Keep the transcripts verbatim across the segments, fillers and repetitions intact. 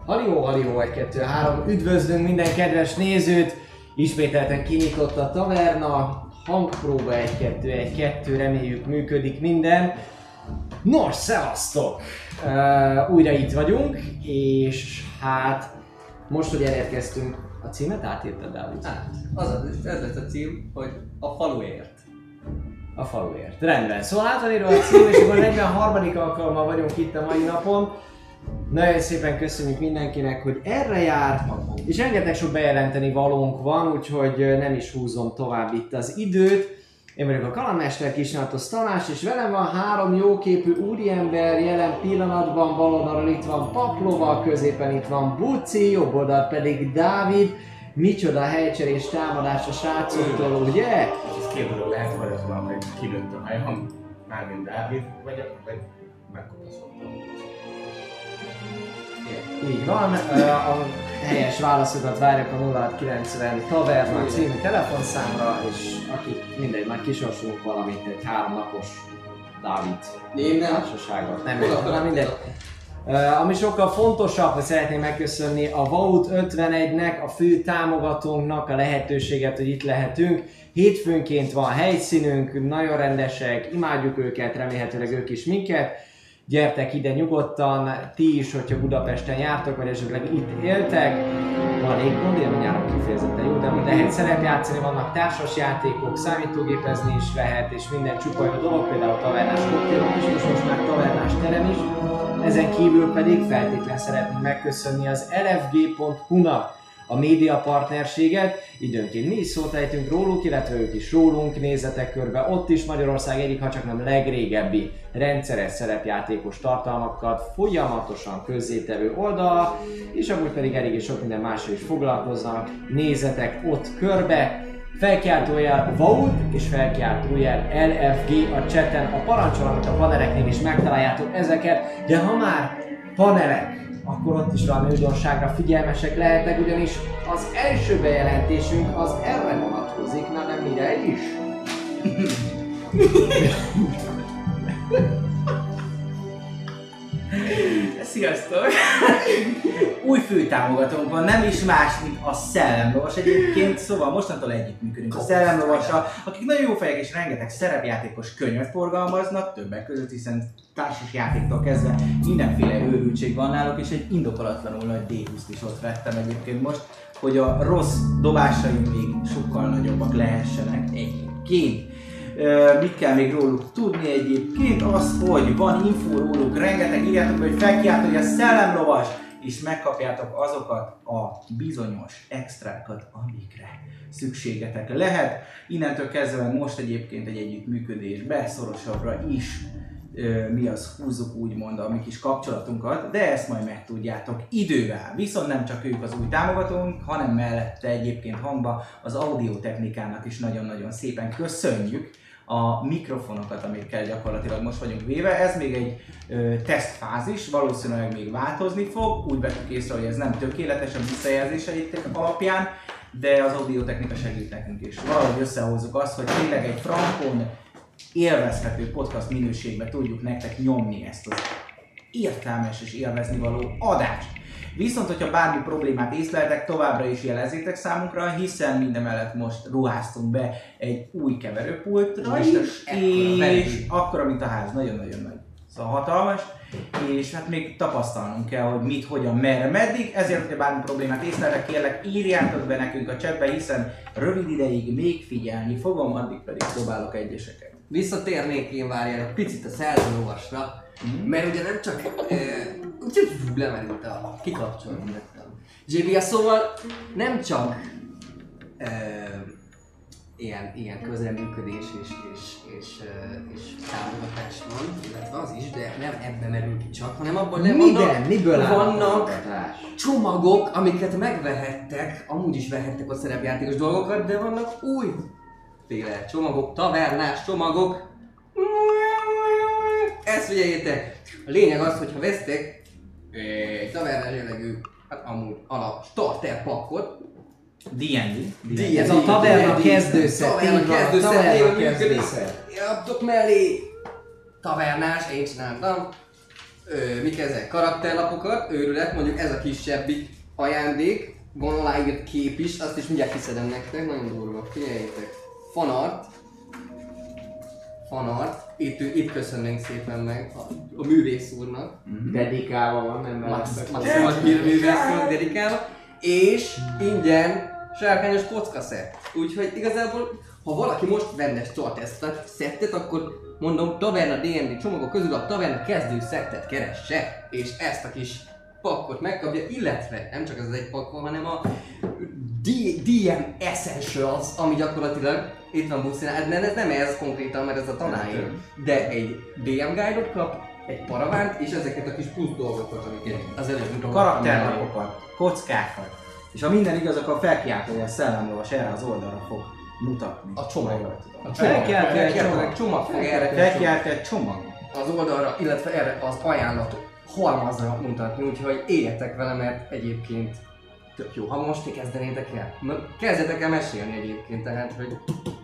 Halió, halió, egy, kettő, három, üdvözlünk minden kedves nézőt! Ismételten kinyitott a taverna, hangpróba egy, kettő, egy, kettő, reméljük működik minden. Nos, szevasztok! Uh, újra itt vagyunk, és hát most, hogy elérkeztünk, a címet átírtad, Dávid? Hát, az, az, ez lesz a cím, hogy a faluért. A faluért. Rendben. Szóval hát van írva a cím, és akkor negyvenharmadik alkalommal vagyunk itt a mai napon. Nagyon szépen köszönjük mindenkinek, hogy erre jár, és rengeteg sok bejelenteni valónk van, úgyhogy nem is húzom tovább itt az időt. Én vagyok a kalandmester Kisnátos Tamás, és velem van három jóképű úriember, jelen pillanatban bal oldalon itt van Paplova, középen itt van Buci, jobb oldalt pedig Dávid. Micsoda helycserés támadás a srácoktól, ugye? Ez két dolog lehet, vagy az van, hogy kilőtt a hajam, mármint Dávid, vagy, vagy megkapaszoltam. Így van, a helyes válaszokat várjuk a nulla kilencven Taverna című telefonszámra, és akik mindegy, már kisorsolunk valamit, egy három napos Dávid társaságot. Nem tudom, mindegy. Uh, ami sokkal fontosabb, hogy szeretném megköszönni a Vault ötvenegynek, a fő támogatónknak a lehetőséget, hogy itt lehetünk. Hétfőnként van helyszínünk, nagyon rendesek, imádjuk őket, remélhetőleg ők is minket. Gyertek ide nyugodtan, ti is, hogyha Budapesten jártok, vagy esetleg itt éltek. Van légpont, én nyáron kifejezetten jó, de amúgy lehet szerepjátszani, vannak társas játékok, számítógépezni is lehet, és minden csupa jó dolog, például tavernás koktélok is, és most már tavernás terem is. Ezen kívül pedig feltétlenül szeretnénk megköszönni az el ef gé pont hu-nak a média partnerséget. Időnként mi is szót ejtünk róluk, illetve ők is rólunk, nézzetek körbe. Ott is Magyarország egyik, ha csak nem legrégebbi rendszeres szerepjátékos tartalmakat folyamatosan közzétevő oldala, és amúgy pedig eléggé sok minden mással is foglalkoznak. Nézzetek ott körbe. Felkiáltójel Vault és felkiáltójel el ef gé a chaten, a parancsolat, a panereknél is megtaláljátok ezeket, de ha már panelek, akkor ott is valami újdonságra figyelmesek lehetek, ugyanis az első bejelentésünk az erre vonatkozik, na nem mire is. Sziasztok! Új főtámogatónk van, nem is más, mint a Szellemlovas egyébként, szóval mostantól együttműködünk a Szellemlovassal, akik nagyon jó fejek és rengeteg szerepjátékos könyvet forgalmaznak, többek között, hiszen társas játéktól kezdve mindenféle őrültség van náluk, és egy indokolatlanul nagy dé húst is ott vettem egyébként most, hogy a rossz dobásaim még sokkal nagyobbak lehessenek egyébként. Uh, mit kell még róluk tudni egyébként? Az, hogy van infó róluk rengeteg, írjátok be, hogy felkiáltója a Szellemlovas, és megkapjátok azokat a bizonyos extrákat, amikre szükségetek lehet. Innentől kezdve most egyébként egy együttműködésbe, szorosabbra is uh, mi az húzzuk úgymond a mi kis kapcsolatunkat, de ezt majd megtudjátok idővel. Viszont nem csak ők az új támogatónk, hanem mellette egyébként hangba az audiotechnikának is nagyon-nagyon szépen köszönjük a mikrofonokat, amikkel gyakorlatilag most vagyunk véve. Ez még egy ö, tesztfázis, valószínűleg még változni fog. Úgy vettük észre, hogy ez nem tökéletes a visszajelzéseitek alapján, de az audiotechnika segít nekünk is. Valahogy összehozzuk azt, hogy tényleg egy frankon élvezhető podcast minőségben tudjuk nektek nyomni ezt az értelmes és élveznivaló adást. Viszont, hogyha bármi problémát észleltek, továbbra is jelezzétek számunkra, hiszen mindemellett most ruháztunk be egy új keverőpultra is, és akkora, mint a ház, nagyon-nagyon nagy. Szóval hatalmas, és hát még tapasztalnunk kell, hogy mit, hogyan, merre, meddig, ezért, hogyha bármi problémát észleltek, kérlek írjátok be nekünk a chatbe, hiszen rövid ideig még figyelni fogom, addig pedig próbálok egyeseket. Visszatérnék én várjál egy picit a Szellemlovasra, mm. mert ugye nem csak e, úgy lemerült a kikapcsolni lettem. zé bé es, szóval nem csak e, ilyen, ilyen közelműködés és, és, és, és támogatás van, illetve az is, de nem ebbe merül ki csak, hanem abban nem vannak, miből vannak csomagok, amiket megvehettek, amúgy is vehettek a szerepjátékos dolgokat, de vannak új féle csomagok, tavernás csomagok. Ezt figyeljétek! A lényeg az, hogy ha vesztek egy tavernás jellegű, hát amúgy alap starter pakkot, dé end dé. Ez a taverna kezdőszet. Taverna kezdőszet. Adtok mellé tavernás, én csináltam. ö, mik ezek? Karakterlapokat, őrület, mondjuk ez a kisebbik ajándék, van aláírt kép is, azt is mindjárt kiszedem nektek, nagyon durva, figyeljétek. Fanart. Fanart. Itt, itt köszönnénk szépen meg a, a művész úrnak. Mm-hmm. Dedikálva van, nem Max, Max, Max művész úrnak dedikálva. És ingyen sárkányos kockaszett. Úgyhogy igazából, ha valaki most venne ezt a szettet, akkor mondom, Taverna dé en dé csomagok közül a Taverna kezdő szettet keresse, és ezt a kis pakkot megkapja, illetve nem csak ez az egy pakk van, hanem a dé em Essentials, ami gyakorlatilag itt van buszínál, nem, ez nem ez konkrétan, mert ez a tanáir, de egy dé em guide-ot kap, egy paravánt, és ezeket a kis plusz dolgokat, amiket az előbb mutatom. Karakterlapokat, kockákat, és ha minden igaz, akkor felkiáltója a szellemlovas erre az oldalra fog mutatni. A csomagot. A felkiáltója egy csomag. Csomag fog erre. Felkiáltója egy csomag. Az oldalra, illetve erre az ajánlatot halmazra mutatni, úgyhogy éljetek vele, mert egyébként tök jó. Ha most ti kezdenétek el, kezdjetek el mesélni egyébként, tehát hogy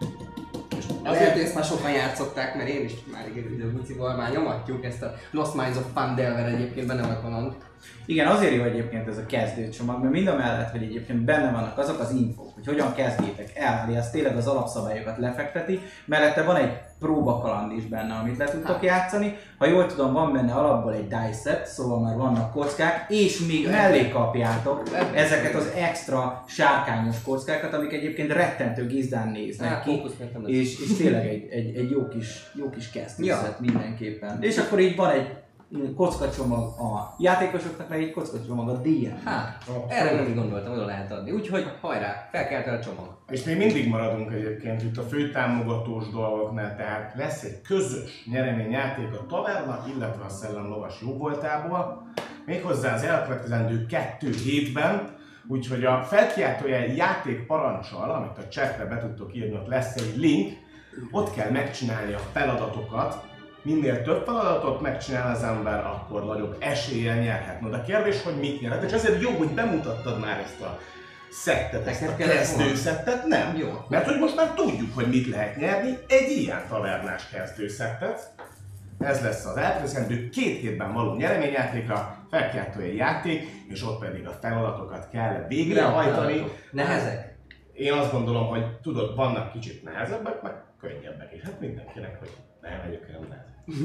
azért ezt már sokan játszották, mert én is már egy idő bucival már nyomatjuk ezt a Lost Minds of Pandelver egyébként benne van a kaland. Igen, azért jó egyébként ez a kezdőcsomag, mert mind a mellett, hogy egyébként benne vannak azok az infók, hogy hogyan kezdjétek el, az tényleg az alapszabályokat lefekteti, mellette van egy próbakaland is benne, amit le tudtok játszani. Ha jól tudom, van benne alapból egy dice set, szóval már vannak kockák, és még mellé kapjátok ezeket az extra sárkányos kockákat, amik egyébként rettentő gizdán néznek hát, ki, és, és tényleg egy, egy, egy jó kis, jó kis kezdőszet ja. mindenképpen. És akkor így van egy kockacsomag a játékosoknak, meg egy kockacsomag a dé em. Hát, erre nem így gondoltam, oda lehet adni. Úgyhogy hajrá, felkelt el a csomag. És még mindig maradunk egyébként itt a főtámogatós dolgoknál, tehát lesz egy közös nyereményjáték a Taverna, illetve a Szellemlovas jóvoltából, méghozzá az elkövetkezendő kettő hétben, úgyhogy a felkiáltójel játék parancsal, amit a chatre be tudtok írni, ott lesz egy link, ott kell megcsinálni a feladatokat. Minél több feladatot megcsinál az ember, akkor nagyobb eséllyel nyerhet. No, de a kérdés, hogy mit nyerhet, és azért jó, hogy bemutattad már ezt a szettet, ezt a kezdőszettet, nem? Jó. Mert hogy most már tudjuk, hogy mit lehet nyerni, egy ilyen tavernás kezdőszettet. Ez lesz az elkövetkezendő két hétben való nyereményjátékra, felkiáltója játék, és ott pedig a feladatokat kell végrehajtani. Nehezek? Én azt gondolom, hogy tudod, vannak kicsit nehezebbek, meg könnyebbek is. Hát mindenkinek, hogy nem egyébként nem lehet.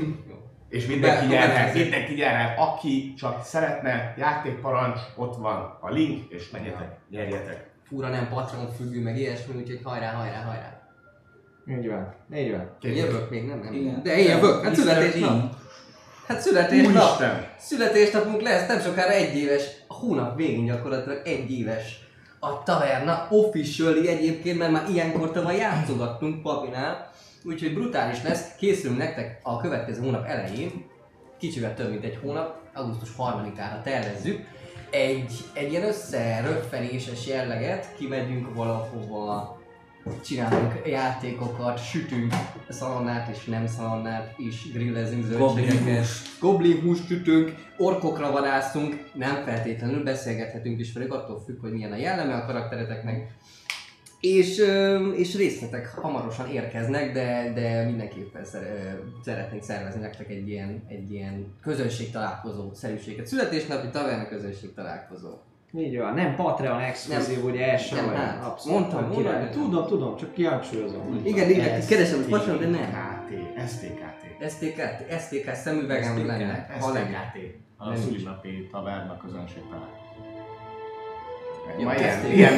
És mindenki nyerhet, mindenki nyerhet. Aki csak szeretne, játékparancs, ott van a link, és menjetek, nyerjetek. Fura nem Patreon függő, meg ilyesmi, úgyhogy hajrá, hajrá, hajrá. Így van, így van. Én jövök még, nem? nem. Igen. De én jövök, hát születésnap. Hát születésnap. Úristen! Születésnapunk lesz, nem sokára egy éves, a hónap végén gyakorlatilag egy éves. A Taverna officially egyébként, mert már ilyenkor tavaly játszogattunk Papinál. Úgyhogy brutális lesz, készülünk nektek a következő hónap elején, kicsivel több mint egy hónap, augusztus harmadikára tervezzük, egy, egy ilyen összeröffenéses jelleget, kimegyünk valahova, csinálunk játékokat, sütünk szalonnát és nem szalonnát is, grillezünk zöldségeket, goblin húst sütünk, orkokra vadászunk, nem feltétlenül beszélgethetünk is velük, attól függ, hogy milyen a jelleme a karaktereteknek. És, és részletek hamarosan érkeznek, de, de mindenképpen szeretnénk szervezni nektek egy ilyen, egy ilyen közönségtalálkozó szerűséget. Születésnapi Taverna közönségtalálkozó. Így van, nem Patreon exkluzív, ugye ez sem olyan. Hát, Abszolút, mondtam, mondtam. Tudom, tudom, csak kihangsúlyozom. Igen, igen, keresem, hogy Patreon, de nem. té ká té, es té ká té. es té ká té, es té ká szemüvegem lenne. es té ká té. A szülinapi Taverna közönség talál. Jó, Ma kezdték. ilyen,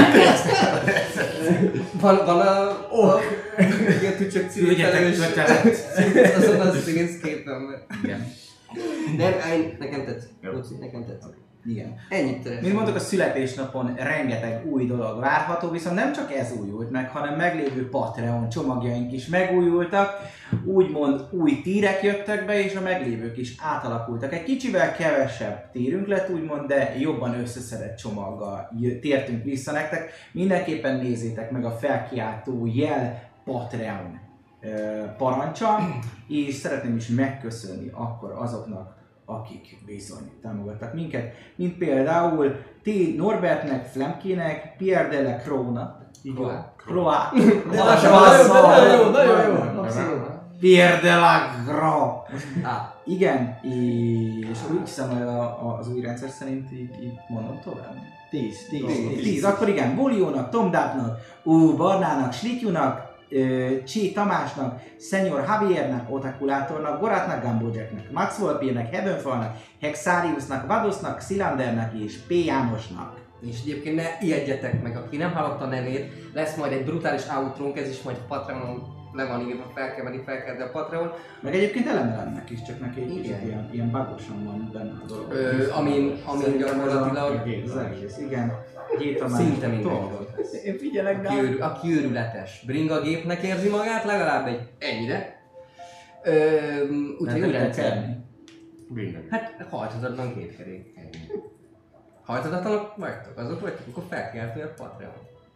Van, van a... a igen, tücsök címfelelős. Azon az színszképen. Igen. Nem, én, nekem tetsz. Jó. Luci, nekem tetsz. Igen. Ennyit teres. Mint mondtuk, a születésnapon rengeteg új dolog várható, viszont nem csak ez újult meg, hanem meglévő Patreon csomagjaink is megújultak, úgymond új tírek jöttek be, és a meglévők is átalakultak. Egy kicsivel kevesebb tírünk lett, úgymond, de jobban összeszedett csomaggal tértünk vissza nektek. Mindenképpen nézzétek meg a felkiáltó jel Patreon parancsa, és szeretném is megköszönni akkor azoknak, akik bizony támogattak minket, mint például T. Norbertnek, Flemkének, Pierre de la Croix-nak, Croix, Nagyon jó, nagyon jó. Pierre de la Croix, Ah, Igen, és úgy hiszem, hogy a, a, az új rendszer szerint így, így mondom tovább. tíz, tíz, tíz, tíz. Akkor igen, Boliónak, Tom Duffnak, Ú Barnának, Slityunak, Csé Tamásnak, Senior Javiernek, Otakulátornak, Gorátnak, Gumbo Jacknek, Max Volpirnek, Heavenfallnak, Hexariusnak, Vadosnak, Szilandernek és P. Jánosnak. És egyébként ne ijedjetek meg, aki nem hallotta a nevét, lesz majd egy brutális outrónk, ez is majd Patreonon le van írva, fel kell venni, fel kell, de a Patreon. Meg egyébként elemelennek is, csak neki egy Igen. kicsit ilyen, ilyen bugosan van benne a dolog. Ö, amin, amin gyakorlatilag Az egész, igen. Gét a szinte másik minden. dolgot. Én figyelek, Aki, őr, aki őrületes. Bringa gépnek érzi magát, legalább egy ennyire. Ö, úgyhogy új rendszer. Minden. Hát hajthatatlan két kerék. Ennyi. Hajthatatlanok vagytok, azok vagytok, akkor fel kell tenni a Patreon.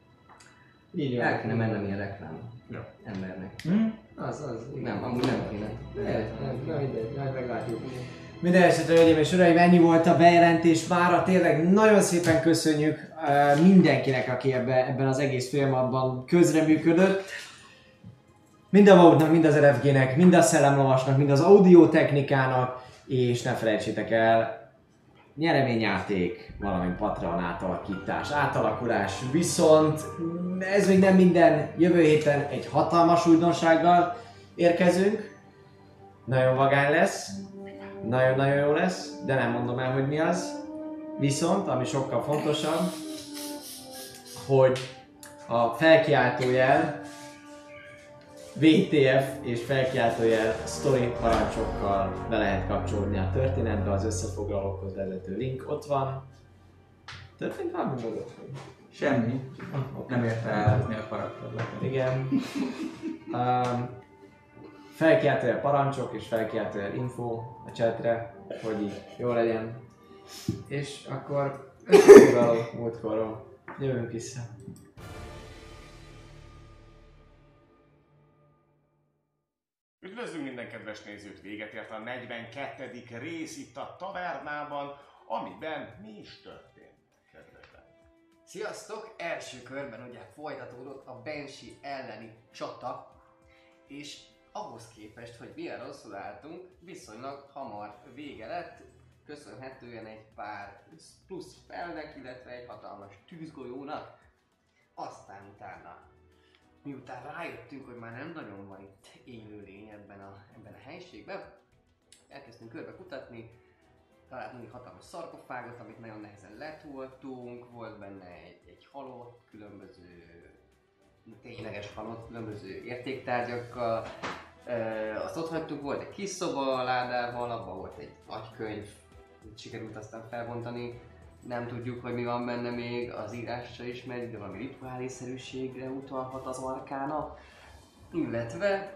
Így van. El kéne mennem ilyen reklám Ja. embernek. Hm? Az, az. Nem, amúgy nem kéne. Nem, nem, mindegy, majd meglátjuk. Minden esetre, hölgyeim és uraim, ennyi volt a bejelentés mára. Tényleg nagyon szépen köszönjük uh, mindenkinek, aki ebbe, ebben az egész folyamatban közreműködött. Mind a Vaughtnak, mind az er ef gének, mind a Szellemlovasnak, mind az audiotechnikának, és ne felejtsétek el, nyereményjáték, valamint Patreon átalakítás, átalakulás, viszont ez még nem minden, jövő héten egy hatalmas újdonsággal érkezünk. Nagyon vagány lesz, nagyon-nagyon jó lesz, de nem mondom el, hogy mi az. Viszont, ami sokkal fontosabb, hogy a felkiáltójel vé té ef és felkiáltójel story parancsokkal be lehet kapcsolni a történetbe, az összefoglalókhoz vezető link ott van. Történt valami mögött? Semmi. Ah, okay. Nem érte elhozni a parancsodat. Igen. Um, felkiáltójel parancsok és felkiáltójel info a chatre, hogy így jó legyen. És akkor összefoglaló múltkorról jövünk vissza. Üdvözlünk minden kedves nézőt, véget ért a negyvenkettedik rész itt a tavernában, amiben mi is történt, kedvesek. Sziasztok! Első körben ugye folytatódott a Banshee elleni csata, és ahhoz képest, hogy milyen rosszul álltunk, viszonylag hamar vége lett, köszönhetően egy pár plusz felnek, illetve egy hatalmas tűzgolyónak. Aztán utána, miután rájöttünk, hogy már nem nagyon van itt élőlény ebben a, ebben a helyiségben, elkezdtünk körbe kutatni, találtunk egy hatalmas szarkofágot, amit nagyon nehezen letúltunk, volt benne egy, egy halott, különböző, tényleges halott, különböző értéktárgyakkal. E, azt ott hagytuk, volt egy kis szoba a ládával, abban volt egy nagy könyv, sikerült aztán felbontani. Nem tudjuk, hogy mi van benne még, az írásra se ismerjük, de valami rituálészerűségre utalhat az arkána. Illetve,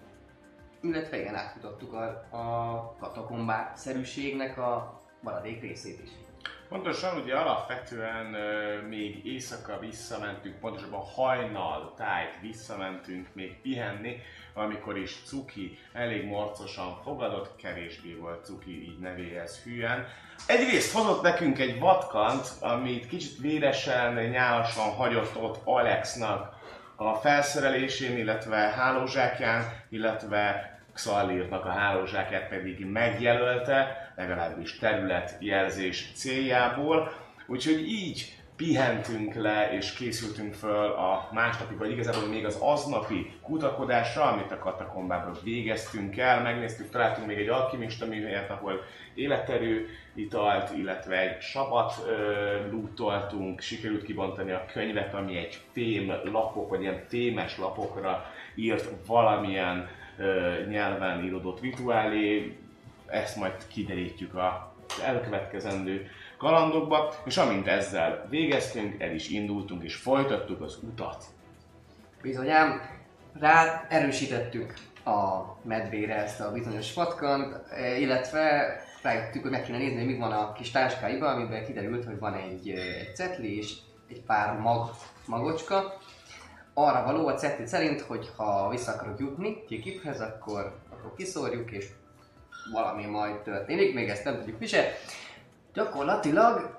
illetve igen, átmutattuk a, a katakombák-szerűségnek a maradék részét is. Pontosan, ugye alapvetően euh, még éjszaka visszamentünk, pontosabban hajnal tájt visszamentünk még pihenni, amikor is Cuki elég morcosan fogadott, kevésbé volt Cuki így nevéhez hülyen. Egyrészt hozott nekünk egy vatkant, amit kicsit véresen, nyálasan hagyott ott Alexnak a felszerelésén, illetve hálózsákján, illetve Xallirnak a hálózsákját pedig megjelölte, legalábbis területjelzés céljából. Úgyhogy így pihentünk le és készültünk föl a másnapi, vagy igazából még az aznapi kutakodásra, amit a katakombában végeztünk el. Megnéztük, találtunk még egy alkimista műhelyet, ahol életerő italt, illetve egy sabat ö, lootoltunk. Sikerült kibontani a könyvet, ami egy fém lapok, vagy ilyen fémes lapokra írt valamilyen ö, nyelven írodott rituálé. Ezt majd kiderítjük a elkövetkezendő kalandokba, és amint ezzel végeztünk, el is indultunk és folytattuk az utat. Bizonyám, rá erősítettük a medvére ezt a bizonyos vatkant, illetve rájöttük, hogy meg kéne nézni, hogy mi van a kis táskáiban, amiben kiderült, hogy van egy, egy cetli és egy pár mag, magocska. Arra való a cetli szerint, hogy ha vissza akarok jutni Kikiphez, akkor, akkor kiszórjuk és valami majd történik, még ezt nem tudjuk mi se. Gyakorlatilag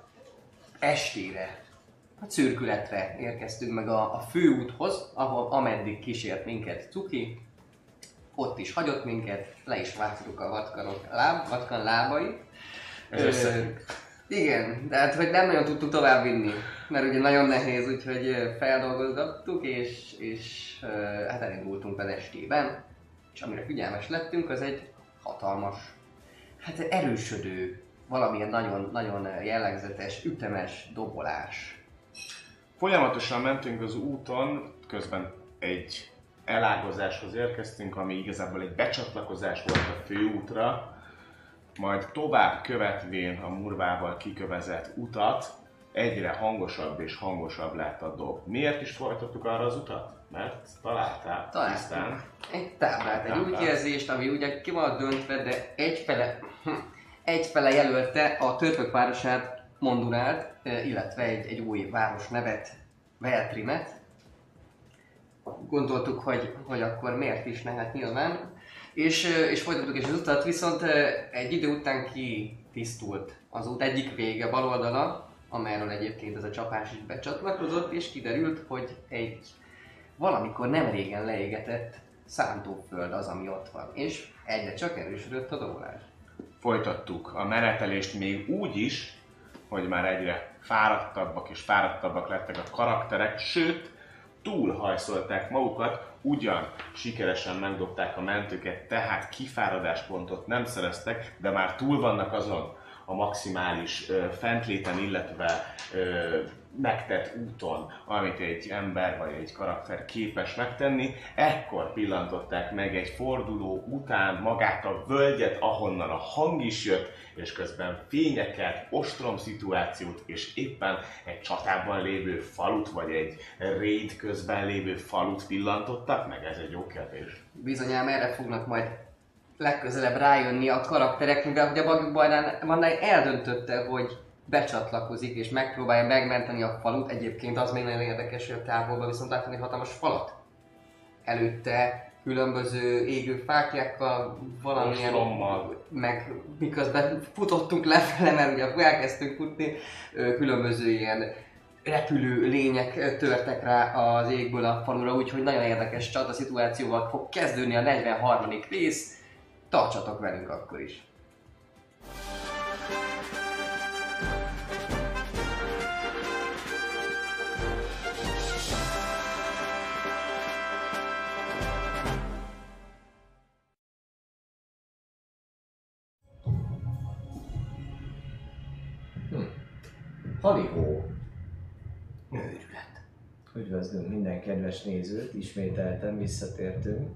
estére, a szürkületre érkeztünk meg a, a főúthoz, ahol ameddig kísért minket Cuki. ott is hagyott minket, le is vágtuk a vatkanok láb, vatkan lábai. Ez össze. Igen, de hát hogy nem nagyon tudtuk tovább vinni, mert ugye nagyon nehéz, úgyhogy feldolgozgattuk, és, és hát elindultunk az estében. És amire figyelmes lettünk, az egy hatalmas, hát erősödő, valamilyen nagyon, nagyon jellegzetes, ütemes dobolás. Folyamatosan mentünk az úton, közben egy elágazáshoz érkeztünk, ami igazából egy becsatlakozás volt a főútra, majd tovább követvén a murvával kikövezett utat, egyre hangosabb és hangosabb lett a dob. Miért is folytattuk arra az utat? Mert találtál Találtam egy táblát, egy útjelzést, ami ugye ki van döntve, de egyfele, egyfele jelölte a törpök városát, Mondurát, illetve egy, egy új város nevet, Veltrimet. Gondoltuk, hogy, hogy akkor miért is ne, hát nyilván. És, és folytattuk is az utat, viszont egy idő után kitisztult az út egyik vége, bal oldala, amelyről egyébként ez a csapás is becsatlakozott, és kiderült, hogy egy valamikor nem régen leégetett szántóföld az, ami ott van. És egyre csak erősödött a dobolás. Folytattuk a menetelést még úgy is, hogy már egyre fáradtabbak és fáradtabbak lettek a karakterek, sőt, túlhajszolták magukat, ugyan sikeresen megdobták a mentőket, tehát kifáradáspontot nem szereztek, de már túl vannak azon a maximális ö, fentléten, illetve ö, megtett úton, amit egy ember vagy egy karakter képes megtenni. Ekkor pillantották meg egy forduló után magát a völgyet, ahonnan a hang is jött, és közben fényeket, ostrom szituációt, és éppen egy csatában lévő falut, vagy egy raid közben lévő falut pillantottak meg. Ez egy jó kérdés. Bizonyám erre fognak majd legközelebb rájönni a karakterek, mivel ugye Bagjuk Bajnán eldöntötte, hogy becsatlakozik és megpróbálja megmenteni a falut. Egyébként az még nagyon érdekes, hogy a távolban viszont látni egy hatalmas falat. Előtte különböző égő fáklyákkal, valamilyen, Ostrommal. meg miközben futottunk lefele, mert ugye elkezdtünk futni, különböző ilyen repülő lények törtek rá az égből a falura, úgyhogy nagyon érdekes csata szituációval fog kezdődni a negyvenharmadik rész. Tartsatok velünk akkor is! Hm. Halihó! Őrület! Üdvözlünk minden kedves nézőt, ismételten visszatértünk.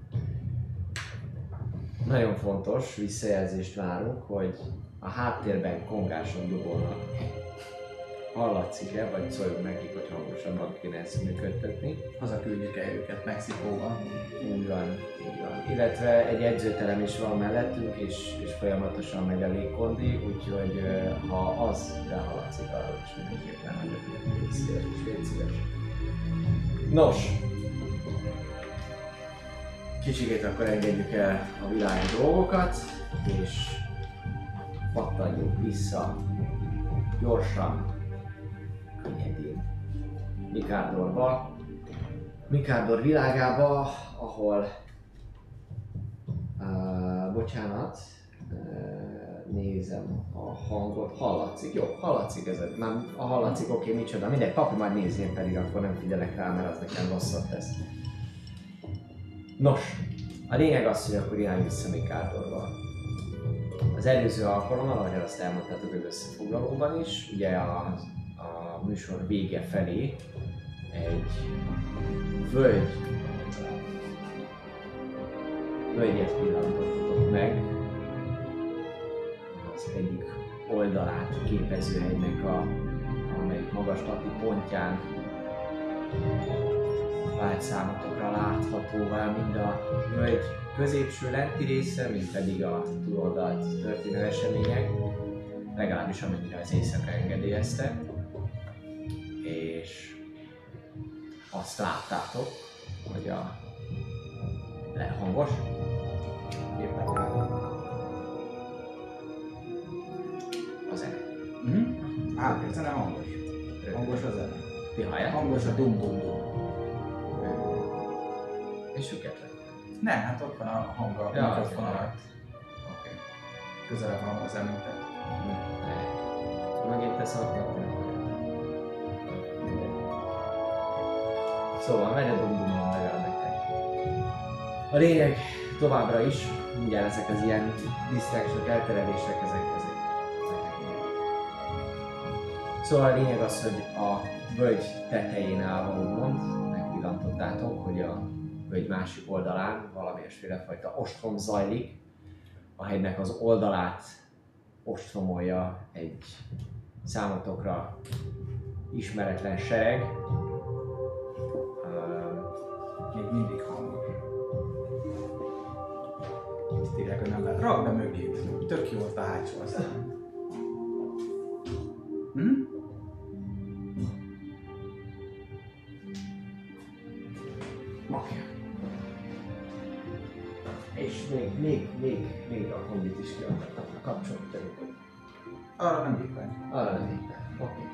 Nagyon fontos visszajelzést várunk, hogy a háttérben kongáson dobolnak. Hallatszik-e, vagy szóljuk nekik, hogy hangosabban kéne ezt működtetni. Hazaküldjük el őket Mexikóban. Úgy van, így van. Illetve egy edzőterem is van mellettünk, és, és folyamatosan megy a légkondi, úgyhogy uh, ha az behallatszik, arról is mindenképpen nagyon légy szíves, légy szíves. Nos, kicsikét akkor engedjük el a világi dolgokat, és pattanjunk vissza gyorsan, könnyedén Mikárdorba. Mikárdor világába, ahol uh, bocsánat, uh, nézem a hangot, hallatszik, jó, hallatszik ez, már a hallatszik, oké, okay, micsoda, mindegy, papi majd nézni, én pedig akkor nem figyelek rá, mert az nekem rosszat tesz. Nos, a lényeg az, hogy akkor irány vissza Mikárdorba. Az előző alkalommal, ahogy azt elmondtátok az összefoglalóban is, ugye a, a műsor vége felé egy völgy, völgyet pillantottatok meg, az egyik oldalát képező hegynek a, amelyik magaslati pontján vált számotokra láthatóvá mind a völgy középső lenti része, mint pedig a túloldalt történő események, legalábbis amennyire az éjszaka engedélyezte. És azt láttátok, hogy a le hangos éppen a zene. Mhm. Á, ez nem hangos. Hangos a zene. Ti halljátok? Hangos a dum dum dum. És süketlen. Nem, hát ott van a hang a Ja, mikrofon oké. alatt. Oké. Közelebb van az említett. Megint tesz a Szóval megy a dum-dum-dum legalább nektek. A lényeg továbbra is, mindjárt ezek az ilyen disztráksok, elterelések, ezek, ezek, ezek megnyílnak. Szóval a lényeg az, hogy a völgy tetején állva úgymond megpillantottátok, hogy a völgy másik oldalán valamilyenféle fajta ostrom zajlik. A hegynek az oldalát ostromolja egy számotokra ismeretlen sereg. Még mindig hangos. Tényleg, hogy nem lehet. Rakd be mögét. Tök jó ott a hátsó aztán. Hm? Oké. És még, még, még, még a kombit is ki akartam kapcsolni. Arra nem hittál. Arra nem hittem. Oké.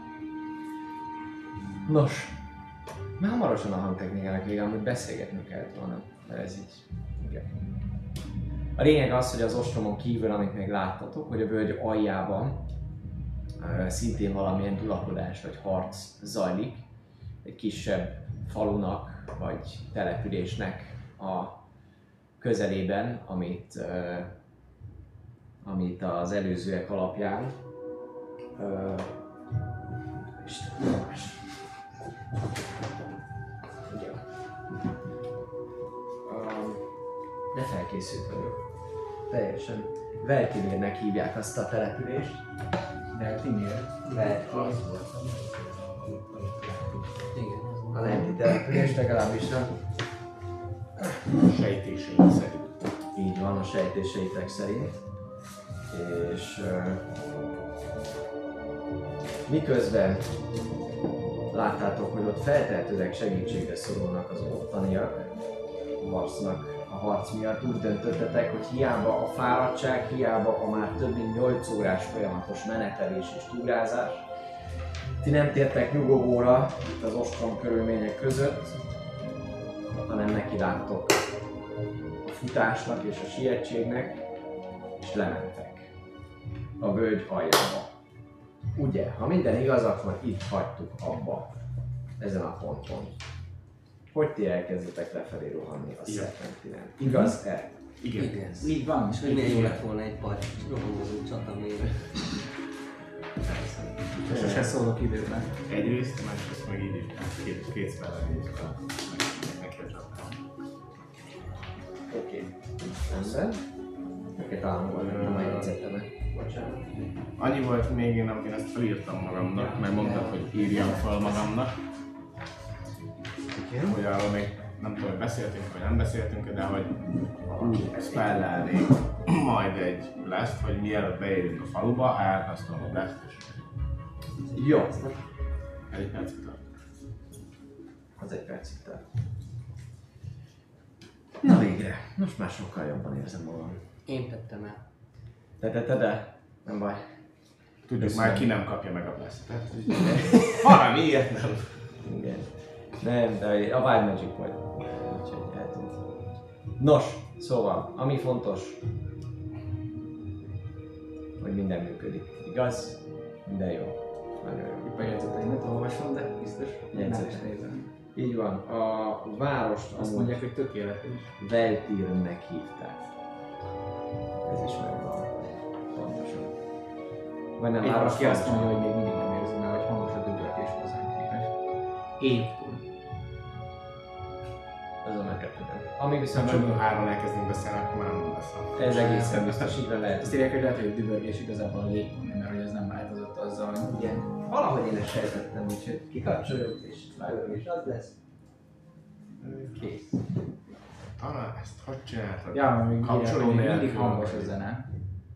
Nos, már hamarosan a hangtechnikának vége, amúgy beszélgetnünk kellett volna, mert ez így... Igen. A lényeg az, hogy az ostromon kívül, amit még láttatok, hogy a völgy aljában uh, szintén valamilyen dulakodás vagy harc zajlik. Egy kisebb falunak vagy településnek a közelében, amit, uh, amit az előzőek alapján uh, Istenem, igen. Um, de felkészült vagyok. Teljesen. Veltimérnek hívják azt a települést. Veltimér. Veltimér. Igen, az A lenti település legalábbis nem. Sejtéseim szerint. Így van, a sejtéseitek szerint. És uh, miközben láttátok, hogy ott feltehetőleg segítségre szorulnak az ottaniak a harcnak, a harc miatt, úgy döntöttetek, hogy hiába a fáradtság, hiába a már több mint nyolc órás folyamatos menetelés és túrázás, ti nem tértek nyugovóra itt az ostrom körülmények között, hanem nekiláttok a futásnak és a sietségnek, és lementek a völgy aljába. Ugye, ha minden igaz, akkor itt hagytuk abba, ezen a ponton. Hogy ti elkezdetek lefelé rohanni a Igen. Serpentinen. Igaz-e? Igen. Igen. Így van, És hogy milyen jó lett volna egy pár rohangozó csata még. Sose szólok időben. Egyrészt, másrészt meg így is. Két, két spellel nézve. Neki a csapám. Oké. Rendben. Neked álmodni, nem a jegyzetemet. Bocsánat. Annyi volt még, én, én ezt felírtam magamnak, meg mondtad, hogy írjam fel magamnak. Igen. Hogy arról még nem tudom, hogy beszéltünk, vagy nem beszéltünk, de hogy úgy spellelnék majd egy blast, hogy mielőtt beérünk a faluba, elhasználom a blast, és Jó. egy percig tart. Az egy percig tart. Na végre. Most már sokkal jobban érzem magam. Én tettem el. De, de, de, de. Nem baj. Tudjuk már, ki nem kapja meg a blast-et. Valami ilyet nem. Igen. Nem, de a Wild Magic volt. Úgyhogy eltűnt. Nos, szóval, ami fontos, hogy minden működik. Igaz? Minden jó. Nagyon jó. Épp a jegyzeteimet olvasom, de biztos nem Jegyzetek. is nézem. Így van. A várost Azt amúgy mondják, hogy tökéletes. Veltirnek hívták. Ez is megvan. Pontosan. Vagy nem Egy város valaki azt pontosan. mondja, hogy még mindig nem érzem el, hogy hangos a dögöltés hozzánk képest. Évtől. Ez a meglepődő. Ami viszont Csak csak hárman elkezdünk beszélni, akkor már nem lesz. ez egészen biztos, így van lehet. Azt írják, hogy lehet, hogy a dübörgés igazából a légkonni, mert hogy ez nem változott azzal, hogy Igen. Valahogy én ezt sejtettem, úgyhogy kikapcsoljuk és vágok, és az lesz. Kész. Talán ezt hogy csináltad? ja, mert még írják, Kapcsoló hogy még nélkül, mindig hangos a vagy- zene.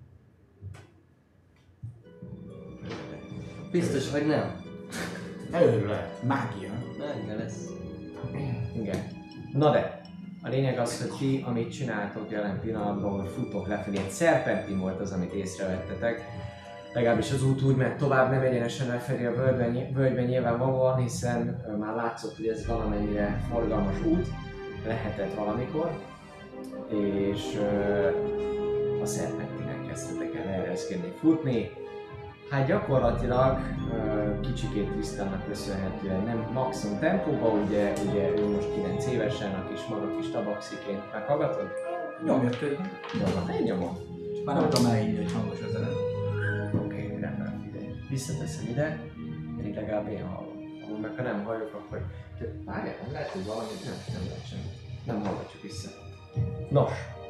Biztos, hogy nem. Előre lehet. Mágia. Menge lesz. Igen. Na de, a lényeg az, hogy ti, amit csináltok jelen pillanatban, hogy futok lefelé, egy szerpentin volt az, amit észrevettetek. Legalábbis az út úgy ment tovább, nem egyenesen lefelé a völgyben, völgyben nyilvánvalóan, hiszen ö, már látszott, hogy ez valamennyire forgalmas út, lehetett valamikor. és uh, a szerpentinen kezdtetek el ereszkedni, futni. Hát gyakorlatilag uh, kicsikét Trisztánnak köszönhetően nem maximum tempóban, ugye, ugye ő most kilenc évesen, a kis maga kis tabaxiként. Meghallgatod? Nyomjad közben. Jó, van, én nyomom. Már nem tudom elhinni, hogy hangos a zene. Oké, okay, rendben, figyelj. Visszateszem ide, én legalább én hallom. Ahol meg ha nem halljuk, akkor... Várjál, nem lehet, hogy valami... Nem, nem lehet semmi. Nem hallgatjuk vissza. Nos.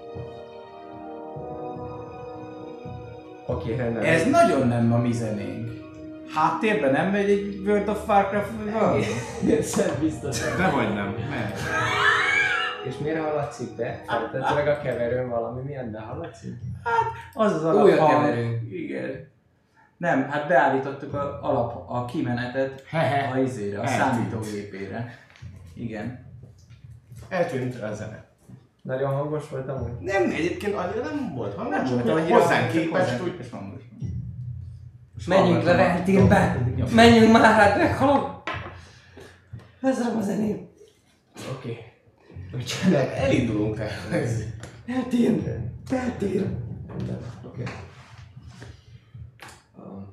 Oké, okay, rendben. Ez nagyon nem a mi zenénk. Háttérben nem megy egy World of Warcraft vagy valami? Szent biztos. De vagy nem, megy. És miért hallatszik be? Feltetőleg a keverőn valami miatt behallatszik? Az az Új a alaphang. keverő. Igen. Nem, hát beállítottuk a, alap, a kimenetet a izére, a számítógépére. Igen. Eltűnt a zene. Nagyon hangos volt amúgy? Nem, egyébként annyira nem volt hangos, Nem csak volt hogy annyira hozzánk hangos, képest hozzánk úgy... képest hangos. Menjünk le Ventilbe! Menjünk már, hát meghalok! Lezárom a zenét! Oké. Nem, elindulunk te. Ventil! Ventil! Oké. Um,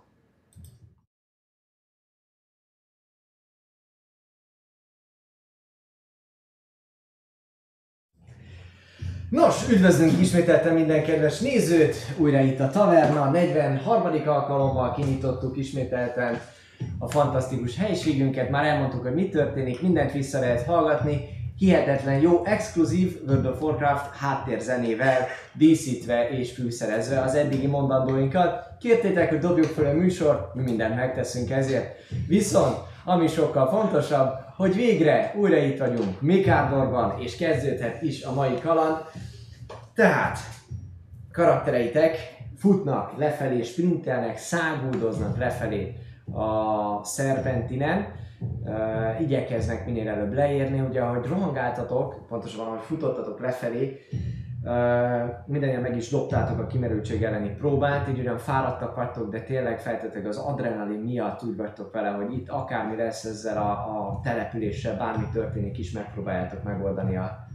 Nos, üdvözlünk ismételten minden kedves nézőt! Újra itt a Taverna, negyvenharmadik alkalommal kinyitottuk ismételten a fantasztikus helyiségünket. Már elmondtuk, hogy mi történik, mindent vissza lehet hallgatni. Hihetetlen jó, exkluzív World of Warcraft háttérzenével díszítve és fűszerezve az eddigi mondandóinkat. Kértétek, hogy dobjuk fel a műsort, mi mindent megteszünk ezért. Viszont, ami sokkal fontosabb, hogy végre újra itt vagyunk Mikádorban, és kezdődhet is a mai kaland. Tehát, karaktereitek futnak lefelé, sprintelnek, száguldoznak lefelé a szerpentinen. Uh, igyekeznek minél előbb leérni, ugye ahogy rohangáltatok, pontosabban ahogy futottatok lefelé, uh, mindannyian meg is dobtátok a kimerültség elleni próbát, így ugyan fáradtak vagytok, de tényleg feltétlenül az adrenalin miatt úgy vagytok vele, hogy itt akármi lesz ezzel a, a településsel, bármi történik is, megpróbáljátok megoldani a,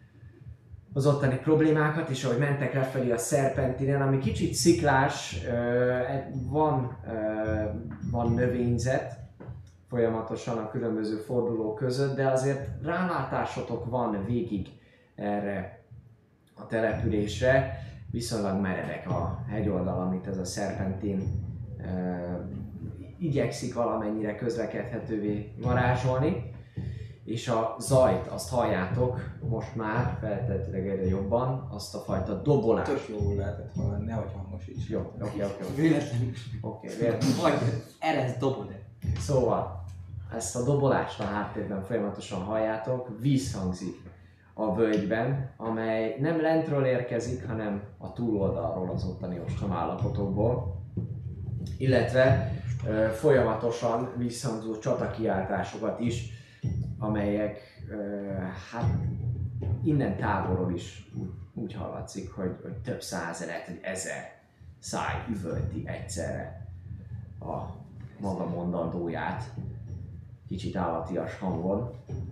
az ottani problémákat, és ahogy mentek lefelé a szerpentinen, ami kicsit sziklás, uh, van, uh, van növényzet, folyamatosan a különböző fordulók között, de azért rálátásotok van végig erre a településre. Viszonylag meredek a hegyoldal, amit ez a szerpentin e, igyekszik valamennyire közlekedhetővé varázsolni. És a zajt, azt halljátok most már feltétlenül egyre jobban, azt a fajta dobolást. Tök jól lehetett hallani, nehogy hangosíts. Jó, oké, oké, oké. Véletlenül. Oké, véletlenül. Vagy erez dobod -e. Szóval, ezt a dobolást a háttérben folyamatosan halljátok, vízhangzik a völgyben, amely nem lentről érkezik, hanem a túloldalról, az ottani ostrom állapotokból. Illetve ö, folyamatosan visszhangzó csatakiáltásokat is, amelyek ö, hát innen távolról is úgy hallatszik, hogy, hogy több százezer, hogy ezer száj üvölti egyszerre a maga mondandóját, kicsit állatias hangon.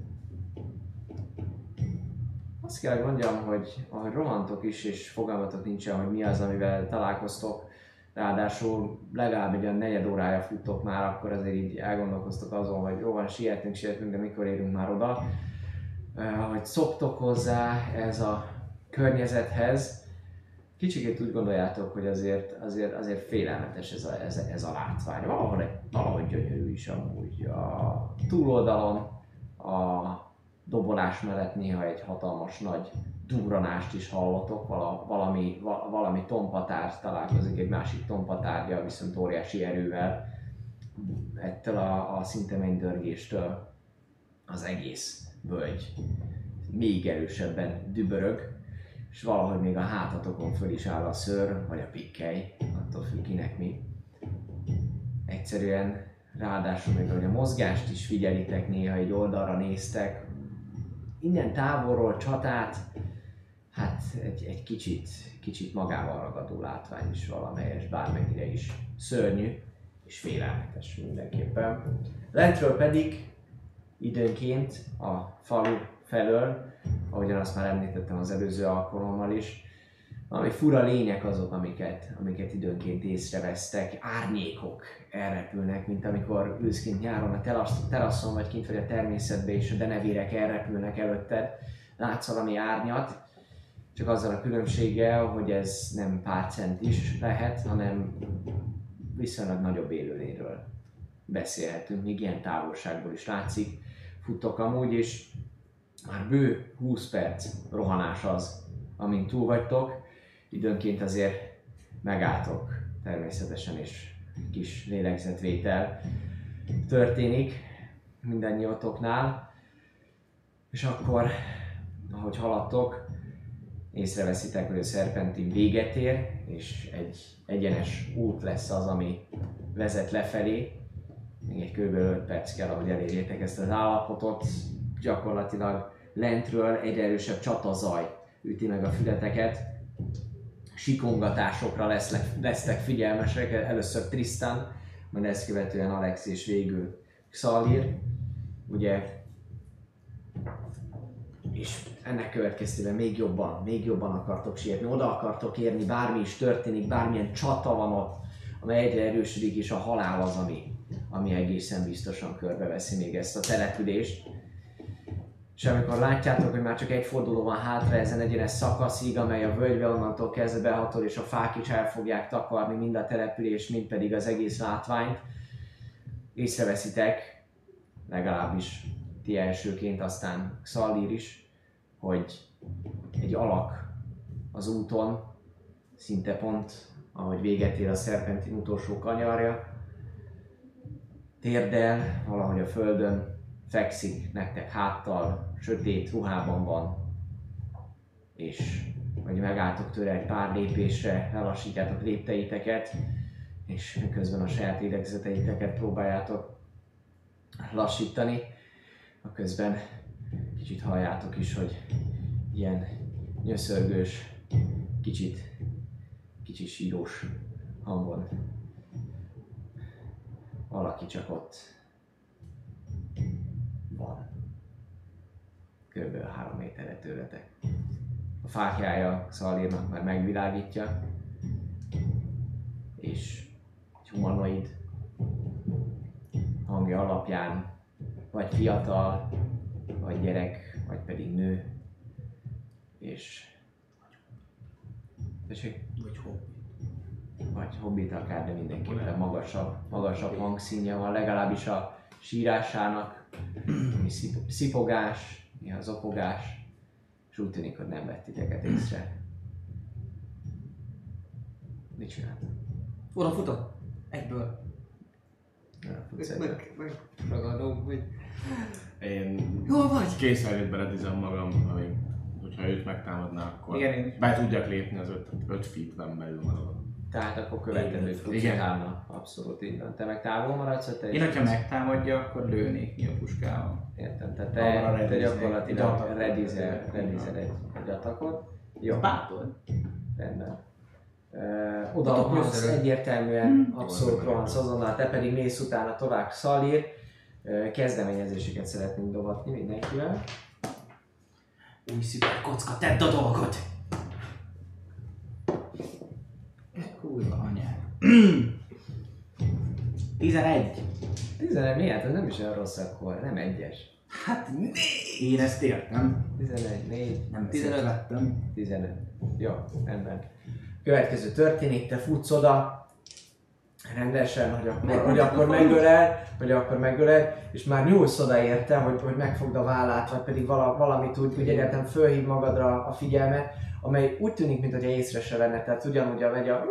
Azt kell, hogy mondjam, hogy ahogy rohantok is, és fogalmatok nincsen, hogy mi az, amivel találkoztok, ráadásul legalább egy olyan negyed órája futtok már, akkor azért így elgondolkoztok azon, hogy jó van, sietünk, sietünk, de mikor érünk már oda. Hogy szoktok hozzá ez a környezethez, kicsikét úgy gondoljátok, hogy azért, azért, azért félelmetes ez a, ez, ez a látvány. Valahogy, valahogy gyönyörű is amúgy. A túloldalon a dobolás mellett néha egy hatalmas nagy durranást is hallotok, vala, valami, val, valami tompatár találkozik egy másik tompatárgyal, viszont óriási erővel. Ettől a, a szinte mennydörgéstől az egész völgy még erősebben dübörög, és valahogy még a hátatokon föl is áll a szőr, vagy a pikkely, attól függ kinek mi. Egyszerűen, ráadásul még ahogy a mozgást is figyelitek, néha egy oldalra néztek, innen távolról csatát, hát egy, egy kicsit, kicsit magával ragadó látvány is valamelyes, bármennyire is szörnyű és félelmetes mindenképpen. Lentről pedig időnként a falu felől, ahogyan azt már említettem az előző alkalommal is. Valami fura lények azok, amiket, amiket időnként észrevesztek, árnyékok elrepülnek, mint amikor ülsz kint nyáron a terasz, teraszon, vagy kint vagy a természetben, és a denevérek elrepülnek előtted, látsz valami árnyat, csak azzal a különbséggel, hogy ez nem pár cent is lehet, hanem viszonylag nagyobb élőlényről beszélhetünk, még ilyen távolságból is látszik. Futtok amúgy, és már bő húsz perc rohanás az, amint túl vagytok. Időnként azért megálltok természetesen, és kis lélegzetvétel történik mindannyiatoknál. És akkor, ahogy haladtok, észreveszitek, hogy a szerpentin véget ér, és egy egyenes út lesz az, ami vezet lefelé. Még egy kb. öt perc kell, ahogy elérjétek ezt az állapotot. Gyakorlatilag lentről egyre erősebb csatazaj üti meg a fületeket. Sikongatásokra lesznek, lesznek figyelmesek, először Tristan, majd ezt követően Alex és végül Xalir. Ugye, és ennek következtében még jobban, még jobban akartok sietni, oda akartok érni, bármi is történik, bármilyen csata van ott, amely egyre erősödik, és a halál az, ami, ami egészen biztosan körbeveszi még ezt a települést. És amikor látjátok, hogy már csak egy forduló van hátra ezen egyenes szakaszig, amely a völgybe onnantól kezdve behatol, és a fák is el fogják takarni mind a települést, mind pedig az egész látványt, észreveszitek, legalábbis ti elsőként, aztán Xalir is, hogy egy alak az úton, szinte pont, ahogy véget ér a szerpentin utolsó kanyarja, térdel, valahogy a földön, fekszik nektek háttal, sötét ruhában van, és vagy megálltok tőle egy pár lépésre, lelassítjátok lépteiteket, és miközben a saját lélegzeteiteket próbáljátok lassítani, aközben kicsit halljátok is, hogy ilyen nyöszörgős, kicsit, kicsit sírós hangon valaki csak ott van. Körülbelül három méterre tőletek. A fáklyája Xalirnak már megvilágítja, és egy humanoid hangja alapján vagy fiatal, vagy gyerek, vagy pedig nő, és tessék? Vagy hobbit. Vagy hobbit akár, de mindenképpen magasabb, magasabb hangszínje van, legalábbis a sírásának, mi szip- szipogás, mi az opogás, és úgy tűnik, hogy nem vett titeket észre. Mit csináltam? Oda futok. Egyből. Futsz Meg, egyet. meg ragadom, hogy... Én Jól vagy? kényszerűt redizem magam, amíg, hogyha őt megtámadná, akkor Igen, én is. be tudjak lépni az öt, öt feetben belül maradok. Tehát akkor követed őt futsz Igen. utána. Abszolút így van. Te meg távol maradsz, vagy te Én, is hogyha futsz? megtámadja, akkor lőnék ki a puskával. Értem, tehát Arra te, te redizel. gyakorlatilag Atakot. redizel, redizel egy, egy atakot. Jó, Bátor. rendben. Uh, oda Atak rohansz, műszerű. egyértelműen abszolút rohansz azonnal, te pedig mész utána tovább Xalir. Uh, kezdeményezéseket szeretnénk dobatni mindenkivel. Új szuper kocka, tedd a dolgot! Kurva anyád. tizenegy. tizenegy, miért? Ez nem is olyan rossz akkor, nem egyes. Hát én ezt értem. tizenegy, négy, Nem tizenöt. tizenöt vettem. tizenöt. Jó, rendben. Következő történik, te futsz oda, rendesen, hogy akkor, hogy akkor megölel, hogy akkor megölel, és már nyúlsz oda érte, hogy, hogy megfogd a vállát, vagy pedig vala, valamit úgy, hogy egyáltalán fölhív magadra a figyelmet, amely úgy tűnik, mintha észre se venne, tehát ugyanúgy megy a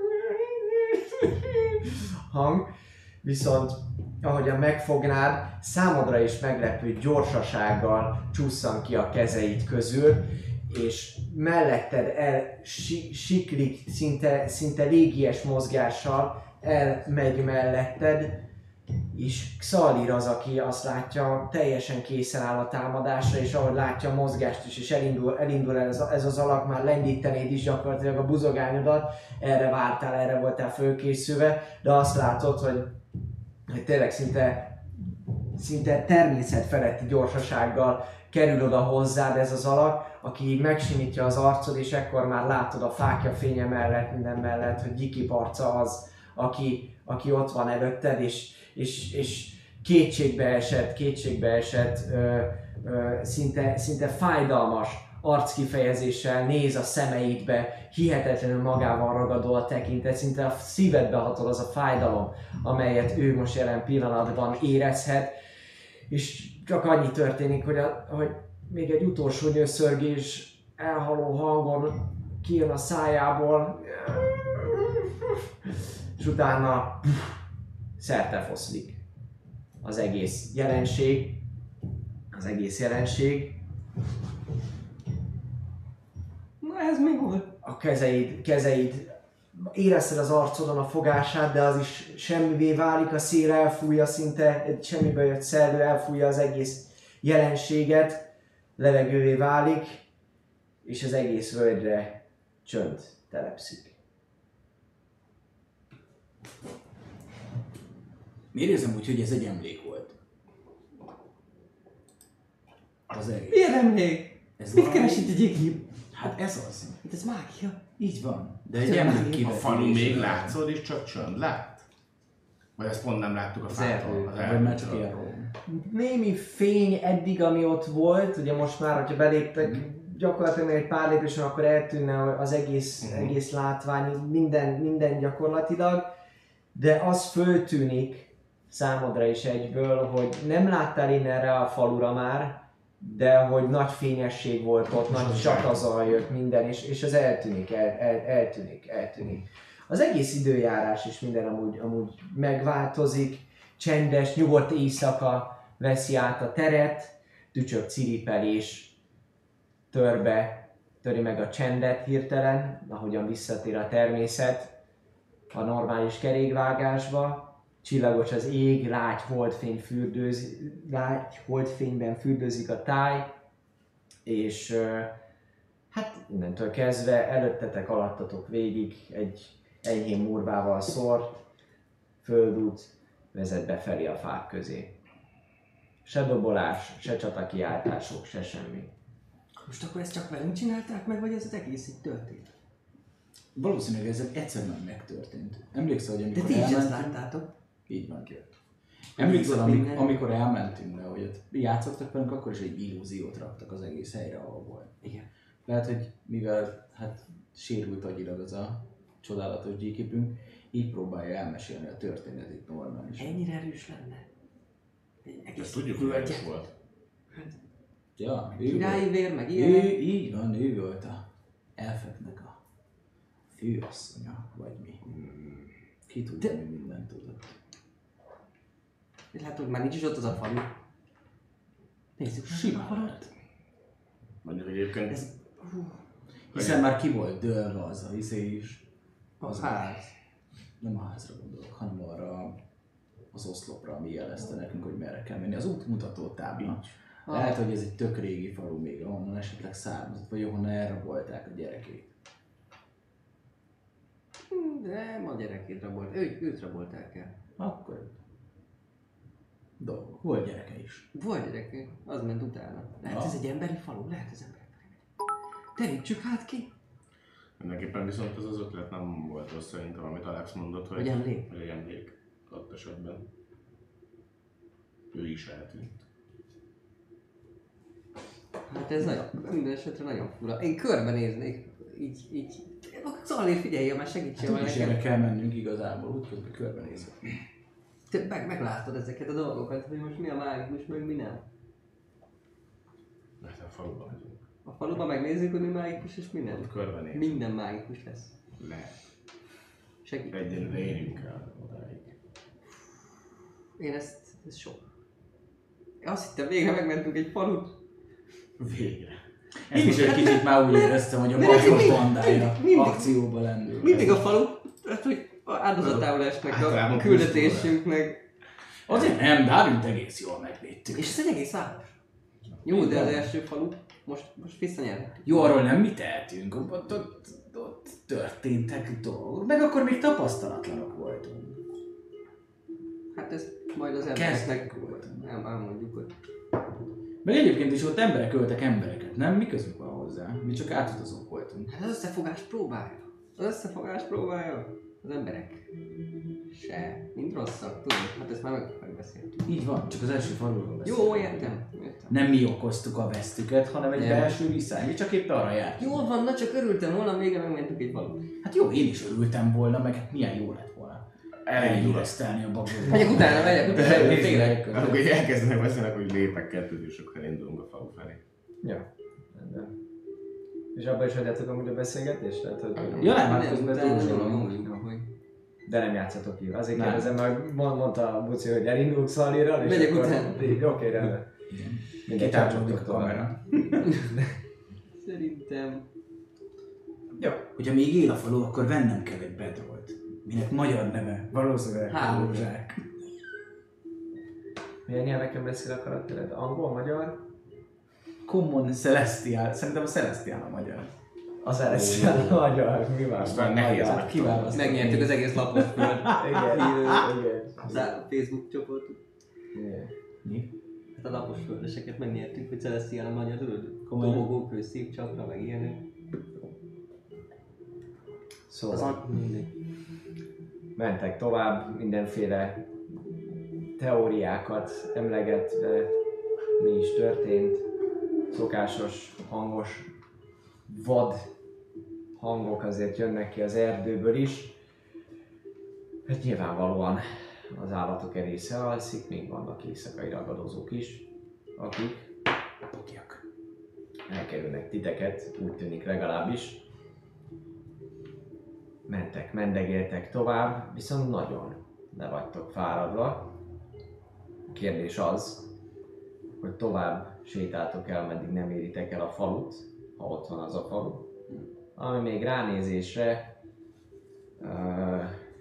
hang, viszont ahogyan megfognád, számodra is meglepő gyorsasággal csúszan ki a kezeid közül, és melletted el si- siklik szinte, szinte légies mozgással, elmegy melletted, és Xalir az, aki azt látja, teljesen készen áll a támadásra, és ahogy látja a mozgást is, és elindul, elindul ez, ez az alak, már lendítenéd is gyakorlatilag a buzogányodat, erre vártál, erre voltál fölkészülve, de azt látod, hogy, hogy tényleg szinte szinte természetfeletti gyorsasággal kerül oda hozzád ez az alak, aki így megsimítja az arcod, és ekkor már látod a fákja fénye mellett, minden mellett, hogy Gyikip arca az, aki, aki ott van előtted, és, és, és kétségbe esett, kétségbe esett, ö, ö, szinte, szinte fájdalmas arckifejezéssel néz a szemeidbe, hihetetlenül magával ragadó a tekintet, szinte a szívedbe hatol az a fájdalom, amelyet ő most jelen pillanatban érezhet, és csak annyi történik, hogy, a, hogy még egy utolsó nyőszörgés elhaló hangon kijön a szájából, és utána szertefoszlik az egész jelenség, az egész jelenség. Na ez mi volt? A kezeid, kezeid, érezted az arcodon a fogását, de az is semmivé válik, a szél elfújja szinte, egy semmiből jött szellő elfújja az egész jelenséget, levegővé válik, és az egész völgyre csönd telepszik. Miért érzem úgy, hogy ez egy emlék volt? Az egész. Milyen emlék? Ez Mit valami- keres itt egy Gyikip? Hát ez az. Hát ez mágia. Így van. De egy Ez emlék mágia. A kivetülés. falu még látszód, és csak csönd lett? Vagy ezt pont nem láttuk a Az fától? erdő. Az Vagy már csak erdőtől? ilyen ról. Némi fény eddig, ami ott volt, ugye most már, hogyha beléptek, gyakorlatilag még egy pár lépésen, akkor eltűnne az egész, Mhm. egész látvány, minden, minden gyakorlatilag, de az föltűnik számodra is egyből, hogy nem láttál innen erre a falura már, de hogy nagy fényesség volt ott, nagy csatazal jött minden, és, és az eltűnik, el, el, eltűnik, eltűnik. Az egész időjárás és minden amúgy, amúgy megváltozik, csendes, nyugodt éjszaka veszi át a teret, tücsök ciripelés törbe, töri meg a csendet hirtelen, ahogyan visszatér a természet a normális kerékvágásba. Csillagos az ég, lágy holdfény fürdőz, lágy holdfényben fürdőzik a táj, és ö, hát innentől kezdve előttetek, alattatok végig egy enyhén murvával szórt földút vezet befelé a fák közé. Se dobolás, se csatakiáltások, se semmi. Most akkor ezt csak velünk csinálták meg, vagy ez az egész így történt? Valószínűleg ez egyszerűen megtörtént. Emlékszel, hogy De amikor ti is ezt elmentünk? láttátok. Így van. Emlékszel, Így amik, minden. amikor elmentünk le, hogy ott játszottak velünk, akkor is egy illúziót raktak az egész helyre, ahol volt. Igen. Lehet, hogy mivel hát sérült agyilag az a csodálatos gyíkipünk, így próbálja elmesélni a történetét normálisan. Ennyire erős lenne. Egy Ezt egész tudjuk, hogy völgyet. ez volt. Ja, ő Királyi volt. vér, meg Ő, ilyen. így van, ő volt a elfeknek a főasszonya, vagy mi. Ki tudja, De- mi mindent tudott. És látod, már nincs is ott az a falu. Nézzük, Simán a falut. lehet. Mondjuk egyébként Ez... Hú, Hiszen már ki volt dőlve az a izé is. az ház. Nem a házra gondolok, hanem arra az oszlopra, ami jelezte nekünk, hogy merre kell menni. Az útmutató tábla. Lehet, hogy ez egy tök régi falu még, ahonnan esetleg származott, vagy ahonnan elrabolták a gyerekét. Hm, Nem, a gyerekét rabolt. Ő, őt rabolták el. Akkor dolgok. Volt gyereke is. Volt gyerekét, az ment utána. Lehet Ja. ez egy emberi falu? Lehet ez emberi falu. Terítsük hát ki. mindenképpen viszont az az ötlet nem volt rossz szerintem, amit Alex mondott, hogy, Hogy emlék? hogy egy emlék ott esetben. Ő is eltűnt. Hát ez nagyon, minden esetre nagyon fura. Én körbenéznék, így, így. Zali, figyelj, már segítsél Hát már úgyis nekem. erre kell mennünk igazából, útközben körbenézve. Te meg, meglátod ezeket a dolgokat, hogy most mi a mágikus, meg mi nem. Mert a faluban vagyunk. A faluban megnézzük, hogy mi mágikus és mi nem. Ott körbenéz. Minden mágikus lesz. Lehet. Segít. Egyelőre érjünk el odáig. Én ezt, ez sok. Én azt hittem, végre megmentünk egy falut. Végre. Én is egy kicsit már úgy éreztem, hogy a De nekünk Markos mind- bandája mindig- akcióba lendül. Mindig a falu, tehát hogy áldozatául esnek a Általában küldetésünknek. Azért nem, de hát egész jól megvédtük. És ez egy egész város. Jó, de az első falu, most, most visszanyerhetünk. Jó, arról nem mi tehetünk, ott, ott, ott történtek dolgok, meg akkor még tapasztalatlanok voltunk. Hát ez Majd az embereknek nem elmondjuk, hogy... Meg egyébként is ott emberek öltek embereket, nem? Mi közük van hozzá? Mi csak átutazók voltunk. Hát az összefogás próbálja. Az összefogás próbálja. Az emberek se. Mind rosszak, tudod? Hát ezt már meg, megbeszéltük. Így van, csak az első faluról beszélünk. Jó, értem. értem. Nem mi okoztuk a vesztüket, hanem egy Nem. belső viszály. Mi csak épp arra jártunk. Jól van, na csak örültem volna, végre megmentük egy valót. Hát jó, én is örültem volna, meg hát milyen jó lett volna. Elhíreztelni a bagot. Megyek utána, megyek utána, tényleg. Akkor így elkezdenek beszélni, hogy lépek kettőt, és akkor indulunk a falu felé. Ja, rendben. És abban is hagyjátok amúgy a beszélgetést? Tehát, hogy... Ja, nem, hát Nem, közben utána nem túlzsolom. mondjuk, hogy... De nem játszatok ki. Azért Nem. kérdezem, mert mond, mondta a Buci, hogy elindulunk Szalirral, és Megyek akkor... utána. Így, Oké, rendben. Mindegy, Kitárcsolódik a csapcsoktól. kamera. Szerintem... Jó. Hogyha még él a falu, akkor vennem kell egy bedrolt. Minek magyar neve. Valószínűleg Hálózsák. hálózsák. Milyen nyelveken beszél a karaktered? Angol, magyar? Common Celestial. Szerintem a Celestial a magyar. Az Celestial a magyar. Mi van? Aztán nehéz Magyar. meg. Kiválasztani. Megnyertük az egész lapos föld. Igen, igen. Az a Facebook csoportot. Igen. Mi? Hát a lapos földeseket megnyertük, hogy Celestial a magyar, tudod? Komolyan? Dobogó, kő, szívcsapra, meg ilyenek. Az Szóval a... mindegy. mentek tovább, mindenféle teóriákat emlegetve, mi is történt. Szokásos, hangos, vad hangok azért jönnek ki az erdőből is. Hát nyilvánvalóan az állatok egy része alszik, még vannak éjszakai ragadozók is, akik Pokiak. elkerülnek titeket, úgy tűnik legalábbis. Mentek, mendegéltek tovább, viszont nagyon le vagytok fáradva. A kérdés az, hogy tovább sétáltok el, meddig nem éritek el a falut, ha ott van az a falu. Ami még ránézésre... Uh,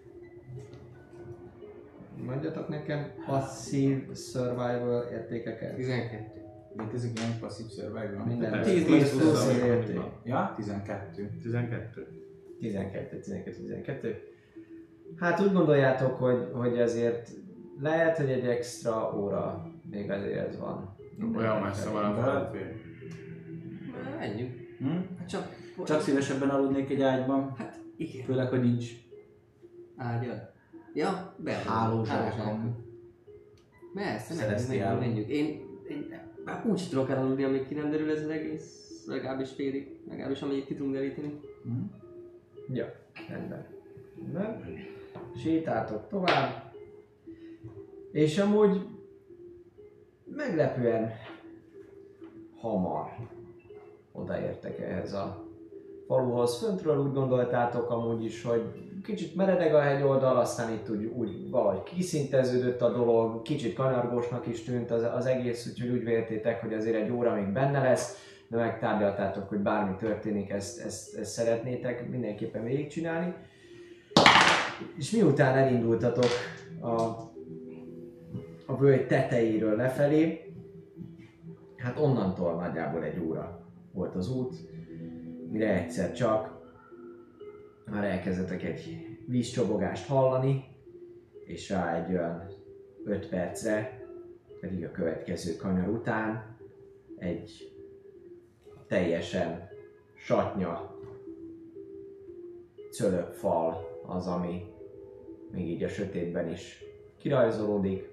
mondjatok nekem passzív survival értékeket. tizenkettő. Létezik ilyen passzív survival? Minden tíz, tíz tíz, plusz húsz, érték. Ja, tizenkettő. tizenkettő. tizenkettő, tizenkettő, tizenkettő. Hát úgy gondoljátok, hogy, hogy azért lehet, hogy egy extra óra még azért ez van. Olyan messze van a falu. Menjünk. Hm? Hát csak... Csak szívesebben aludnék egy ágyban. Hát igen. Főleg, hogy nincs Ágyad. Ja, be. hálózsákom. Persze, menjünk, Celestial. menjünk, menjünk. Én, én már úgy tudok elaludni, amíg ki nem derül ez az egész, legalábbis félig, legalábbis amíg ki tudunk deríteni. Hm? Ja, rendben. rendben. Sétáltok tovább. És amúgy meglepően hamar odaértek ehhez a faluhoz. Föntről úgy gondoltátok amúgy is, hogy kicsit meredeg a hegyoldal, aztán itt úgy, úgy valahogy kiszinteződött a dolog, kicsit kanyargósnak is tűnt az, az egész, úgyhogy úgy véltétek, hogy azért egy óra még benne lesz, de megtárgyaltátok, hogy bármi történik, ezt, ezt, ezt szeretnétek mindenképpen végigcsinálni. És miután elindultatok a, a völgy tetejéről lefelé, hát onnantól nagyjából egy óra volt az út, mire egyszer csak már elkezdetek egy vízcsobogást hallani, és rá egy olyan öt percre, pedig a következő kanyar után egy teljesen satnya cölöpfal az, ami még így a sötétben is kirajzolódik.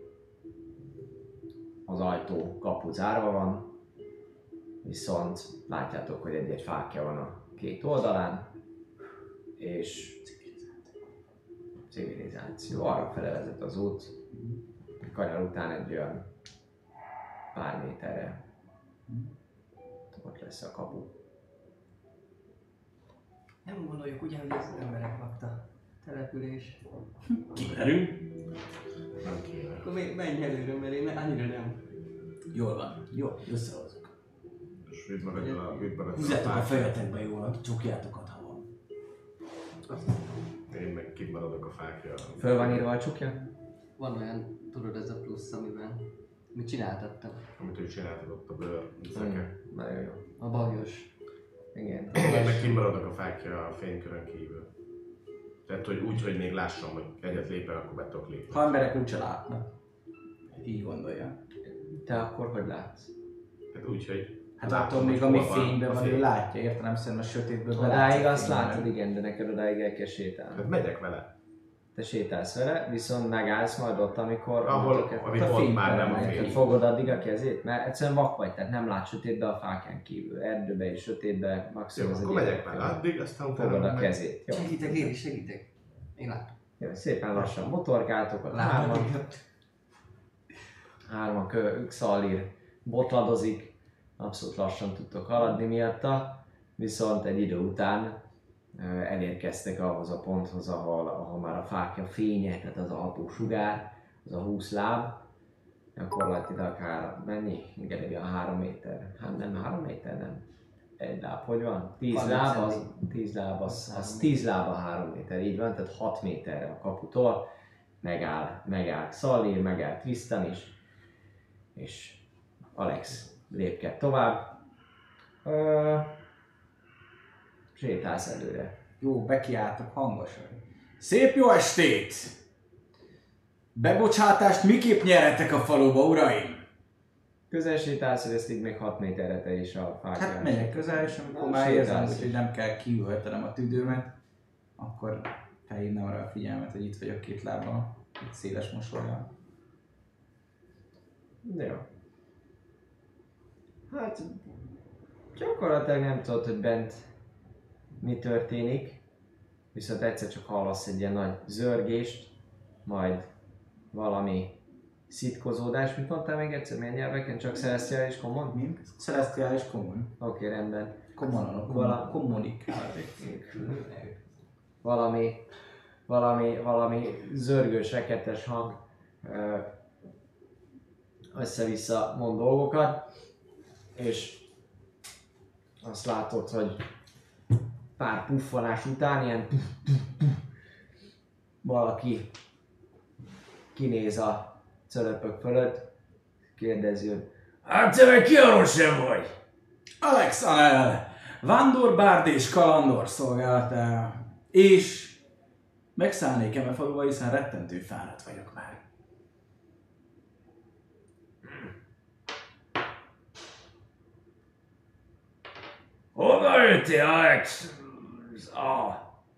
Az ajtó kapu zárva van, viszont látjátok, hogy egy-egy fákja van a két oldalán, és civilizáció. Arra fele vezet az út, a kanyar után egy olyan pár méterre ott lesz a kapu. Nem gondoljuk ugye, hogy ez emberek lakta település. Kimerül. Nem kéne. Akkor még menj előre, mert én annyira nem. Jól van. Jó, összehozok. És vidd meg a vidd meg a Húzzátok a fejetekbe jól, csukjátokat, ha van. Én meg kimaradok a fákja. Föl van írva a csukja? Van olyan, tudod, ez a plusz, amiben mit csináltattam. Amit ő csináltad ott a bőr, ezeket. Nagyon jó. A bagyos. Igen. Én meg kimaradok a fákja a fénykörön kívül. Tehát, hogy úgy, hogy még lássam, hogy egyet lépek, akkor be tudok lépni. Ha emberek úgyse látnak. így gondolja. Te akkor hogy látsz? Hát úgyhogy... Hát látom, attól még hogy ami hol van fényben a van, fény. ő látja, értelemszerűen a sötétből belátsz. Odáig a azt fényben. látod, igen, de neked odáig el kell sétálni. Hát megyek vele. Te sétálsz vele, viszont megállsz majd ott, amikor... Ahol, amikor- ami a pont fényben már nem a neked Neked fény. fogod addig a kezét, mert egyszerűen vak vagy, tehát nem látsz sötétbe a fákján kívül. Erdőbe és sötétbe, Jó, maximum az akkor egy megyek ilyen- vele addig, aztán Fogod a utána meg... kezét. Jó. Segítek, én is segítek. Én látom. Jó, szépen lassan motorkáltok, a Látom. hárman, hárman kö, Xalir botladozik, abszolút lassan tudtok haladni miatta, viszont egy idő után ö, elérkeztek ahhoz a ponthoz, ahol, ahol már a fákja fénye, tehát az a ható sugár, az a húsz láb, gyakorlatilag három, mennyi? Igen, igen, három méter. Hát nem három méter, nem. Egy láb, hogy van? Tíz harminc láb, az, centi. tíz láb, az, az tíz láb a három méter, így van, tehát hat méterre a kaputól megáll, megáll Xalir, megáll Tristan is, és Alex lépked tovább. Ö, sétálsz előre. Jó, bekiáltok hangosan. Szép jó estét! Bebocsátást miképp nyerhetek a faluba, uraim? Közel sétálsz, hogy ezt így még hat méterre te is a fákján. Hát megyek közel, és amikor Na, már érzem, sétálsz úgyhogy is. nem kell kiüvöltenem a tüdőmet, akkor felhívnám arra a figyelmet, hogy itt vagyok két lábbal, itt széles mosollyal. Jó. Hát gyakorlatilag nem tudod, hogy bent mi történik, viszont egyszer csak hallasz egy ilyen nagy zörgést, majd valami szitkozódás. Mit mondtál még egyszer? Milyen nyelveken? Csak Celestial és Common? Mint? Celestiális common. Oké, okay, rendben. Commonanok, Vala- kommunikálni. Valami, valami, valami zörgős, rekettes hang ö, össze-vissza mond dolgokat, és azt látod, hogy pár puffanás után ilyen puff, puff, puff, valaki kinéz a cölöpök fölött, kérdezi, hogy hát te meg ki arról sem vagy? Alex Anel, vándor, és kalandor szolgálatára. És megszállnék eme faluba, hiszen rettentő fáradt vagyok már. Honnan jöttél, Alex? Ah.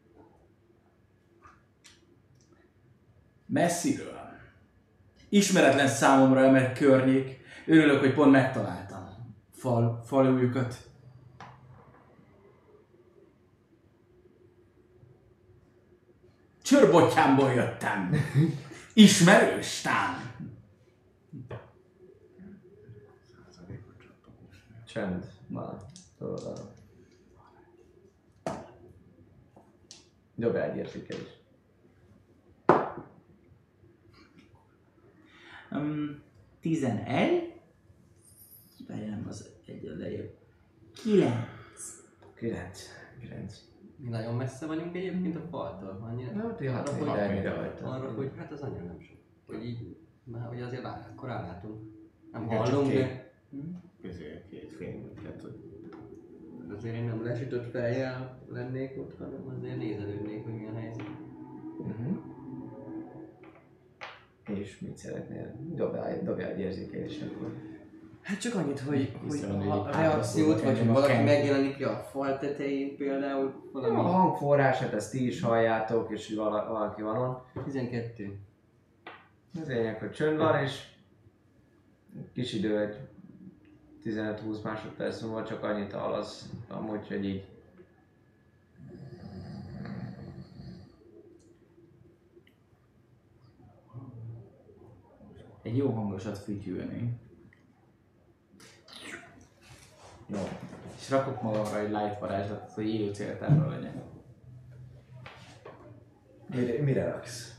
Messziről. Ismeretlen számomra eme környék. Örülök, hogy pont megtaláltam. Fal, falujukat. Csörbottyámból jöttem. Ismerős tám. Csend van. Tudod, arra. Dobj egy értékelés. Um, tizenegy. Várj, nem az egy a lejjebb. kilenc. Kilenc. Kilenc. Mi nagyon messze vagyunk egyébként a faltól. Annyira, Na, ti hat arra, hogy, méternyire vagytok. arra, hogy hát az annyira nem sok. Hogy így, már hogy azért vár, akkor rálátunk. Nem Igen, csak hallunk, két. de Közé két fény, tehát hogy... azért én nem lesütött fejjel lennék ott, hanem azért nézelődnék, hogy milyen helyzet. Uh-huh. És mit szeretnél? Dobjál, dobjál egy érzékelést akkor. Hát csak annyit, hogy, hogy Hiszen ha így a reakciót, vagy hogy engem a valaki kent. megjelenik ki a fal tetején például, A valami hangforrását ezt ti is halljátok, és hogy vala, valaki van ott. tizenkettő. Az lényeg, hogy csönd van, és kis idő, egy tizenöt-húsz másodperc múlva csak annyit hallasz, amúgy, hogy így Egy jó hangosat fütyülni. Jó. És rakok magamra egy light varázslatot, hogy élő céltámra legyen. Mire, mire raksz?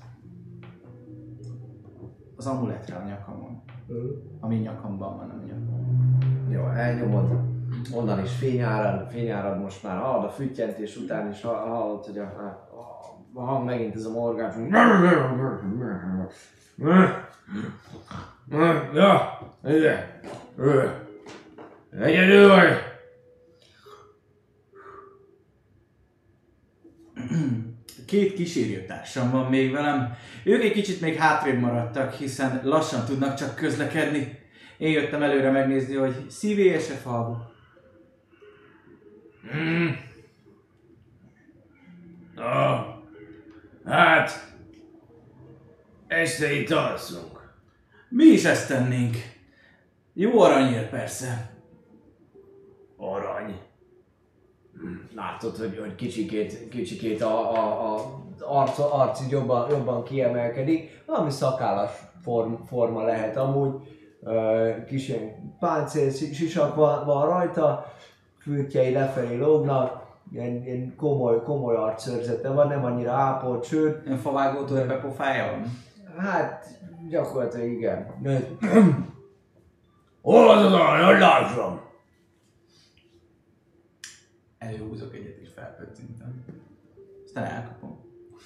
Az amuletre a nyakamon. Ami nyakamban van, nem a nyakamon. Jó, elnyomod. Onnan is fényárad, fényárad most már hallod a füttyentés után is ha- hallod, hogy a, a, a hang megint ez a morgás. Ja, igen. Egyedül vagy. két kísérőtársam van még velem. Ők egy kicsit még hátrébb maradtak, hiszen lassan tudnak csak közlekedni. Én jöttem előre megnézni, hogy szívélyes-e falva. Hmm. Ah, hát, este itt alszunk. Mi is ezt tennénk. Jó aranyért persze. Arany. Látod, hogy, hogy kicsikét, kicsikét a, a, a arc, arc jobban, jobban kiemelkedik. Valami szakállas form, forma lehet amúgy. Kis ilyen páncél, sisak van, van rajta, fürtjei lefelé lógnak. Ilyen, ilyen komoly, komoly arcszörzete van, nem annyira ápolt, sőt. Ilyen favágótól ebbe pofája van? Hát gyakorlatilag igen. Hol az az arany, hogy lássam? Előhúzok egyet és felpöccintem. Aztán elkapom.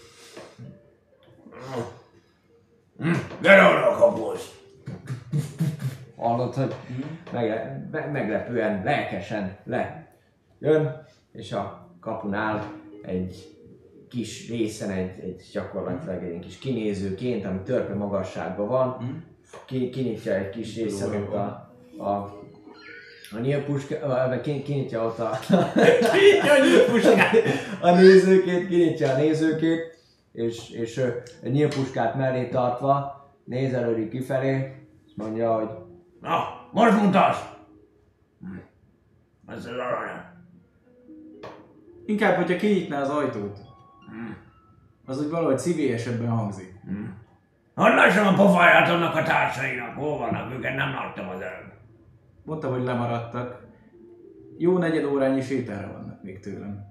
Gyere oda a kapuhoz! Hallod, hogy megle, me, meglepően, lelkesen le jön, és a kapunál egy kis részen, egy, egy gyakorlatilag egy kis kinézőként, ami törpe magasságban van, ki, kinyitja egy kis részen ott a, a, a nyílpuskát, kinyitja ott a, a nézőkét, kinyitja a nézőkét, és, és egy nyílpuskát mellé tartva nézelődik kifelé, és mondja, hogy Na, most mondtad! Ez az arany. Inkább, hogyha kinyitná az ajtót. Az úgy valahogy szívélyesebben hangzik. Hadd lássam a pofáját annak a társainak, hol vannak, őket nem láttam az előbb. Mondtam, hogy lemaradtak. Jó negyed órányi sétára vannak még tőlem.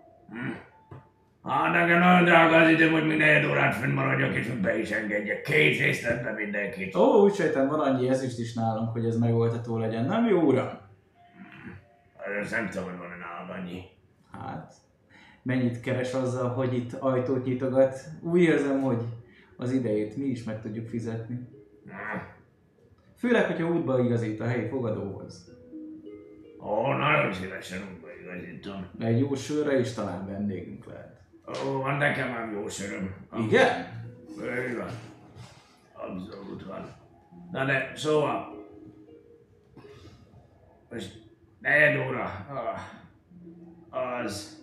Hát nekem nagyon drága az időm, hogy minden egy órát fönn maradjak és hogy be is engedjek. Két részletbe mindenkit. Ó, úgy sejtem, van annyi ezüst is nálunk, hogy ez megoldható legyen. Nem jó, uram? Ezt nem tudom, hogy van-e nálad annyi. Hát, mennyit keres azzal, hogy itt ajtót nyitogat? Úgy érzem, hogy az idejét mi is meg tudjuk fizetni. Főleg, hogyha útba igazít a helyi fogadóhoz. Ó, nagyon szívesen útba igazítom. Egy jó sörre is talán vendégünk lehet. Ó, van nekem már jó söröm. Igen? Így van. Abszolút van. Na de, szóval... Most negyed óra. Az...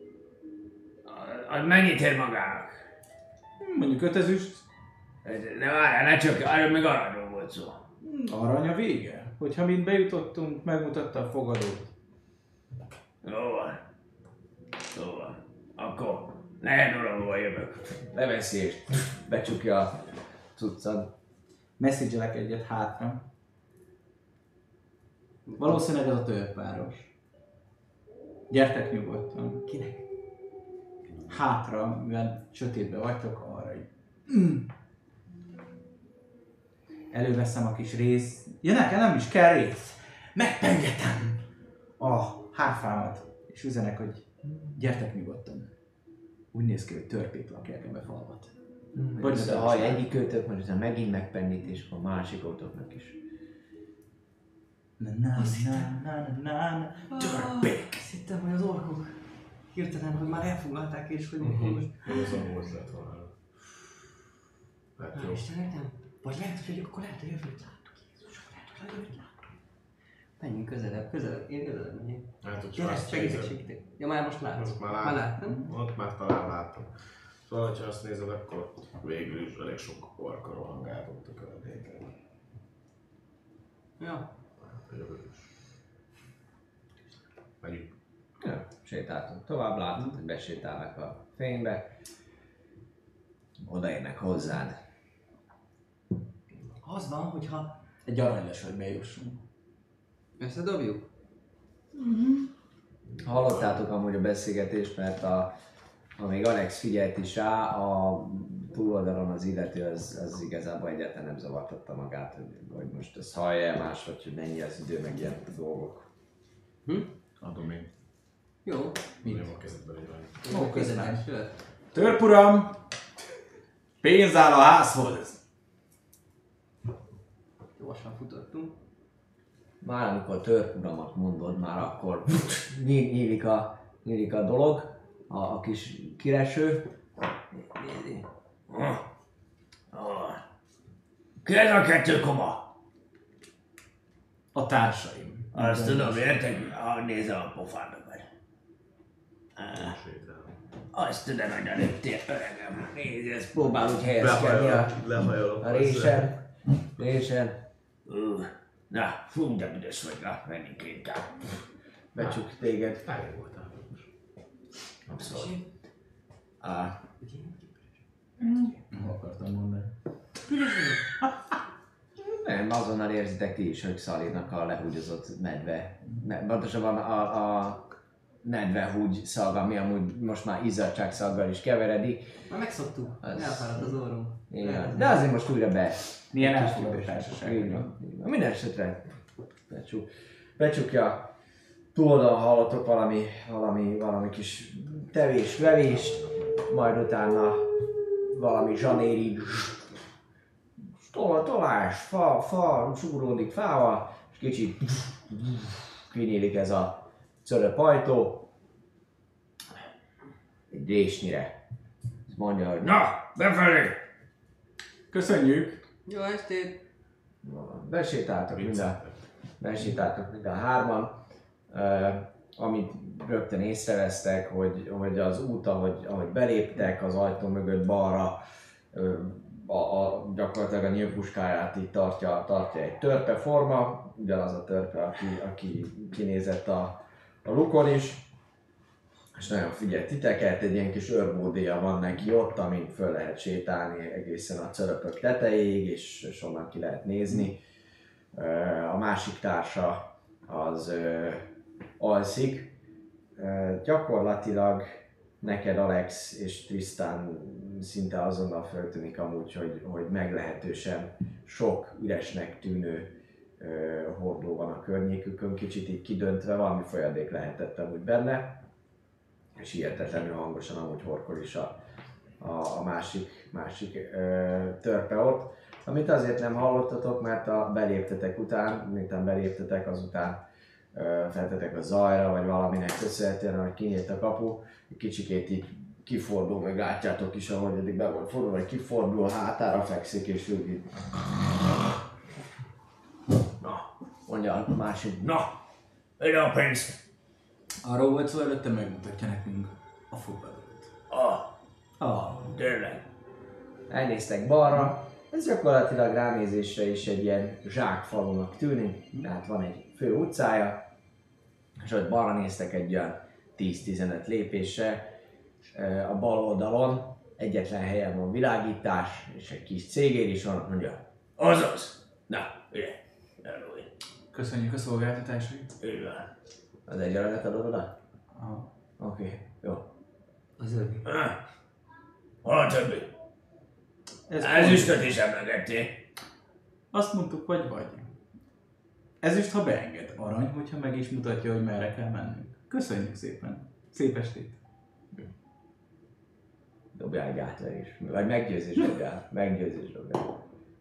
Az mennyit ér magának? Mondjuk öt ezüst. Ne várjál, ne csak, arra még aranyról volt szó. Arany a vége. Hogyha mind bejutottunk, megmutatta a fogadót. Jó van. Jó van. Akkor negyed óra múlva jövök. leveszi és becsukja a cuccad. Message-elek egyet hátra. Valószínűleg ez a törpváros. Gyertek nyugodtan. Kinek? Hátra, mivel sötétben vagytok, arra így. Mm. Előveszem a kis rész. Ja, nekem nem is kell rész. Megpengetem a hárfámat. És üzenek, hogy gyertek nyugodtan. Úgy néz ki, hogy törpét lakják ebbe falvat. Vagy a haj egyik őtök, majd utána megint megpennít, és a másik ótoknak is. Na na na na na na törpék! Azt hittem, hogy az orkok hirtelen, hogy már elfoglalták és hogy Uh-huh. most... Ez a volt lett volna. Hát jó. Na Istenek, nem? Vagy lehet, hogy akkor lehet a jövőt láttuk, Jézus, akkor lehet, hogy a jövőt láttuk. Menjünk közelebb, közelebb, én közelebb megyek. Hát, hogy Gyere, azt segítek, nézed, segítek. Ja, már most látsz. Azt már Már láttam. láttam. Ott már talán láttam. Szóval, ha azt nézed, akkor végül is elég sok orka rohangált ott a környéken. Ja. Hát a jövő is. Megyünk. Ja, sétáltunk tovább, látod, hogy besétálnak a fénybe. Odaérnek hozzád. Az van, hogyha Egy aranylös, hogy bejussunk. összedobjuk. Hallottátok amúgy a beszélgetést, mert a, amíg Alex figyelt is rá, a túloldalon az illető az, az igazából egyáltalán nem zavartatta magát, hogy, hogy most ezt hallja más, vagy hogy mennyi az idő, meg ilyen dolgok. Hm? Adom én. Jó. Nyom a kezedbe legyen. Ó, köszönöm. Köszönöm. Jöhet. Törpuram! Pénz áll a házhoz! Gyorsan futottunk. Már amikor törpuramat mondod, már akkor nyí- nyílik a, nyílik a dolog, a, a kis kireső, Nézi. Ha? Ha? Ki ez a kettő koma? A társaim. Azt tudom, értek? Ah, nézem a pofádokat. Azt tudom, hogy a léptél, öregem. Nézd, ezt próbál úgy helyezkedni a, a résen. Résen. Uh, na, fú, de büdös vagy, na, menjünk inkább. Becsuk téged. Elég voltál. Abszolút. Ah, Akartam mondani. nem, azonnal érzitek ti is, hogy Szalinak a lehúgyozott medve. Me- Pontosabban a, a nedvehúgy szag, ami amúgy most már izzadság szaggal is keveredik. Már megszoktuk, Az- elfáradt az orrom. Igen. De azért most újra be. Milyen Kis elfogadó tükrös. társaság. Így van, így van. Minden esetre becsuk, becsukja. Túloldalon hallotok valami, valami, valami kis tevés, levést, majd utána valami zsanéri tol, tolás, fa, fa, súródik fával, és kicsit kinyílik ez a cöröp ajtó. Egy résnyire. Ez mondja, hogy Na, befelé! Köszönjük! Jó estét! besétáltok mind a, besétáltok mind a hárman. Uh, amit rögtön észrevesztek, hogy, hogy az út, ahogy, ahogy beléptek az ajtó mögött balra, uh, a, a, gyakorlatilag a nyílpuskáját így tartja, tartja egy törpeforma, ugyanaz a törpe, aki, aki kinézett a, a lukon is. És nagyon figyel titeket, egy ilyen kis őrbódéja van neki ott, amin föl lehet sétálni egészen a cöröpök tetejéig, és, és onnan ki lehet nézni. A másik társa az ö, alszik. Ö, gyakorlatilag neked, Alex és Tristan, szinte azonnal feltűnik amúgy, hogy, hogy meglehetősen sok üresnek tűnő ö, hordó van a környékükön, kicsit így kidöntve, valami folyadék lehetett amúgy benne. És hihetetlenül hangosan amúgy horkol is a, a, a másik, másik ö, törpe ott. Amit azért nem hallottatok, mert a beléptetek után, miután beléptetek, azután ö, feltetek a zajra, vagy valaminek köszönhetően, hogy kinyílt a kapu, egy kicsikét így kifordul, meg látjátok is, ahogy eddig be volt fordul, vagy kifordul, hátára fekszik, és úgy így... Na, mondja a másik, na, ide a pénzt! Arról volt szó, előtte megmutatja nekünk a fogadót. Ah, Ah, tényleg. Elnéztek balra, ez gyakorlatilag ránézésre is egy ilyen zsákfalunak tűnik, tehát van egy fő utcája, és ott balra néztek egy olyan tíz-tizenöt lépésre, a bal oldalon egyetlen helyen van világítás, és egy kis cégér is van, mondja, Azaz. Na, ide. Elúj. köszönjük a szolgáltatásait. Így van. az egy aranyat adod oda? Ah. Oké, okay, jó. Az övé. Ah. Hol a többi? Ez Ezüstöt is emlegettél. Azt mondtuk, vagy vagy. Ezüst, ha beenged. Arany, hogyha meg is mutatja, hogy merre kell mennünk. Köszönjük szépen. Szép estét. Dobjál egy átverés. Vagy meggyőzés dobjál. Meggyőzés dobjál.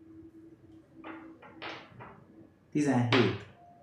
tizenhét.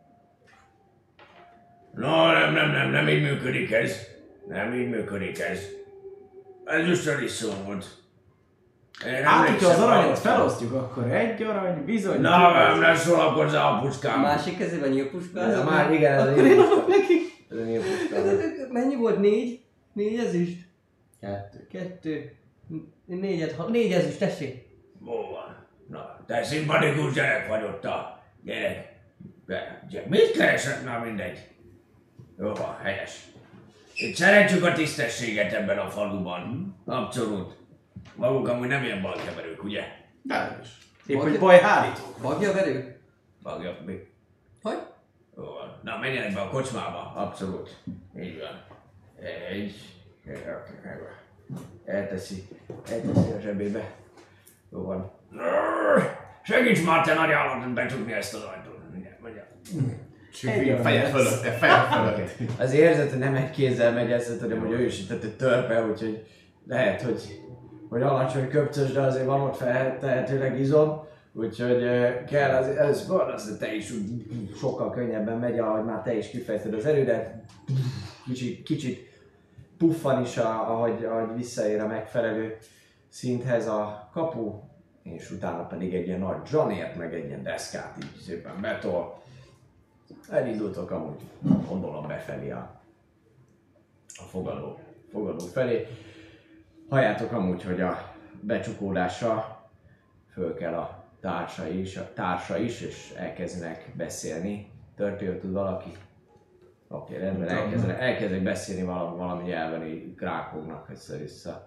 No, nem, nem, nem, nem így működik ez. Nem így működik ez. Ezüstről is szó volt. Én Hát, hogyha az emlékszem, aranyat hallottam. felosztjuk, akkor egy arany, bizony. Na, nem, nem szólalkozzál a A puskám. másik kezében nyílpuska. Ez a már, igen, ez a Akkor én adok neki. Ez a nyilván. Mennyi volt? Négy? Négy ezüst? Kettő. Kettő. Négyet, ha... Négy ezüst, tessék. Jó van. Na, te szimpatikus gyerek vagy ott a gyerek. Be, gyere. Mit keresett? Na mindegy. Jó van, helyes. Itt szeretjük a tisztességet ebben a faluban. Abszolút. Maguk amúgy nem ilyen balkeverők, ugye? De is. Épp, hogy bajhárítók. Bagjaverő? Bagja, mi? Hogy? Jó van. Na, menjenek be a kocsmába. Abszolút. Így van. Egy. Oké, megvan. Elteszi. Elteszi a zsebébe. Jó van. Segíts már te nagy állatot becsukni ezt az ajtót. Mindjárt, mondja. Fejed fölött, te fejed fölött. Az érzet, hogy nem egy kézzel megy, ezt tudom, hogy ő is itt egy törpe, úgyhogy lehet, hogy, hogy alacsony köpcös, de azért van ott feltehetőleg izom. Úgyhogy eh, kell az, ez van, az te is úgy sokkal könnyebben megy, ahogy már te is kifejted az erődet. Kicsit, kicsit puffan is, a- ahogy, ahogy visszaér a megfelelő szinthez a kapu, és utána pedig egy ilyen nagy zsanért, meg egy ilyen deszkát így szépen betol. Elindultok amúgy, gondolom befelé a, a fogadó, fogadó felé. Halljátok amúgy, hogy a becsukódásra föl kell a társa is, a társa is, és elkezdenek beszélni. Történt tud valaki? Oké, okay, rendben, elkezdenek, elkezdenek beszélni valami, valami nyelven, így krákognak össze-vissza.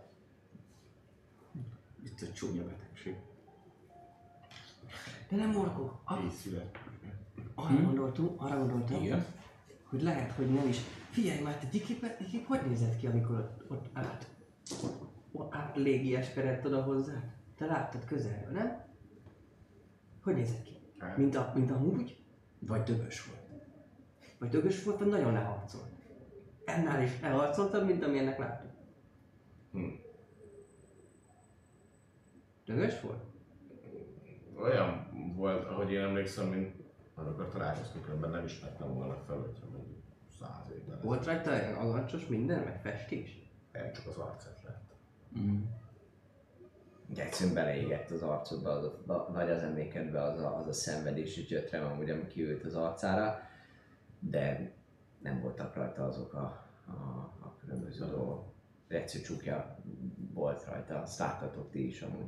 Itt a csúnya betegség. De nem orkok. A- Észület. Arra gondoltunk, arra gondoltam, Igen. hogy lehet, hogy nem is. Figyelj már, te gyikép, gyikép hogy nézett ki, amikor ott, ott át, ott át légi eskedett oda hozzá? Te láttad közelről, nem? Hogy nézett ki? Hát. Mint, a, mint amúgy? Vagy dögös volt? Vagy dögös volt, vagy nagyon leharcolt? Ennál is leharcoltabb, mint amilyennek láttuk. Hm. Dögös volt? Olyan volt, ahogy én emlékszem, mint amikor találkoztunk, különben nem ismertem volna fel, hogyha mondjuk száz évben. Volt rajta agancsos minden, meg festés? Nem csak az arcát lett. Mm. Egyszerűen beleégett az arcodba, az a, a, nagy az emlékedbe az a, az a szenvedés és gyötrem, amúgy ami kiült az arcára, de nem voltak rajta azok a, a, a különböző dolgok. Egyszerű csukja volt rajta, azt láttatok ti is amúgy.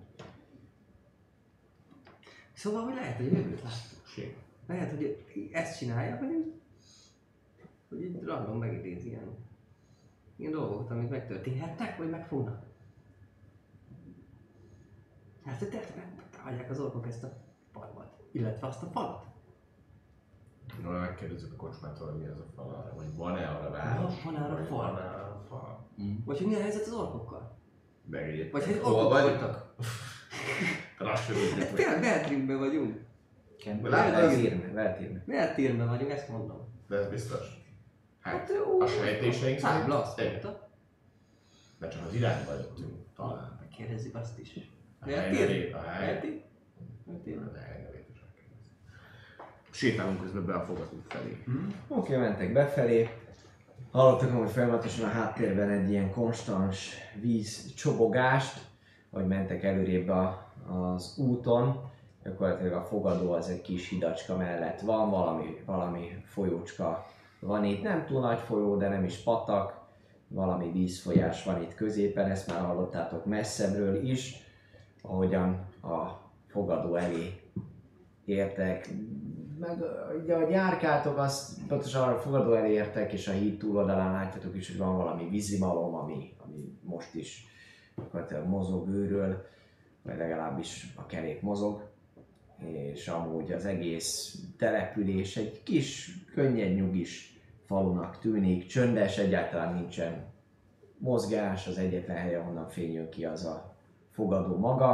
Szóval, hogy lehet, hogy jövőt láttuk. Ség. Lehet, hogy ezt csinálja, hogy így, hogy így random megidéz ilyen, ilyen dolgokat, amik megtörténhetnek, vagy megfognak. Hát, hogy megtalálják az orkok ezt a falvat, illetve azt a falat. No, megkérdezzük a kocsmától, hogy mi az a fal arra, vagy van-e arra város? Van arra vagy fal? Van arra fal? Vagy hogy mi a helyzet az orkokkal? Meg egyébként. Vagy hogy hol orkok vagy? voltak? Lassan tudjuk, hogy Tényleg Beltrimben vagyunk. Veltírme, Veltírme. Beltrimben vagyunk, ezt mondom. de ez biztos. Hát, jó. a sejtéseink szerint Tábla azt igen. mondta. De csak az irányba jöttünk, talán. Kérdezzük azt is. A hely nevét, a hely. Beltrim? Beltrim? A hely nevét is megkérdezzük. Sétálunk közben be a fogadó felé. Oké, okay, mentek befelé. Hallottak amúgy folyamatosan a háttérben egy ilyen konstans víz csobogást, hogy mentek előrébb a, az úton. Gyakorlatilag a fogadó az egy kis hidacska mellett van, valami, valami folyócska van itt, nem túl nagy folyó, de nem is patak. Valami vízfolyás van itt középen, ezt már hallottátok messzebbről is, ahogyan a fogadó elé értek. Meg ugye, ahogy járkáltok, azt pontosan a fogadó elé értek, és a híd túloldalán látjátok is, hogy van valami vízimalom, ami, ami most is gyakorlatilag mozog őről, vagy legalábbis a kerék mozog. És amúgy az egész település egy kis, könnyed nyugis falunak tűnik, csöndes, egyáltalán nincsen mozgás, az egyetlen hely, ahonnan fény jön ki, az a fogadó maga.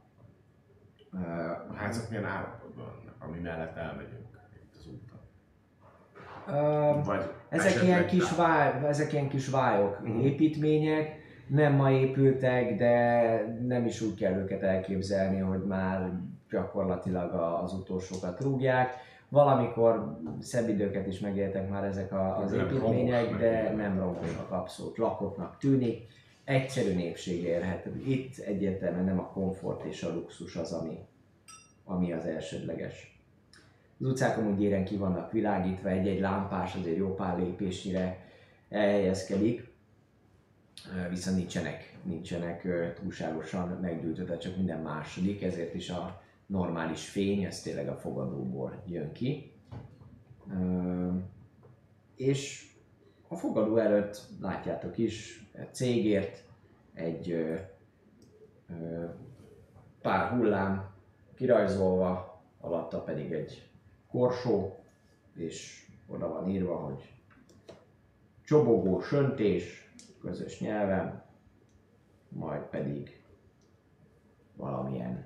A házak milyen állapotban vannak, ami mellett elmegyünk itt az úton? Uh, Vagy ezek, esetleg ilyen kis tá- vály, ezek ilyen kis vályok, Mhm. építmények, nem ma épültek, de nem is úgy kell őket elképzelni, hogy már gyakorlatilag a- az utolsókat rúgják. Valamikor szebb időket is megéltek már ezek a, az Nem építmények, romos, de meg nem romosnak, abszolút lakottnak tűnik. Egyszerű népség élhet. Itt egyértelműen nem a komfort és a luxus az, ami, ami az elsődleges. Az utcák amúgy éren ki vannak világítva, egy-egy lámpás azért jó pár lépésnyire elhelyezkedik, viszont nincsenek, nincsenek ö, túlságosan meggyújtva, csak minden második, ezért is a normális fény, ez tényleg a fogadóból jön ki. Ö, és a fogadó előtt látjátok is, egy cégért egy ö, ö, pár hullám kirajzolva, alatta pedig egy korsó, és oda van írva, hogy csobogó söntés, közös nyelven, majd pedig valamilyen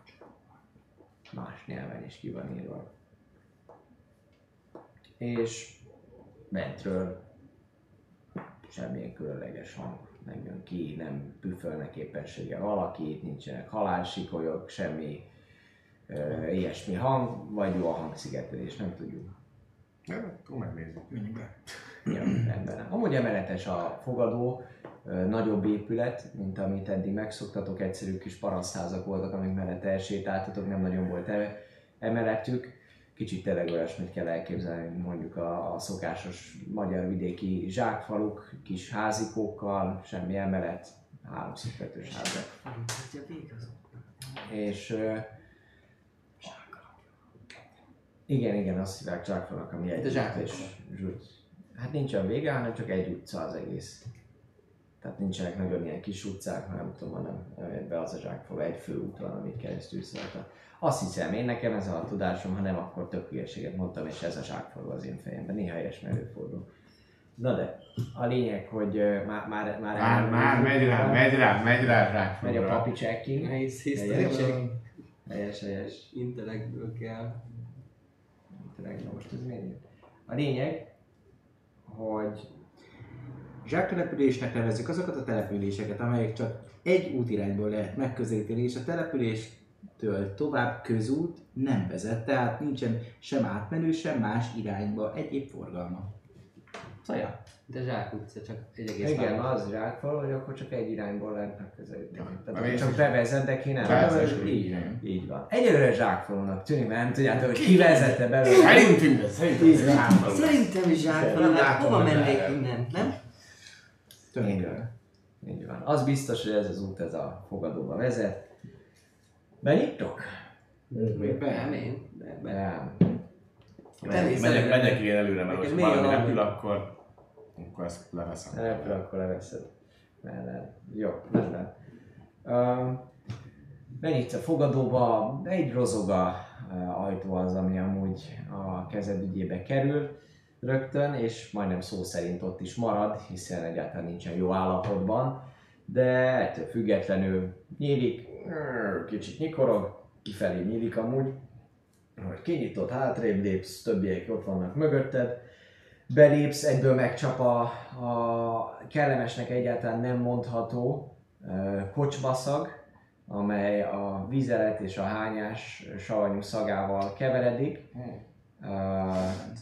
más nyelven is ki van írva. És bentről semmilyen különleges hang nem jön ki, nem püfölnek éppenséggel valakit, nincsenek halálsikolyok, semmi ö, ilyesmi hang, vagy jó a hangszigetelés, nem tudjuk. Ja, akkor megnézzük. Menjünk be. Ja, rendben. Amúgy emeletes a fogadó, ö, nagyobb épület, mint amit eddig megszoktatok, egyszerű kis parasztházak voltak, amik mellett elsétáltatok, nem nagyon volt e- emeletük. Kicsit tényleg olyasmit kell elképzelni, mint mondjuk a, a szokásos magyar vidéki zsákfaluk, kis házikókkal, semmi emelet, háromszögletős házak. És ö, igen, igen, azt hívják zsákfalnak, ami egy a zsák és zsúgy. Hát nincsen vége, hanem csak egy utca az egész. Tehát nincsenek nagyon ilyen kis utcák, nem tudom, hanem be az a zsákfal, egy fő út van, amit keresztül szóltak. Azt hiszem, én nekem ez a tudásom, ha nem, akkor tök hülyeséget mondtam, és ez a zsákfalú az én fejemben. Néha ilyesmi előfordul. Na de, a lényeg, hogy uh, már... Már, már, Már, már megy rá, megy rá, megy rá, rá. megy a papi checking. Nehéz Helyes, hiszteni, helyes, helyes. intellektből kell. Tényleg, na most ez miért jön? A lényeg, hogy Zsáktelepülésnek nevezzük azokat a településeket, amelyek csak egy útirányból lehet megközelíteni, és a településtől tovább közút nem vezet, tehát nincsen sem átmenő, sem más irányba egyéb forgalma. szaja. De Zsák utca csak egy egész Igen, város. az zsákfal, hogy akkor csak egy irányból lehet megközelíteni. A Tehát vészes- csak bevezet, de ki nem Bevezet, vezet. így van. Így van. Egyelőre zsákfalónak tűnik, mert nem tudjátok, hogy ki vezette belőle. Szerintünk, ez szerintem ez rámban. Szerintem is Zsákfalon, hát látom, hova hogy mennék erre. innen, nem? Így van. Így van. Az biztos, hogy ez az út ez a fogadóba vezet. Benyitok? Nem én. De, de. Nem. Megyek, megyek, megyek én előre, mert Neked ha még valami van repül, valami? akkor... Akkor ezt leveszem. Repül, akkor leveszed. Mellett. Jó, rendben. Um, benyitsz a fogadóba, egy rozoga uh, ajtó az, ami amúgy a kezed ügyébe kerül rögtön, és majdnem szó szerint ott is marad, hiszen egyáltalán nincsen jó állapotban, de ettől függetlenül nyílik, kicsit nyikorog, kifelé nyílik amúgy, hogy kinyitod, hátrébb lépsz, többiek ott vannak mögötted, belépsz, egyből megcsap a, a kellemesnek egyáltalán nem mondható uh, kocsmaszag, amely a vizelet és a hányás savanyú szagával keveredik. Uh,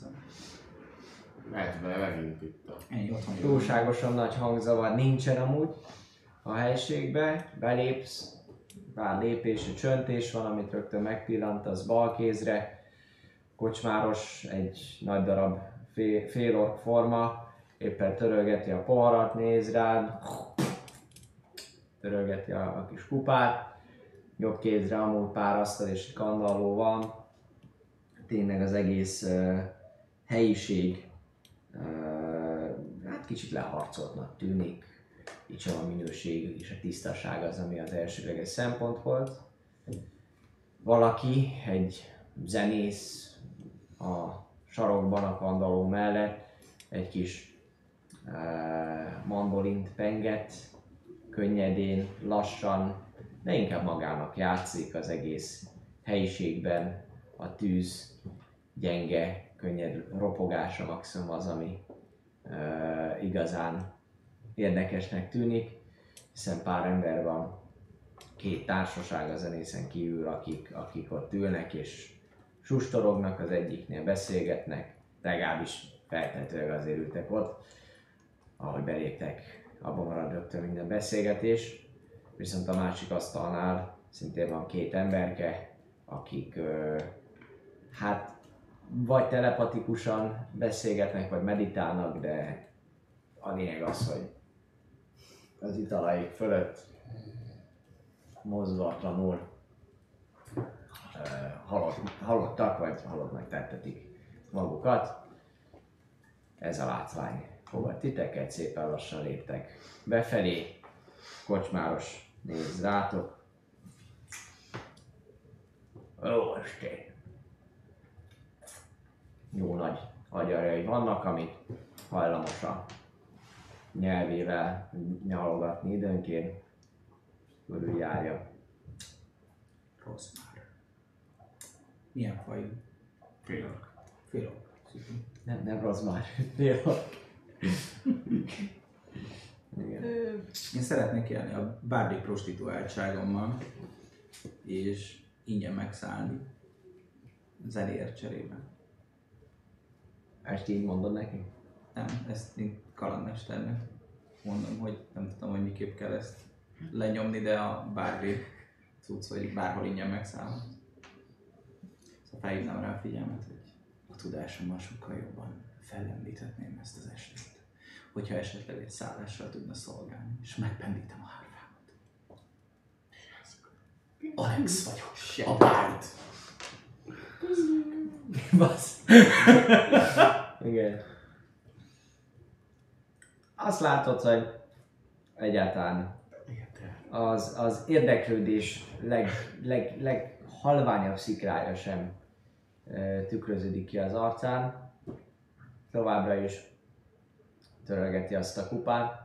Mehet bele megint itt a... Ennyi, ott van. túlságosan nagy hangzavar nincsen amúgy a helységbe, belépsz, pár lépésű csöntés van, amit rögtön megpillantasz bal kézre, kocsmáros, egy nagy darab fél, félork forma, éppen törölgeti a poharat, néz rád, törölgeti a, a kis kupát, jobb kézre amúgy pár asztal és kandalló van, tényleg az egész uh, helyiség uh, hát kicsit leharcoltnak tűnik, így sem a minőség és a tisztaság az, ami az elsőleges szempont volt. Valaki, egy zenész a sarokban a kandalló mellett egy kis uh, mandolint penget, könnyedén, lassan, de inkább magának játszik az egész helyiségben. A tűz gyenge, könnyed ropogása maximum az, ami uh, igazán érdekesnek tűnik, hiszen pár ember van, két társaság a zenészen kívül, akik, akik ott ülnek és sustorognak, az egyiknél beszélgetnek, legalábbis feltehetőleg azért ültek ott, ahogy beléptek, abban marad rögtön minden beszélgetés, viszont a másik asztalnál szintén van két emberke, akik ö, hát vagy telepatikusan beszélgetnek, vagy meditálnak, de a lényeg az, hogy az italaik fölött mozdulatlanul uh, halott, halottak, vagy halottnak tettetik magukat. Ez a látvány fogad titeket, szépen lassan léptek befelé. Kocsmáros néz rátok. Jó estét! Jó nagy agyarjai vannak, amit hajlamos a nyelvével nyalogatni időnként, körüljárja. Rossz már. Milyen fajú? Félok. Félok. Nem, nem rossz már, félok. Igen. Én szeretnék élni a bárdi prostituáltságommal, és ingyen megszállni zenéért cserében. Ezt így mondod neki? Nem, ezt mint kalandmesternek mondom, hogy nem tudom, hogy miképp kell ezt lenyomni, de a bármi cucc, hogy bárhol ingyen megszállhat. Szóval felhívnám rá a figyelmet, hogy a tudásommal sokkal jobban fellendíthetném ezt az estét. Hogyha esetleg egy szállással tudna szolgálni, és megpendítem a hárfámat. Alex vagyok, a bárd. Basz. Igen. Azt látod, hogy egyáltalán az, az érdeklődés leg, leg, leghalványabb szikrája sem e, tükröződik ki az arcán. Továbbra is törölgeti azt a kupát.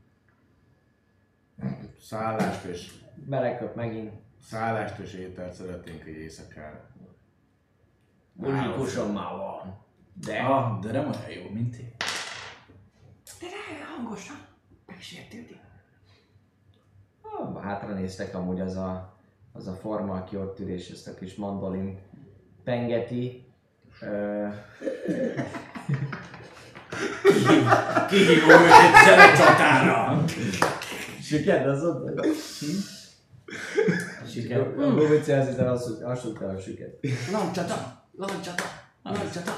Szállást és, Beleköp megint. szállást és ételt szeretnénk egy éjszakára. Unikusom már van. De Ah, de nem olyan jó, mint én. De ne, hangosan. Megsértődik. Ah, hátra néztek amúgy az a, az a forma, aki ott ül és ezt a kis mandolin pengeti. Ö, kihívom őket zelecsatára. Siker, az ott? Siker. A Bubici azt hiszem, azt azt tudta a siker. Lancsata, lancsata, lancsata.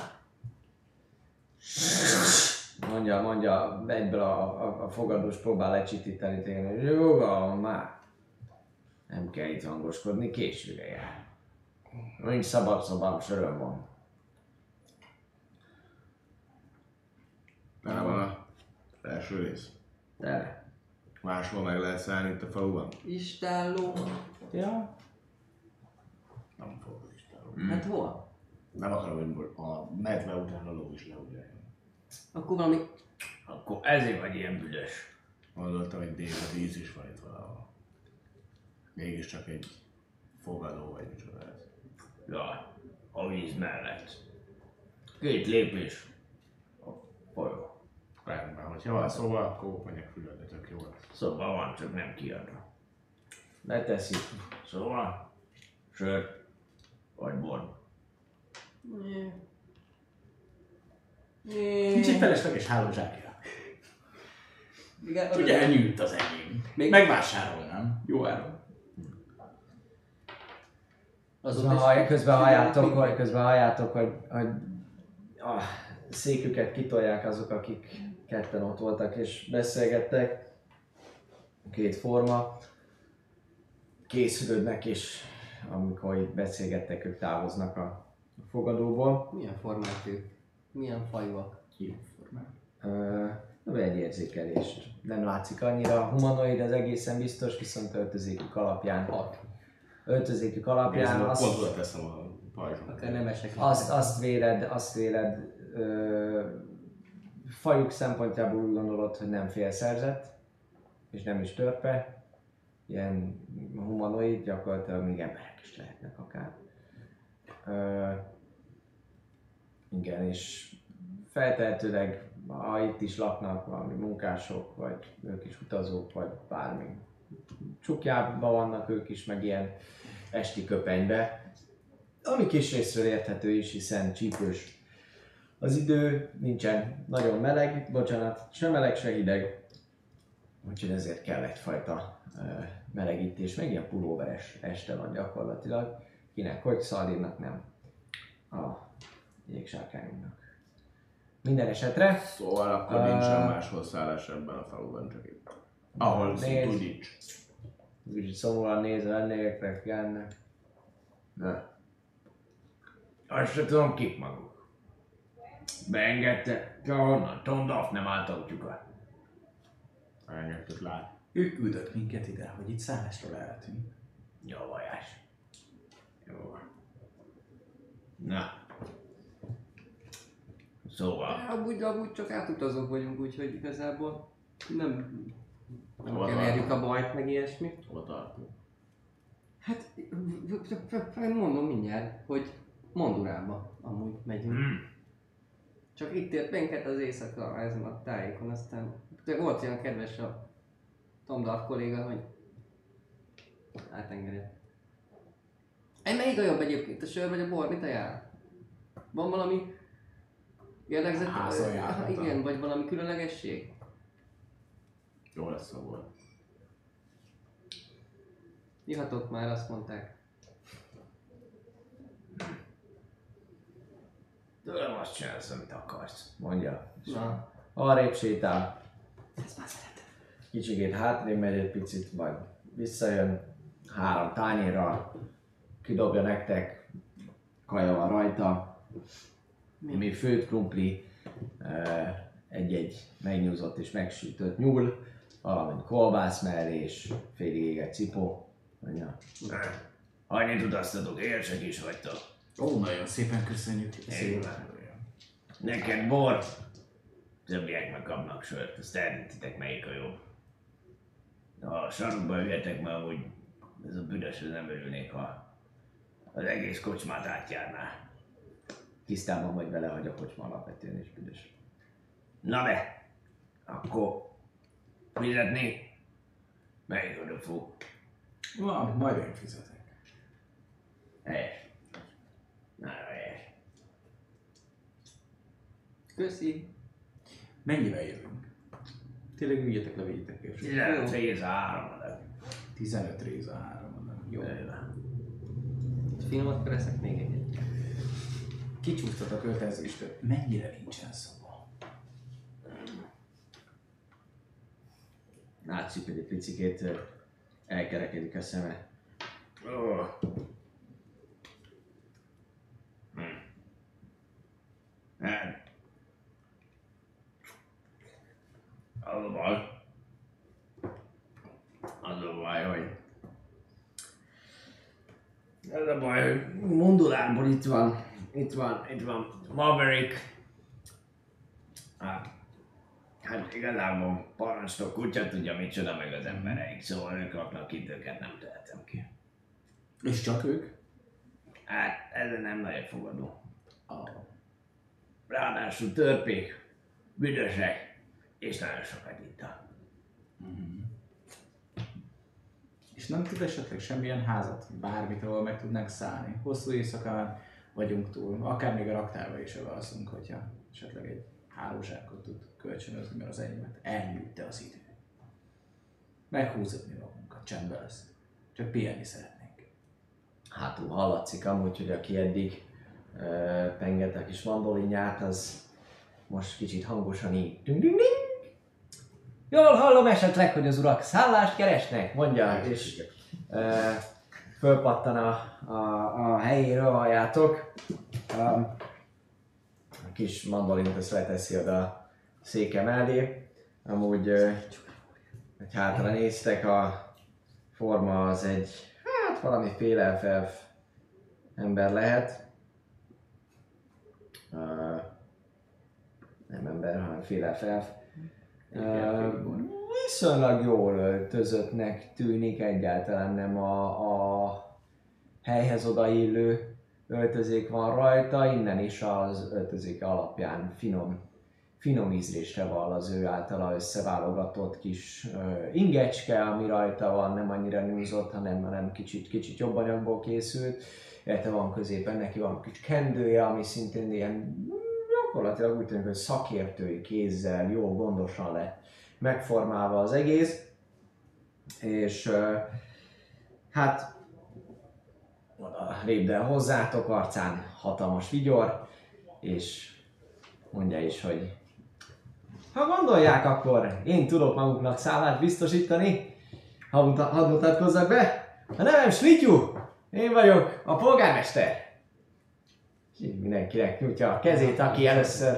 Mondja, mondja, egyből a, a, a fogadós próbál lecsitítani téged, hogy jó van már. Nem kell itt hangoskodni, későre jár. Nincs szabad szobám, söröm van. Tele van a első rész. Tele. Máshol meg lehet szállni itt a faluban? Istálló. Ja. Nem fogok Istenről. Hát hol? Nem akarom, hogy a medve után a ló is leugoljon. Akkor valami... Akkor ezért vagy ilyen büdös. Gondoltam, hogy dél a víz is van itt valahol. Mégiscsak egy fogadó vagy micsoda ez. Ja, a víz mellett. Két lépés. A folyó. Rendben, hogyha van szóval, akkor mondják fülöd, de tök jó lesz. Szóval van, csak nem kiadva. Leteszik. Szóval, sör, vagy bor. Nincs egy felesleges hálózsákja. Igen, Ugye elnyűlt az enyém. Még megvásárolnám. Jó áron. Közben, hall, közben halljátok, hogy, közben halljátok, hogy, hogy a széküket kitolják azok, akik ketten ott voltak és beszélgettek. Két forma. Készülődnek és amikor itt beszélgettek, ők távoznak a fogadóból. Milyen formák ők? Milyen fajúak? Jó formán. Uh, egy érzékelés. Nem látszik annyira humanoid az egészen biztos, viszont öltözékük alapján. Öltözékük alapján Nézd, azt, pont oda teszem a pajzsomat. Akár nemesek. azt, azt véled, azt véled ö, fajuk szempontjából úgy gondolod, hogy nem félszerzett, és nem is törpe. Ilyen humanoid, gyakorlatilag még emberek is lehetnek akár. Ö, igen, és feltehetőleg, ha itt is laknak valami munkások, vagy ők is utazók, vagy bármi. Csukjában vannak ők is, meg ilyen esti köpenybe. Ami kis részről érthető is, hiszen csípős az idő, nincsen nagyon meleg, bocsánat, se meleg, se hideg. Úgyhogy ezért kell egyfajta uh, melegítés, meg ilyen pulóveres este van gyakorlatilag. Kinek hogy Szaldinnak, nem a jégsárkányunknak. Minden esetre. Szóval akkor Uh, nincsen máshol szállás ebben a faluban, csak itt. Ahol szintúgy nincs. Kicsit szomorúan nézve ennél, jönnek. Na. Azt se tudom, kik maguk. Beengedte, de honnan? Tondaf nem állt autjukat. Engedtet lát. Ő küldött minket ide, hogy itt szállásról eltűnünk. Nyavajás. Jó van. Na. Szóval, Amúgy, amúgy csak átutazók vagyunk, úgyhogy igazából nem, nem Hova keverjük a tartunk? bajt, meg ilyesmi. Hova tartunk? Hát, mondom mindjárt, hogy Mondurába amúgy megyünk. hmm. Csak itt ért minket az éjszaka ezen a tájékon, aztán de volt olyan kedves a Tomdalf kolléga, hogy átengedett. Egy melyik a jobb egyébként, a sör vagy a bor? Mit ajánl? Van valami Jellegzett, Házon ha járhatom. igen, vagy valami különlegesség? Jó lesz, ha volt. Jöhatok már, azt mondták. Tőlem azt csinálsz, amit akarsz, mondja. Na, Arrébb sétál, ezt már szeretem. kicsikét hátrébb megy egy picit, majd visszajön, három tányérral, kidobja nektek, kaja van rajta, mi főtt krumpli, eh, egy-egy megnyúzott és megsütött nyúl, valamint kolbász mellé és félig égett cipó. Mondja, Annyit utaztatok, érsek is vagytok. Ó, nagyon szépen köszönjük. Szépen. Neked bor, többiek meg kapnak sört, azt eldöntitek melyik a jobb. Ha a sarokba üljetek, mert amúgy ez a büdös, nem örülnék, ha az egész kocsmát átjárná. tisztában vagy vele, hogy a kocsma alapvetően is büdös. Na de, akkor fizetni? Melyik oda fog? Van, majd én fizetek. Helyes. Nála helyes. Köszi. Mennyivel jövünk? Tényleg üljetek le, vigyetek és tizenöt rész a három adag. tizenöt rész a három adag. Jó. Finomat kereszek még egyet. Kicsúsztat a költözéstől. Mennyire nincsen szava? Látszik, hogy egy picikét ö, elkerekedik a szeme. Oh. Hm. Hát. Az a baj. Az a baj, hogy... Az a baj, hogy Mundulárból itt van, itt van, itt van Maverick. Hát, hát igazából parancsnok kutya tudja micsoda meg az embereik, szóval ők laknak itt, őket nem tehetem ki. És csak ők? Hát, ez nem nagyon fogadó. Ah. Ráadásul törpék, büdösek, és nagyon sokat ittak. És nem tud esetleg semmilyen házat, bármit, ahol meg tudnánk szállni. Hosszú éjszakán vagyunk túl, akár még a raktárba is elalszunk, hogyha esetleg egy hálózsákot tud kölcsönözni, mert az enyémet elnyűjte az idő. Meghúzatni magunkat, csendben lesz. Csak pihenni szeretnénk. Hátul hallatszik amúgy, hogy aki eddig ö, pengett a kis mandolinját, az most kicsit hangosan így. Ding, ding, ding. Jól hallom esetleg, hogy az urak szállást keresnek, mondja, és ö, fölpattan a, a, a helyéről, halljátok. Um, a kis mandolint ezt leteszi oda a széke mellé. Amúgy, ö, hogy hátra néztek, a forma az egy, hát valamiféle elfelf ember lehet. Uh, nem ember, hanem féle felf. Uh, viszonylag jól öltözöttnek tűnik, egyáltalán nem a, a helyhez odaillő öltözék van rajta, innen is az öltözék alapján finom, finom ízlésre vall az ő általa összeválogatott kis uh, ingecske, ami rajta van, nem annyira nyúzott, hanem, hanem kicsit, kicsit jobb anyagból készült. Illetve van középen neki van kis kendője, ami szintén ilyen gyakorlatilag úgy tűnik, hogy szakértői kézzel, jó, gondosan lett megformálva az egész. És uh, hát oda lépdel hozzátok, arcán hatalmas vigyor, és mondja is, hogy ha gondolják, akkor én tudok maguknak szállást biztosítani. Ha muta- hadd mutatkozzak be, a nevem Slityu, én vagyok a polgármester. És így mindenkinek nyújtja a kezét, aki először.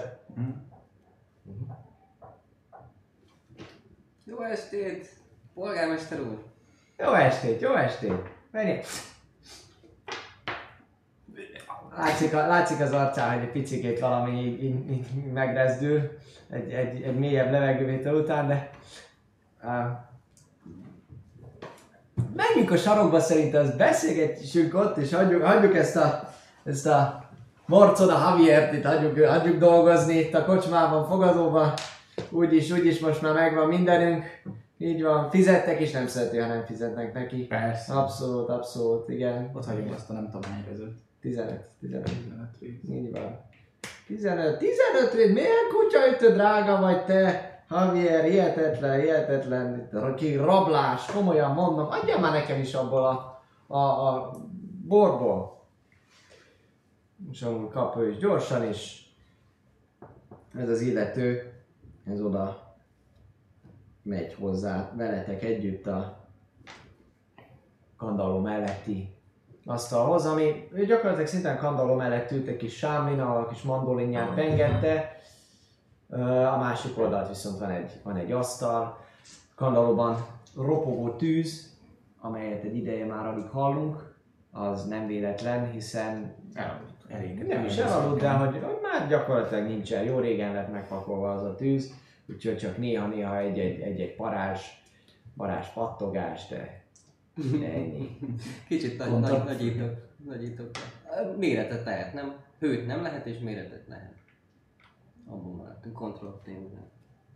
Jó estét, polgármester úr. Jó estét, jó estét! Menj! Látszik, a, látszik az arcán, hogy egy picikét valami így, így, így megrezdül egy, egy, egy mélyebb levegővétel után, de... Uh, menjünk a sarokba, szerintem azt beszélgetjünk ott, és hagyjuk, hagyjuk ezt a, ezt a morcoda Javiert itt, hagyjuk, hagyjuk dolgozni itt a kocsmában, fogadóban. Úgyis, úgyis most már megvan mindenünk. Így van, fizettek is nem szereti, ha nem fizetnek neki. Persze. Abszolút, abszolút, igen. Ott hagyom azt a nem tudom hány vezet. tizenöt, tizenöt. tizenöt rész. Így van. tizenöt, tizenöt rész, milyen kutyaütő drága vagy te? Javier, hihetetlen, hihetetlen, ki rablás, komolyan mondom, adjál már nekem is abból a, a, a borból. És amúgy kap ő is gyorsan is. Ez az illető, ez oda megy hozzá veletek együtt a kandalló melletti asztalhoz, ami ő gyakorlatilag szintén kandalló mellett ült egy kis sámlina, a kis mandolinját pengette. A másik oldalt viszont van egy, van egy asztal, kandallóban ropogó tűz, amelyet egy ideje már alig hallunk, az nem véletlen, hiszen Elaludt. Elég. nem is elaludt, de hogy, hogy már gyakorlatilag nincsen, jó régen lett megpakolva az a tűz, úgyhogy csak néha-néha egy-egy, egy-egy parázs, parázs pattogás, de, de ennyi. Kicsit nagy, nagy, nagyítok, nagyítok. Méretet lehet, nem? Hőt nem lehet és méretet lehet. Abban maradtunk, control tényleg.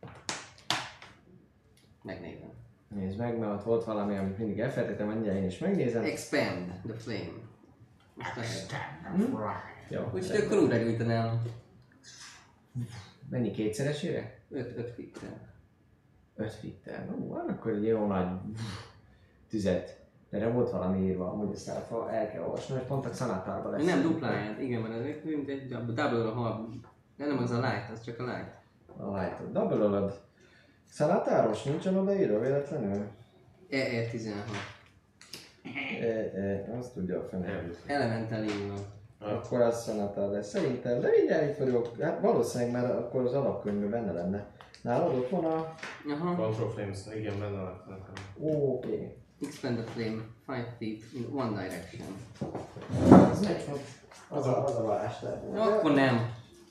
Megnézem. Nézd meg, mert ott volt valami, amit mindig elfelejtettem, mindjárt én is megnézem. Expand the flame. Hm? Jó. Úgyhogy akkor újra gyújtanám. Mennyi kétszeresére? öt fittel. öt fittel. Ú, van akkor egy jó nagy tüzet. De erre volt valami írva, amúgy ezt el, el kell olvasni, hogy pont a Xanatárban lesz. Nem dupláját, igen, mert ez mint egy double a halb. Nem, nem az a light, az csak a light. A light-ot. Double-olod. Xanatáros nincsen odaírva véletlenül? E E tizenhat. E, e, azt tudja a fene. Elemental írva. Akkor az Xanatár lesz. Szerintem, de mindjárt itt vagyok. Hát valószínűleg már akkor az alapkönyvben benne lenne. Nálad ott van a... Aha. Control Flames, igen, benne van. Oké. Okay. Expand the flame five feet in one direction. Az megy fog. Az a, az a varázs lehet. Akkor nem.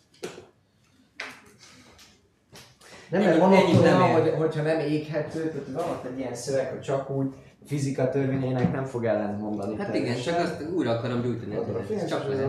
Nem, mert Ennyi- van ennyit ott nem olyan, ér. hogy, hogyha nem éghető, tehát van ott egy ilyen szöveg, hogy csak úgy fizika törvényének nem fog ellent mondani. Hát igen, csak azt újra akarom gyújtani. Ez csak lehet.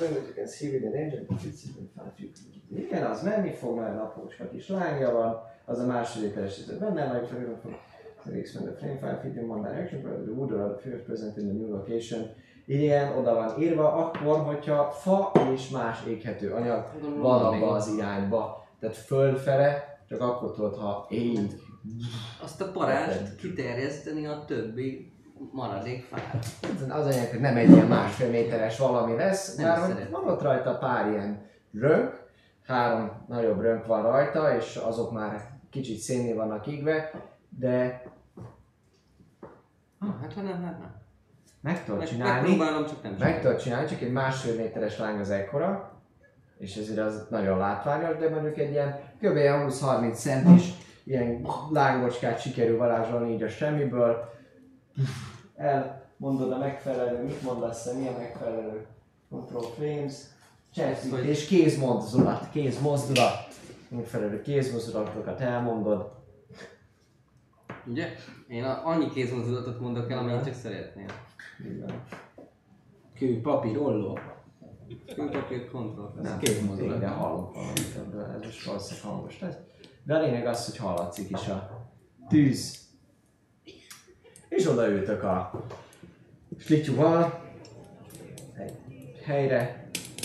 Igen, az menni fog, mert napócska kis lángja van, az a második teljesített benne, meg fog expand the frame five feet in one direction, but the wood or first present in the new location. Igen, oda van írva, akkor, hogyha fa és más éghető anyag van abba az irányba. Tehát fölfele, csak akkor tudod, ha ég. Azt a parást kiterjeszteni a többi maradék fára. Az anyag, hogy nem egy ilyen másfél méteres valami lesz, Nem már hogy szeretem. van ott rajta pár ilyen rönk, három nagyobb rönk van rajta, és azok már kicsit szénné vannak égve, de Ah, hát ha nem, hát nem. meg tudod Meg, csinálni. megpróbálom, csak nem Meg tudod csinálni, csak egy másfél méteres láng az ekkora, és ezért az nagyon látványos, de mondjuk egy ilyen kb. húsz-harminc centis ilyen lángocskát sikerül varázsolni így a semmiből. Elmondod a megfelelő, mit mondasz te, mi a megfelelő Control Flames, cselszít Hogy- és kézmozdulat, kézmozdulat, megfelelő kézmozdulatokat elmondod. Ugye? Én a, annyi kézmozdulatot mondok el, amennyit csak szeretnél. Így van. Kő, papír, olló. Kőpapír kontroll. Nem, kézmozdulat. de hallok valamit ebből, ez is valószínűleg hangos lesz. De a lényeg az, hogy hallatszik is a tűz. És odaültök a slityúval egy helyre,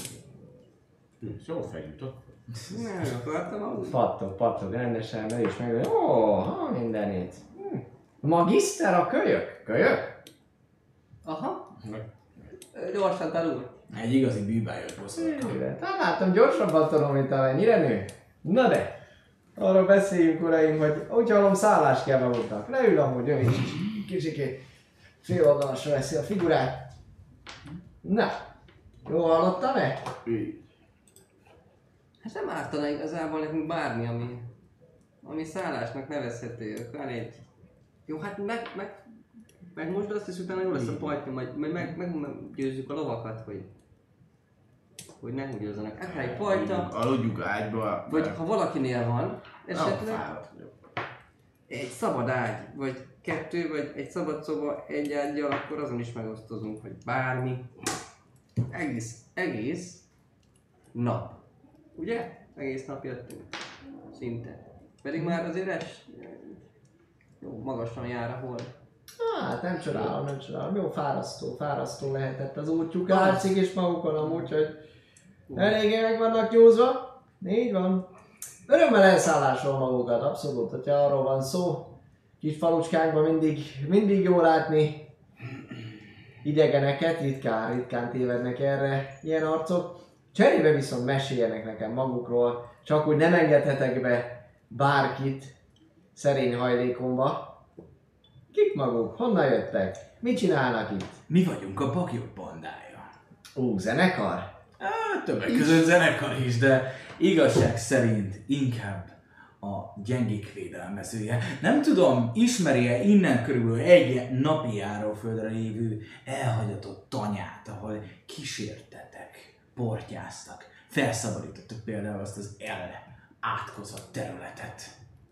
Jó feljutott. Nem akartam aludni. pattog, pattog rendesen, be is meg, ó, ha mindenit. Hm. Magiszter a kölyök? Kölyök? Aha. Ö, Gyorsan tanul. Egy igazi bűbájos bosszú. Hát látom, gyorsabban tudom, mint amennyire nő. Na de, arról beszéljünk, uraim, hogy úgy hallom, szállás kell maguknak. Leül amúgy ön is kicsikét féloldalasra veszi a figurát. Na, jól hallottam-e? Hát nem ártana igazából nekünk bármi, ami, ami szállásnak nevezhető. Akár egy... Jó, hát meg, meg, meg most azt is utána jó lesz a pajtja, majd, majd meg, meg, meggyőzzük a lovakat, hogy hogy ne húgyozzanak. Akár egy pajta, Aludjuk ágyba. vagy ha valakinél van, Nem, esetleg fáradt vagyok. egy szabad ágy, vagy kettő, vagy egy szabad szoba egy ágyjal, akkor azon is megosztozunk, hogy bármi. Egész, egész nap. Ugye? Egész nap jöttünk. Szinte. Pedig már azért es... Jó, magasan jár a hold. Hát nem csodálom, nem csodálom. Jó, fárasztó, fárasztó lehetett az útjuk. Látszik is magukon amúgy, hogy Eléggé meg vannak nyúzva. Így van. Örömmel elszállásol magukat, abszolút, hogyha arról van szó. Kis falucskánkban mindig, mindig jó látni idegeneket, ritkán, ritkán tévednek erre ilyen arcok. Cserébe viszont meséljenek nekem magukról, csak úgy nem engedhetek be bárkit szerény hajlékomba. Kik maguk? Honnan jöttek? Mit csinálnak itt? Mi vagyunk a Bagyok bandája. Ú, zenekar? Hát, többek között zenekar is, de igazság szerint inkább a gyengék védelmezője. Nem tudom, ismeri-e innen körülbelül egy napi járóföldre lévő elhagyatott tanyát, ahol kísértetek, portyáztak, felszabadítottak például azt az el átkozott területet.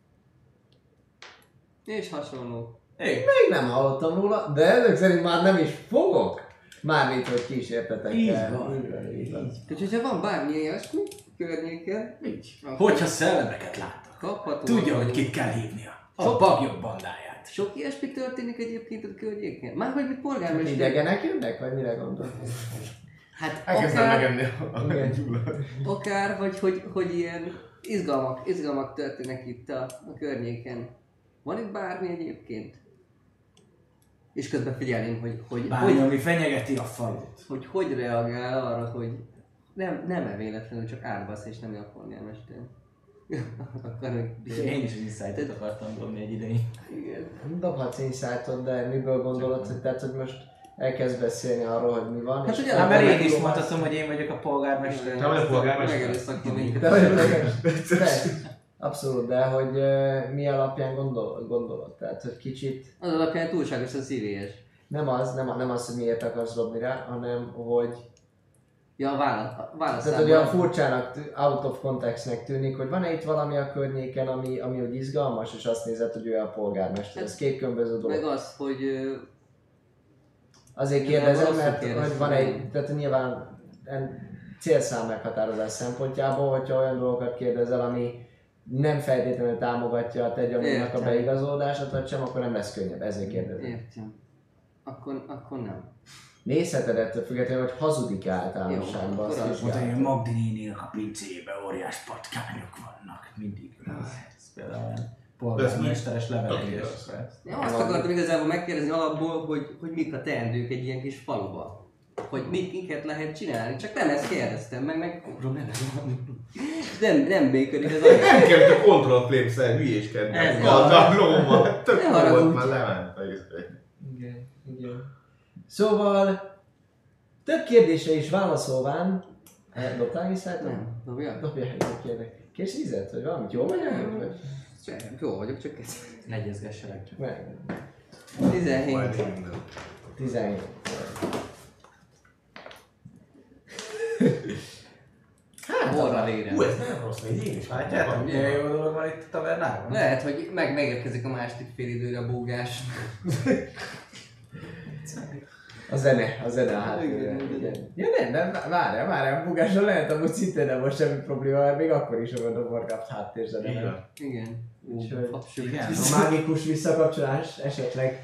És hasonló. Hey. Még nem hallottam róla, de ezek szerint már nem is fogok. Mármint, hogy kísértetek Így el. van. Így van, így van. Úgyhogy ha van bármi ilyesmi környéken, Így. Akkor- Hogyha szellemeket láttak, kapható. tudja, hogy kit kell hívnia. A Sok- Bagyok bandáját. Sok ilyesmi történik egyébként a környéken? Márhogy mit polgármester? Idegenek jönnek, vagy mire gondolsz? Hát Elkezdem akár, megenni a Igen. gyullad. akár vagy hogy, hogy ilyen izgalmak, izgalmak történnek itt a, a környéken. Van itt bármi egyébként? És közben figyelném, hogy hogy, Bármi, hogy, ami fenyegeti a falut. hogy hogy reagál arra, hogy nem, nem-e véletlenül csak átbasz és nem a polgármester. Akkor még Én is insight-et akartam dobni egy ideig. igen. Dobhatsz insight-ot, de miből gondolod, hogy, tehát, hogy most elkezd beszélni arról, hogy mi van. Hát és ugye, Hát mert én is megpróbálsz- mondhatom, hogy én vagyok a polgármester. Te vagy a polgármester? Megerőszakolom minket. De vagy Persze. Abszolút, de hogy uh, mi alapján gondol, gondolod? Tehát, hogy kicsit Az alapján túlságosan szívélyes. nem az, nem, nem az, hogy miért akarsz dobni rá, hanem hogy Ja, a válasz, a válasz tehát, hogy olyan furcsának, tű- out of contextnek tűnik, hogy van-e itt valami a környéken, ami, ami úgy izgalmas, és azt nézed, hogy ő a polgármester. Ez két különböző dolog. Meg az, hogy ö, Azért Igen, kérdezem, rosszul mert kérdeztem. hogy van egy, tehát nyilván en- célszám meghatározás szempontjából, hogyha olyan dolgokat kérdezel, ami nem feltétlenül támogatja a te gyanúnak a Értem. beigazódását, vagy sem, akkor nem lesz könnyebb, ezért kérdezem. értem. Akkor, akkor nem. Nézheted ettől függetlenül, hogy hazudik általánosságban, Jó, azt akkor is az Mondta, hogy vizsgálod. Magdi néninek a pincéjében óriás patkányok vannak. Mindig. Ez például olyan polgármesteres levelezés. Ja, azt akartam igazából megkérdezni alapból, hogy, hogy mik a teendők egy ilyen kis faluban. Hogy mit, miket lehet csinálni, csak nem ezt kérdeztem meg, meg nem, nem működik az anyag. Nem kell itt a control flame-szel hülyéskedni. Ez A tablóban. Tök Ne jó volt, haragudj. már lement a izé. Igen, igen. Szóval, több kérdése is válaszolván, eh, dobtál insight-ot? Nem, dobja? Dobjál egy kérlek. Kérsz vizet, vagy valamit? Jó vagy? Nem. Vagy? Sem, Jó vagyok, csak ez. Negyezgesselek csak. Meg. tizenhét. Majd én nem. tizenhét. Hát, Borra lére. Hú, ez nem rossz, még én is Látjátok, milyen jó dolog van itt a tavernában? Lehet, hogy meg megérkezik a második fél időre a búgás. a zene, a zene a háttérben. Igen, Igen. Ja nem, nem, várjál, várjál, a bugásra lehet amúgy szintén nem volt semmi probléma, mert még akkor is a World of Warcraft háttérzene. Így nem? van. Igen. Ú, Úgyhogy- fapsük. Igen. A mágikus visszakapcsolás esetleg.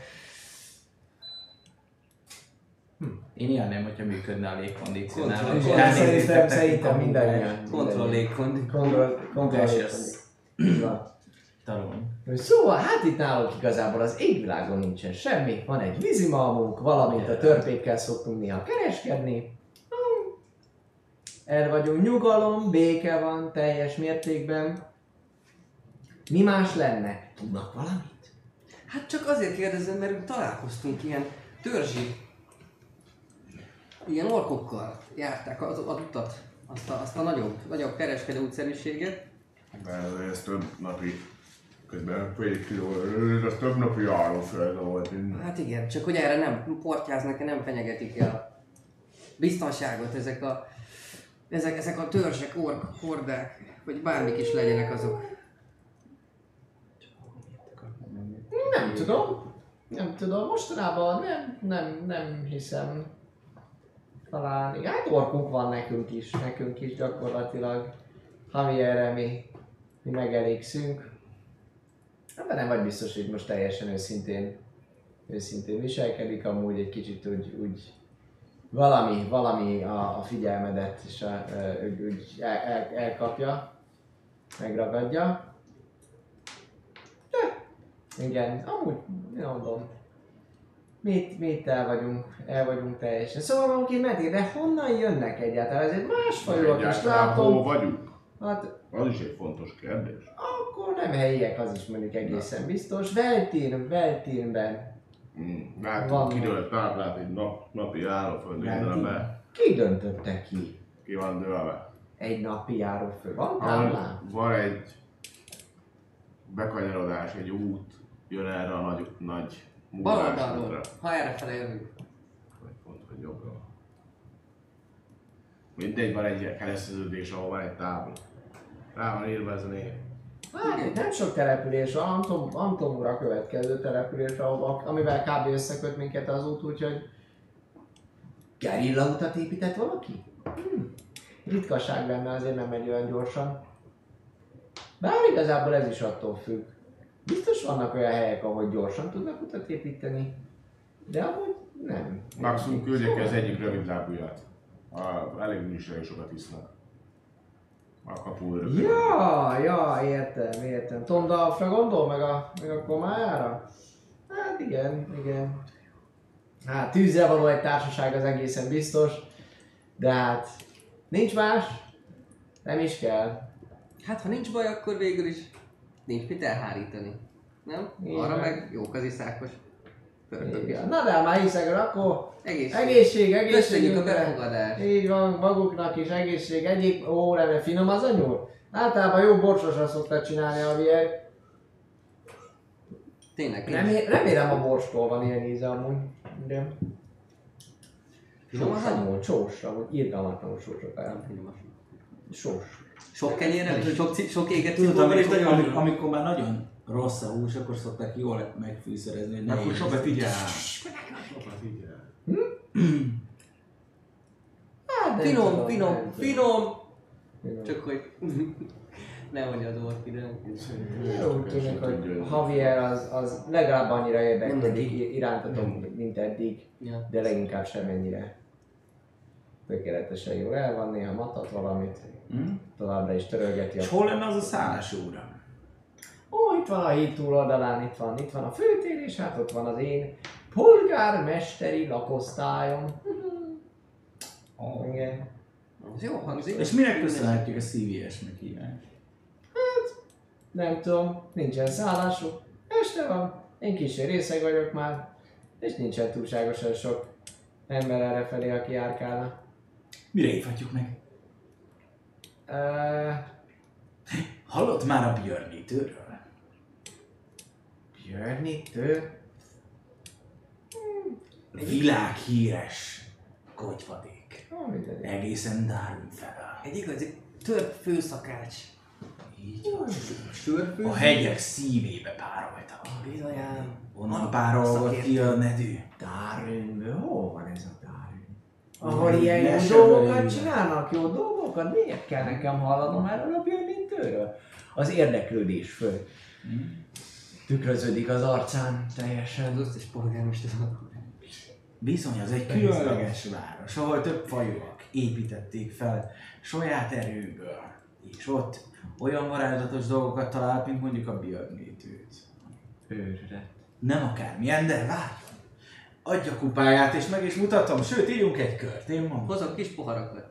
Én élném, hogyha működne a légkondicionáló. Kontroll- és kontroll- elnéznétek Szerintem, nekünk szerintem a mindannyian. Kontroll légkondi. Kontroll, kontroll. Gaseous. Így van. Talon. Szóval hát itt nálunk igazából az égvilágon nincsen semmi, van egy vízimalmunk, valamint a törpékkel szoktunk néha kereskedni. Hmm. El vagyunk, nyugalom, béke van teljes mértékben. Mi más lenne? Tudnak valamit? Hát csak azért kérdezem, mert találkoztunk ilyen törzsi, ilyen orkokkal járták az, az utat, azt a, azt a nagyobb, nagyobb kereskedő útszerűséget. De ez, ez több napi, közben fél kiló, ez több napi járóföld volt innen. Hát igen, csak hogy erre nem portyáznak, nem fenyegetik el biztonságot ezek a, ezek, ezek a törzsek, ork, hordák, vagy bármik is legyenek azok. Nem tudom. Nem tudom, mostanában nem, nem, nem hiszem. Talán, hát orkunk van nekünk is, nekünk is gyakorlatilag. Javierre mi, mi megelégszünk. Ebben nem vagy biztos, hogy most teljesen őszintén, őszintén viselkedik, amúgy egy kicsit úgy, úgy valami, valami a, a figyelmedet, és a, ő, ő el, el, elkapja, megragadja. De, igen, amúgy, én mondom, mi itt, mi itt el vagyunk, el vagyunk teljesen. Szóval valaki meddig, de honnan jönnek egyáltalán? Ez egy másfajúak is Egyáltalán hol látom. vagyunk? Hát, Az is egy fontos kérdés. akkor nem helyiek, az is mondjuk egészen biztos. Veltín, Veltínben. Hmm. Látom, Van kidőlt táblát egy nap, napi járóföld be. Ki döntötte ki? Ki van dőlve? Egy napi járóföld. Van Ahol táblán? van egy bekanyarodás, egy út, jön erre a nagy, nagy Bal múlásra. oldalról, ha errefele jövünk. Vagy pont, hogy jobbra. Mindegy, van egy ilyen kereszteződés, ahol van egy tábla. Rá van írva ez a név. Hát itt nem sok település van, Antom, Antomura következő település, ahol, amivel kb. Összeköt minket az út, úgyhogy gerilla utat épített valaki? Hm. Ritkaság lenne, azért nem megy olyan gyorsan. Bár igazából ez is attól függ. Biztos vannak olyan helyek, ahol gyorsan tudnak utat építeni, de amúgy nem. Maximum küldjek ki az egyik rövidlábújat. A, elég műsor sokat isznak. A kapuőrök. Ja, ja, értem, értem. Tom Dalfra gondol, meg a, meg a komájára? Hát igen, igen. Hát tűzzel való egy társaság, az egészen biztos. De hát nincs más, nem is kell. Hát ha nincs baj, akkor végül is nincs mit elhárítani. Nem? Igen. Arra meg jók az iszákos pörtök is. Igen. Na de már hiszek, akkor Egészség. egészség, egészség. Köszönjük a befogadást. Így van, maguknak is egészség. Egyik, ó, lenne finom az a nyúl. Általában jó borsosra szokták csinálni a viek. Tényleg. Remé- remélem a borstól van ilyen íze amúgy. Igen. Finom Sós az a amúgy, csós, amúgy irgalmatlanul sósok el. Finom. Sós. Sok kenyérrel és sok, ci- sok éget Tudod, cibóval és amikor, nagyon amikor, finom. amikor már nagyon rossz a hús, akkor szokták jól megfűszerezni, hogy ne Akkor érjük. sokat igyál. Sokat igyál. Hát, nem Finom, tudom, finom, nem tudom. finom. Finom. Csak hogy ne mondja az ork ide. Úgy tűnik, hogy Javier az, az legalább annyira érdeklődik irántatok, mint eddig, Ja. de leginkább semennyire. Tökéletesen jól el van, néha matat valamit, Hm? továbbra is törölgeti a... És hol lenne az a szállás óra? Ó, itt van a híd túloldalán, itt van, itt van a főtér, és hát ott van az én polgármesteri lakosztályom. Oh. Igen. Ez jó hangzik. És minek köszönhetjük a C V S-nek hívást? Nem tudom, nincsen szállásuk. Este van, én kicsi részeg vagyok már, és nincsen túlságosan sok ember errefelé, aki járkálna. Mire hívhatjuk meg? Uh, Hallott már a Björnítőről? Björnítő? Világhíres kotyvadék. Ó, minden. Egészen Darwin felől. Egy igazi törp főszakács. Így van. Sörfő. A hegyek szívébe pároltak. Bizonyám. Onnan párolgott ki a nedű. Darwinből? Hol van ez a Darwin? Ó, Ahol ilyen jó mesebeli. dolgokat csinálnak, jó dolgokat? Miért kell nekem hallanom erről a Björnítőről? Az érdeklődés föl. Tükröződik az arcán teljesen. Az összes polgármester. Bizony, az egy különleges város, ahol több fajúak építették fel saját erőből. És ott olyan varázslatos dolgokat talált, mint mondjuk a Björnítőt. Őrület. Nem akármilyen, de várjon! Adja kupáját és meg is mutatom, sőt ígyunk egy kört, én mondom. Hozok kis poharakat.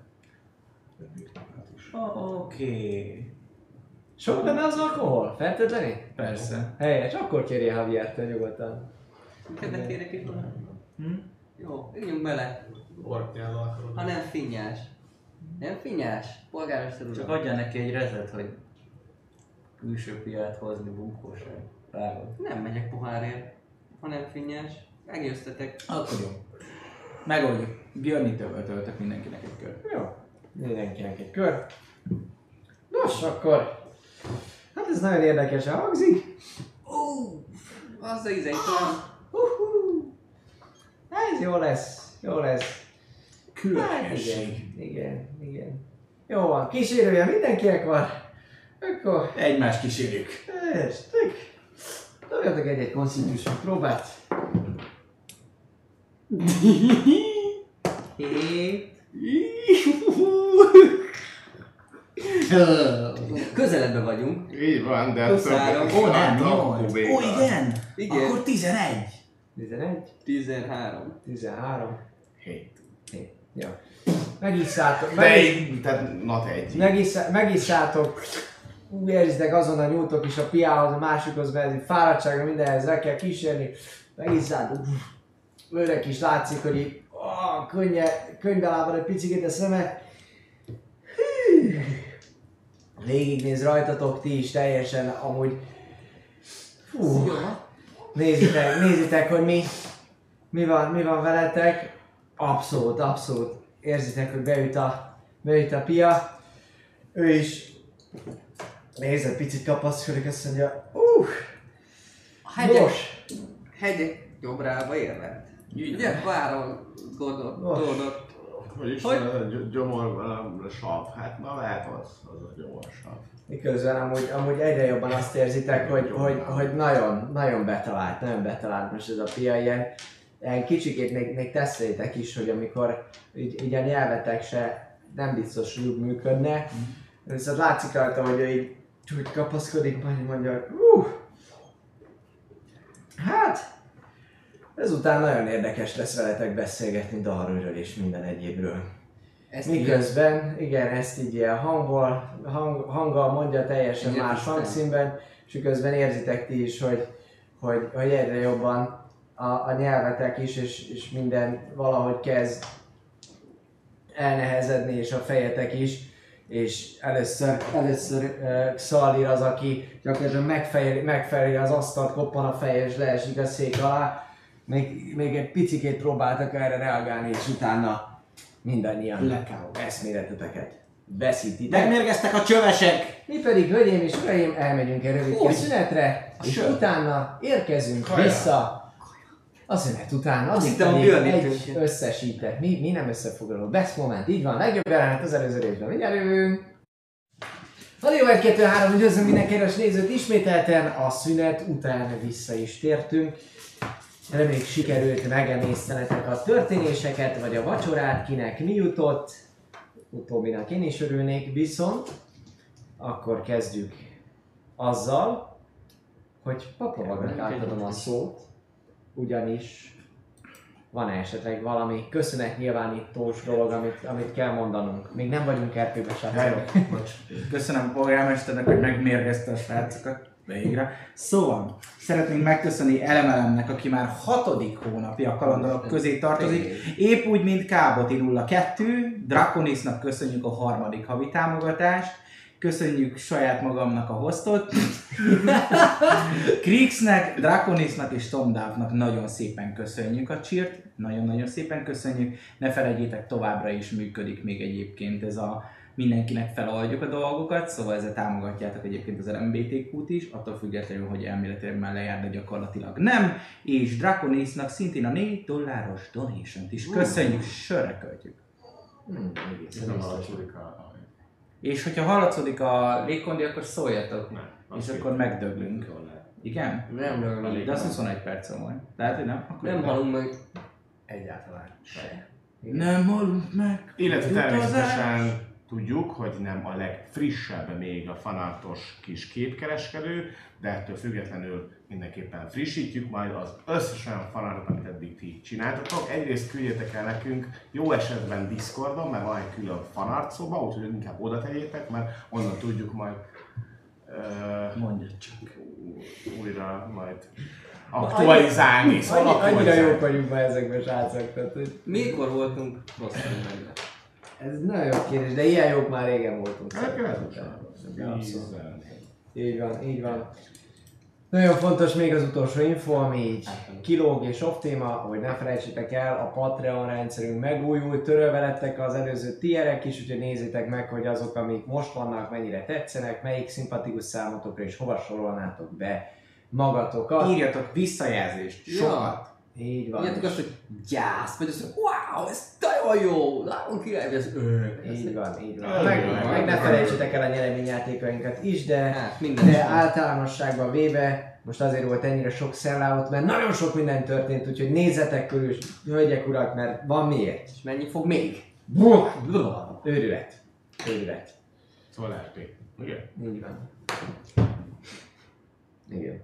Oh, Oké. Okay. Sok benne az alkohol? Feltétlenül? Persze. Helyes, akkor kérje Javiertől nyugodtan. Kedve kérek is volna. Hm? Jó, üljünk bele. Orknyával akarod. Ha nem finnyás. Nem finnyás? Polgármester uram. Csak adja neki egy rezet, hogy külső piát hozni bunkóság. Vágod. Nem megyek pohárért. Ha nem finnyás. Meggyőztetek. Akkor jó. Megoldjuk. Björnítővel töltök mindenkinek egy kört. Jó. Mindenkinek egy kör. Nos, akkor... Hát ez nagyon érdekesen hangzik. Ó, az a ízegytelen. Uhú. Ez jó lesz, jó lesz. Hát Különlegesség. igen, igen, igen. Jó van, kísérője mindenkinek van. Akkor... Egymás kísérjük. Ez, tök. Dobjatok egy-egy Constitution próbát. hét. Közelebben vagyunk. Így van, de Plusz három. Ó, nem, Akkor nyolc. vége. Ó, igen. Igen. Akkor tizenegy. tizenegy, tizenhárom. tizenhárom. Hét. Jó. Megisszátok, De megis, egy, tehát not egy. megissza, megisszátok, úgy érzitek, azonnal nyújtok is a piához, a másikhoz, mert ez fáradtságra mindenhez le kell kísérni. Megisszátok, őrek is látszik, hogy így oh, könnye, könnybe lábad egy picit a szeme. Hű. Végignéz rajtatok ti is teljesen, amúgy. Fú. Nézitek, nézitek, hogy mi, mi, van, mi van veletek. Abszolút, abszolút. Érzitek, hogy beüt a, beüt a pia. Ő is néz, egy picit kapaszkodik, azt mondja, uh, A hegyek, nos, hegyek jobbrába érlek. Ugye? Várom, gondolt, Nos. gondolt. Hogy is Hogy? hogy? Gyomorban a sav. Hát na lehet az, az a gyomorsav. miközben amúgy, amúgy egyre jobban azt érzitek, hogy, hogy, hogy nagyon, nagyon betalált, nagyon betalált most ez a pia, ilyen, ilyen kicsikét még, még teszteljétek is, hogy amikor így, így a nyelvetek se nem biztos, hogy úgy működne, viszont látszik rajta, hogy ő így úgy kapaszkodik, majd mondja, uh, hát, ezután nagyon érdekes lesz veletek beszélgetni dalról és minden egyébről. Ezt Miközben, igen, ezt így ilyen hangol, hang, hanggal mondja teljesen Igen, más tisztán. hangszínben, és miközben érzitek ti is, hogy, hogy, hogy egyre jobban a, a nyelvetek is, és, és minden valahogy kezd elnehezedni, és a fejetek is, és először, először uh, Xalir az, aki gyakorlatilag megfejeli, megfejeli az asztalt, koppan a feje, és leesik a szék alá. Még, még egy picikét próbáltak erre reagálni, és utána mindannyian Blackout. eszméleteteket veszítitek. Megmérgeztek a csövesek. Mi pedig, hölgyeim és uraim, elmegyünk egy rövid Hogy? szünetre, és sör. utána érkezünk Kaja. vissza a szünet után. Addig hittem, a pedig bőrnél egy töltjén. összesített, mi, mi nem összefoglaló, best moment, így van, legjobb jelenet az előző részben, mindjárt jövünk. Nagyon egy, kettő, három, üdvözlöm minden kedves nézőt, ismételten a szünet után vissza is tértünk. Reméljük sikerült megemésztenetek a történéseket, vagy a vacsorát, kinek mi jutott. Utóbbinak én is örülnék, viszont akkor kezdjük azzal, hogy Papavagnak átadom a szót, ugyanis van esetleg valami köszönetnyilvánítós dolog, amit, amit kell mondanunk. Még nem vagyunk er pé-ben, srácok. Köszönöm a polgármesternek, hogy megmérgezte a srácokat. Végre. Szóval, szeretnénk megköszönni Elemelemnek, aki már hatodik hónapja a kalandorok közé tartozik. Épp úgy, mint Káboti nulla kettő, Draconisnak köszönjük a harmadik havi támogatást, köszönjük saját magamnak a hostot, Krixnek, Draconisnak és Tomdávnak nagyon szépen köszönjük a csírt, nagyon-nagyon szépen köszönjük. Ne felejtjétek, továbbra is működik még egyébként ez a mindenkinek feloldjuk a dolgokat, szóval ezzel támogatjátok egyébként az el em bé té kút is, attól függetlenül, hogy elméletileg már lejár, de gyakorlatilag nem. És Draconisnak szintén a négy dolláros donation-t is köszönjük, sörre költjük. Hmm, egészen Nem biztos. alacsonyodik a... És hogyha hallatszódik a légkondi, akkor szóljatok, Nem. és akkor megdöglünk. Igen? Nem döglünk. De az huszonegy perc volt. Lehet, hogy nem? Akkor Nem halunk meg. Egyáltalán. Nem halunk meg. Illetve Utazás. természetesen tudjuk, hogy nem a legfrissebb még a fanartos kis képkereskedő, de ettől függetlenül mindenképpen frissítjük majd az összes olyan fanartot, amit eddig ti csináltatok. Egyrészt küldjetek el nekünk, jó esetben Discordon, mert van egy külön fanart szoba, úgyhogy inkább oda tegyétek, mert onnan tudjuk majd uh, Mondja csak. újra majd aktualizálni. Szóval Annyi, annyira aktualizálni. jók vagyunk már ezekben, srácok. Tehát, hogy Mikor voltunk rosszul benne? ez nagyon jó kérdés, de ilyen jók már régen voltunk. Hát, szerintem. követően. Abszolút. Így van, így van. Nagyon fontos még az utolsó info, ami így kilóg és off téma, hogy ne felejtsétek el, a Patreon rendszerünk megújult, törölve lettek az előző tierek is, úgyhogy nézzétek meg, hogy azok, amik most vannak, mennyire tetszenek, melyik szimpatikus számotokra és hova sorolnátok be magatokat. Írjatok visszajelzést. Ja. Sokat. Így van. Írjátok azt, hogy gyász, vagy azt, hogy wow, ez nagyon jó, nagyon király, vagy ez ő. Így van, így van. Így Meg, van. meg ne felejtsétek el a nyereményjátékainkat is, de, Hát, minden de is van. általánosságban véve Most azért volt ennyire sok szellávot, mert nagyon sok minden történt, úgyhogy nézzetek körül, hölgyek, urak, mert van miért. És mennyi fog még? Buh! Őrület. Őrület. Szóval er pé. Igen? Így van. Igen.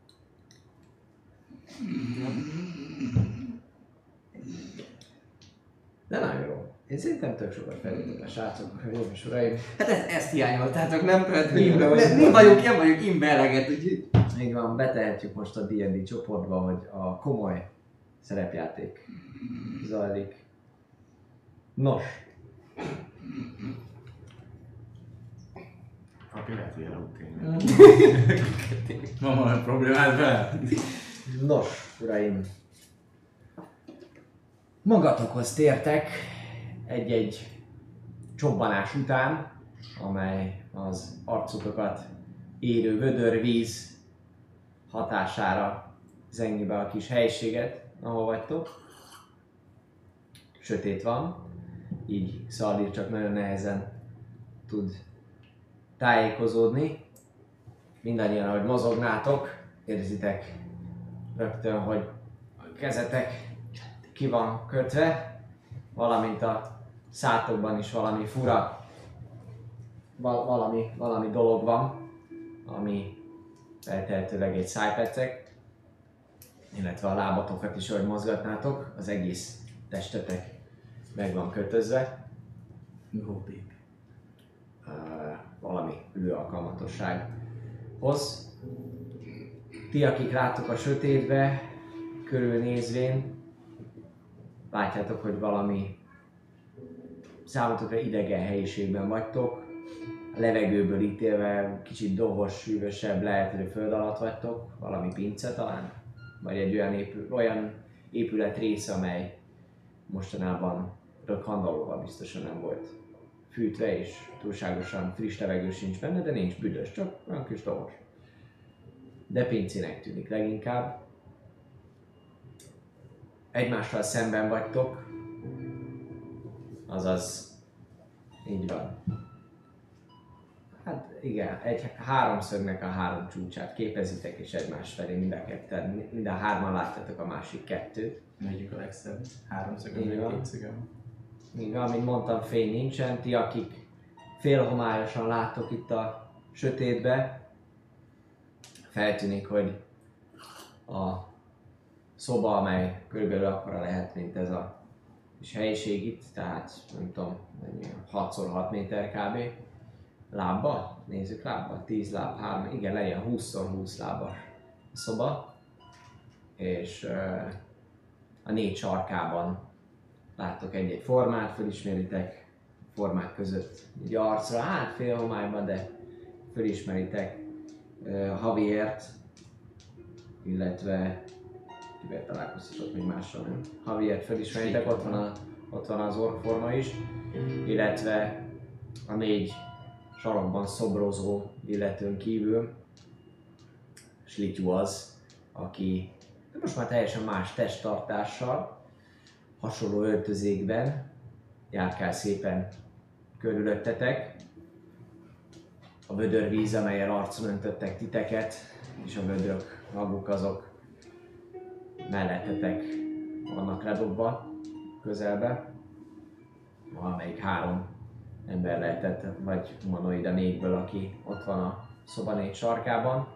De nagyon jó. Én szerintem tök sokat felültök a srácok, hölgyeim és uraim. Hát ezt, ezt hiányoltátok, nem? Mert imbe vagyok. Mi vagyunk, én vagyok imbe eleget, úgyhogy... Így van, betehetjük most a dé és dé csoportba, hogy a komoly szerepjáték zajlik. Nos. Papi, lehet ilyen rutin. Van valami problémád vele? Nos, uraim. Magatokhoz tértek egy-egy csobbanás után, amely az arcotokat érő vödörvíz hatására zengi be a kis helyiséget, ahol vagytok. Sötét van, így Szaldir csak nagyon nehezen tud tájékozódni. Mindannyian, ahogy mozognátok, érzitek rögtön, hogy a kezetek ki van kötve, valamint a szátokban is valami fura, val- valami, valami dolog van, ami feltehetőleg egy szájpecek, illetve a lábatokat is, ahogy mozgatnátok, az egész testetek meg van kötözve. Jó, baby. Uh, valami ülőalkalmatossághoz. Ti, akik láttok a sötétbe, körülnézvén, látjátok, hogy valami számotokra idegen helyiségben vagytok. A levegőből ítélve kicsit dohos, sűvösebb, lehet, hogy a föld alatt vagytok, valami pince talán, vagy egy olyan, épül, olyan épület része, amely mostanában rökhandalóval biztosan nem volt fűtve, és túlságosan friss levegő sincs benne, de nincs büdös, csak olyan kis dohos. De pincének tűnik leginkább. Egymással szemben vagytok, azaz így van. Hát igen, egy háromszögnek a három csúcsát képezitek, és egymás felé mind a ketten, mind a hárman látjátok a másik kettőt. Melyik a legszebb? Háromszögem, Így vagy van. kétszögem? Így van, mint mondtam, fény nincsen. Ti, akik félhomályosan láttok itt a sötétbe, feltűnik, hogy a szoba, amely körülbelül akkora lehet, mint ez a kis helyiség itt, tehát nem tudom, hat szor hat méter kb. Lábba, nézzük lábba, tíz láb, három, igen, legyen húsz szor húsz lábas a szoba, és uh, a négy sarkában láttok egy-egy formát, felismeritek formák között egy arcra, hát félhomályban, de felismeritek uh, Javiert, illetve kivel találkoztatok még mással, nem? Javiert felismeritek, ott van, a, ott van az orkforma is, illetve a négy sarokban szobrozó illetőn kívül Slityu az, aki most már teljesen más testtartással, hasonló öltözékben járkál szépen körülöttetek. A vödörvíz, amellyel arcon öntöttek titeket, és a vödrök maguk azok mellettetek vannak ledobva közelbe. Valamelyik három ember lehetett, vagy humanoid a négyből, aki ott van a szoba négy sarkában.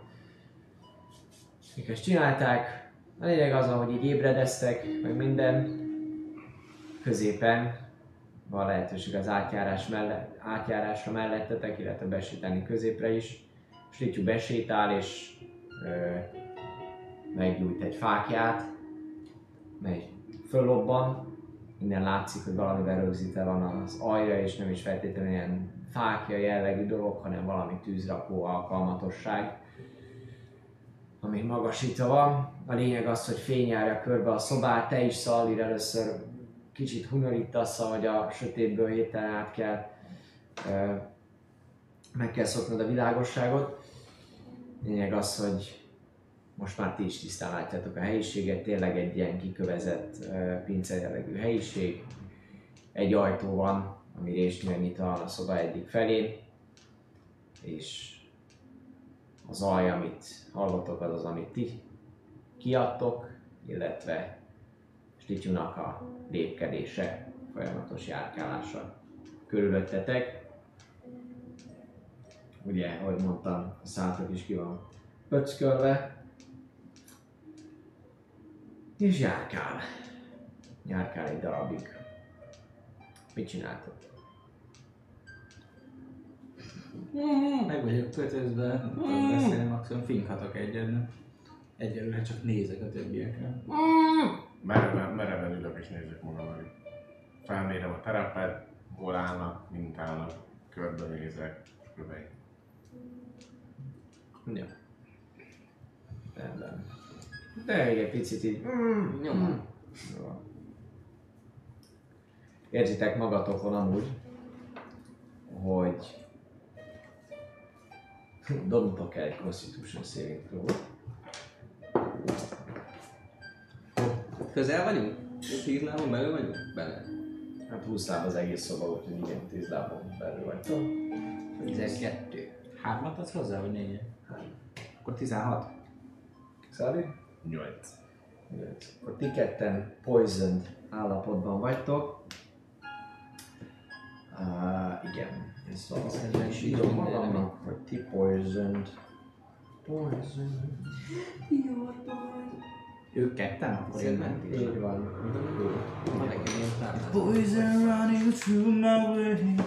Ők ezt csinálták. A lényeg az, hogy így ébredeztek, meg minden. Középen van lehetőség az átjárás mellett, átjárásra mellettetek, illetve besétálni középre is. Slityu besétál és ö, meggyújt egy fákját, mely föllobban. Innen látszik, hogy valamivel rögzítve van az alja, és nem is feltétlenül ilyen fákja jellegű dolog, hanem valami tűzrakó alkalmatosság, ami magasítva van. A lényeg az, hogy fény járja körbe a szobát, te is, Szaldir, először kicsit hunyorítasz, hogy a sötétből hirtelen át kell, meg kell szoknod a világosságot. Lényeg az, hogy most már ti is tisztán látjátok a helyiséget, tényleg egy ilyen kikövezett uh, pince jellegű helyiség. Egy ajtó van, ami résnyire nyitva a szoba egyik felén, és a zaj, amit hallottok, az az, amit ti kiadtok, illetve Stityunak a lépkedése, folyamatos járkálása körülöttetek. Ugye, ahogy mondtam, a szálltok is ki van pöckölve. És járkál. Járkál egy darabig. Mit csináltok? Meg vagyok kötözve, nem tudok beszélni, maximum finkhatok egyet, de egyelőre csak nézek a többiekre. Mereven, mereven ülök és nézek magam elé. Felmérem a terepet, hol állnak, mint állnak, körbenézek, körbe. Ja. Rendben. De még egy picit így... Mm, Nyomom. Jó. Érzitek magatokon amúgy, hogy dobjatok el egy Constitution saving throw. Közel vagyunk? tíz lábon belül vagyunk? Bele. Hát húsz láb az egész szoba, úgyhogy igen, tíz lábon belül vagytok. tizenkettő. Hármat adsz hozzá, vagy négyet? Akkor tizenhat. Szállj? Nyolc. Akkor ti ketten poisoned állapotban vagytok. Uh, igen, ez van. Ez is írom magamnak, hogy ti poisoned. Poisoned. Ők ketten? Akkor én nem. Így van. Van nekem ilyen táblát. Poison running through my veins.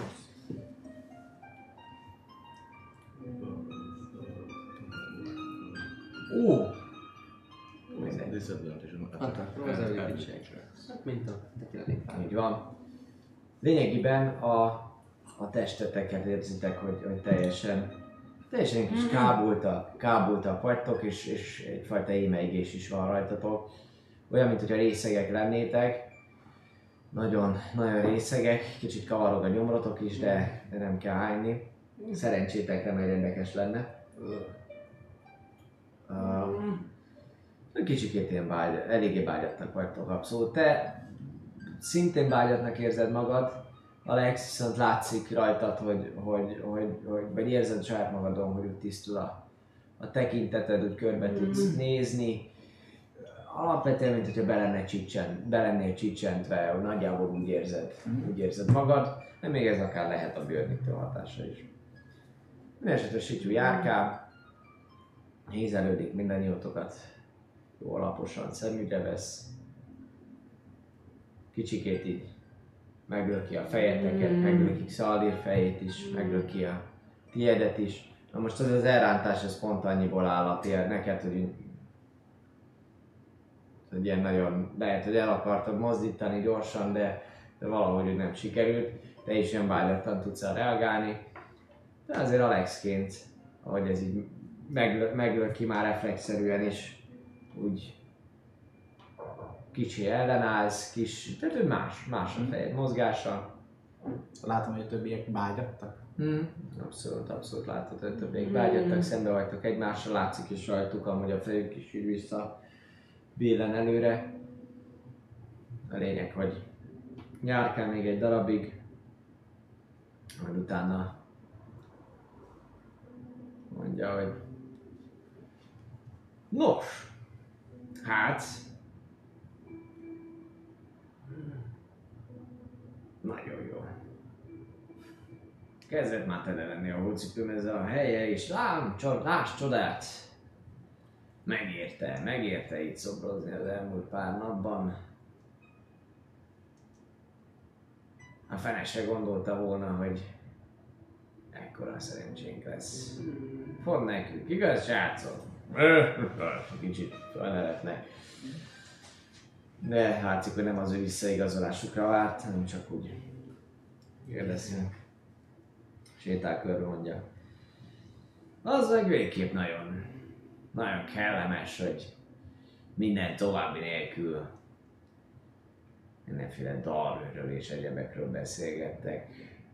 Ó! Mindegy. Disadvantage-on. Antak, az előkítségre. Hát mint a tekilenék. Így van. Lényegében a, a testeteket érzitek, hogy, hogy teljesen, teljesen kis kábulta, kábulta vagytok, és, és egyfajta émeigés is van rajtatok. Olyan, mint hogyha részegek lennétek. Nagyon, nagyon részegek, kicsit kavarog a gyomrotok is, de, de nem kell hányni. Szerencsétekre, mert érdekes lenne. Uh, kicsikét ilyen bágy, eléggé bágyattak vagytok abszolút. Te szintén bágyatnak érzed magad, Alex, viszont látszik rajtad, hogy, hogy, hogy, hogy vagy érzed saját magadon, hogy úgy tisztul a, a tekinteted, úgy körbe tudsz nézni. Alapvetően, mint hogyha be, lenne csicsen, be lennél csicsentve, hogy nagyjából úgy érzed, úgy érzed magad, de még ez akár lehet a bőrniktől hatása is. Mindenesetre Sityu járkál, nézelődik mindannyiótokat, jó alaposan szemügyre vesz, kicsikét így meglöki a fejeteket, meglöki Szaldír fejét is, meglöki a tiédet is. Na most az az elrántás, ez pont annyiból áll a tiéd neked, hogy, hogy ilyen nagyon, lehet, hogy el akartad mozdítani gyorsan, de, de valahogy úgy nem sikerült. Te is ilyen vágyattan tudsz rá reagálni. De azért Alexként, ahogy ez így meglö, meglöki már reflexzerűen is, úgy kicsi ellenállsz, kis, tehát hogy más, más a fejed mozgása. Látom, hogy a többiek bágyattak. Hmm. Abszolút, abszolút látod, hogy többiek beágyadtak, szembe vagytok egymással, látszik is rajtuk, amúgy a fejük is így vissza billen előre. A lényeg, hogy járkál még egy darabig, majd utána mondja, hogy nos, hát nagyon jó. Kezdett már tele lenni a hócipőm ezzel a helye, és lám, csod, láss csodát! Megérte, megérte itt szobrozni az elmúlt pár napban. A fene se gondolta volna, hogy ekkora szerencsénk lesz. Fog nekünk, igaz, srácok? Kicsit felnevetnek. De látszik, hogy nem az ő visszaigazolásukra várt, hanem csak úgy kérdezünk. Sétál körbe, mondja. Az meg végképp nagyon, nagyon kellemes, hogy minden további nélkül mindenféle dalról és egyebekről beszélgettek.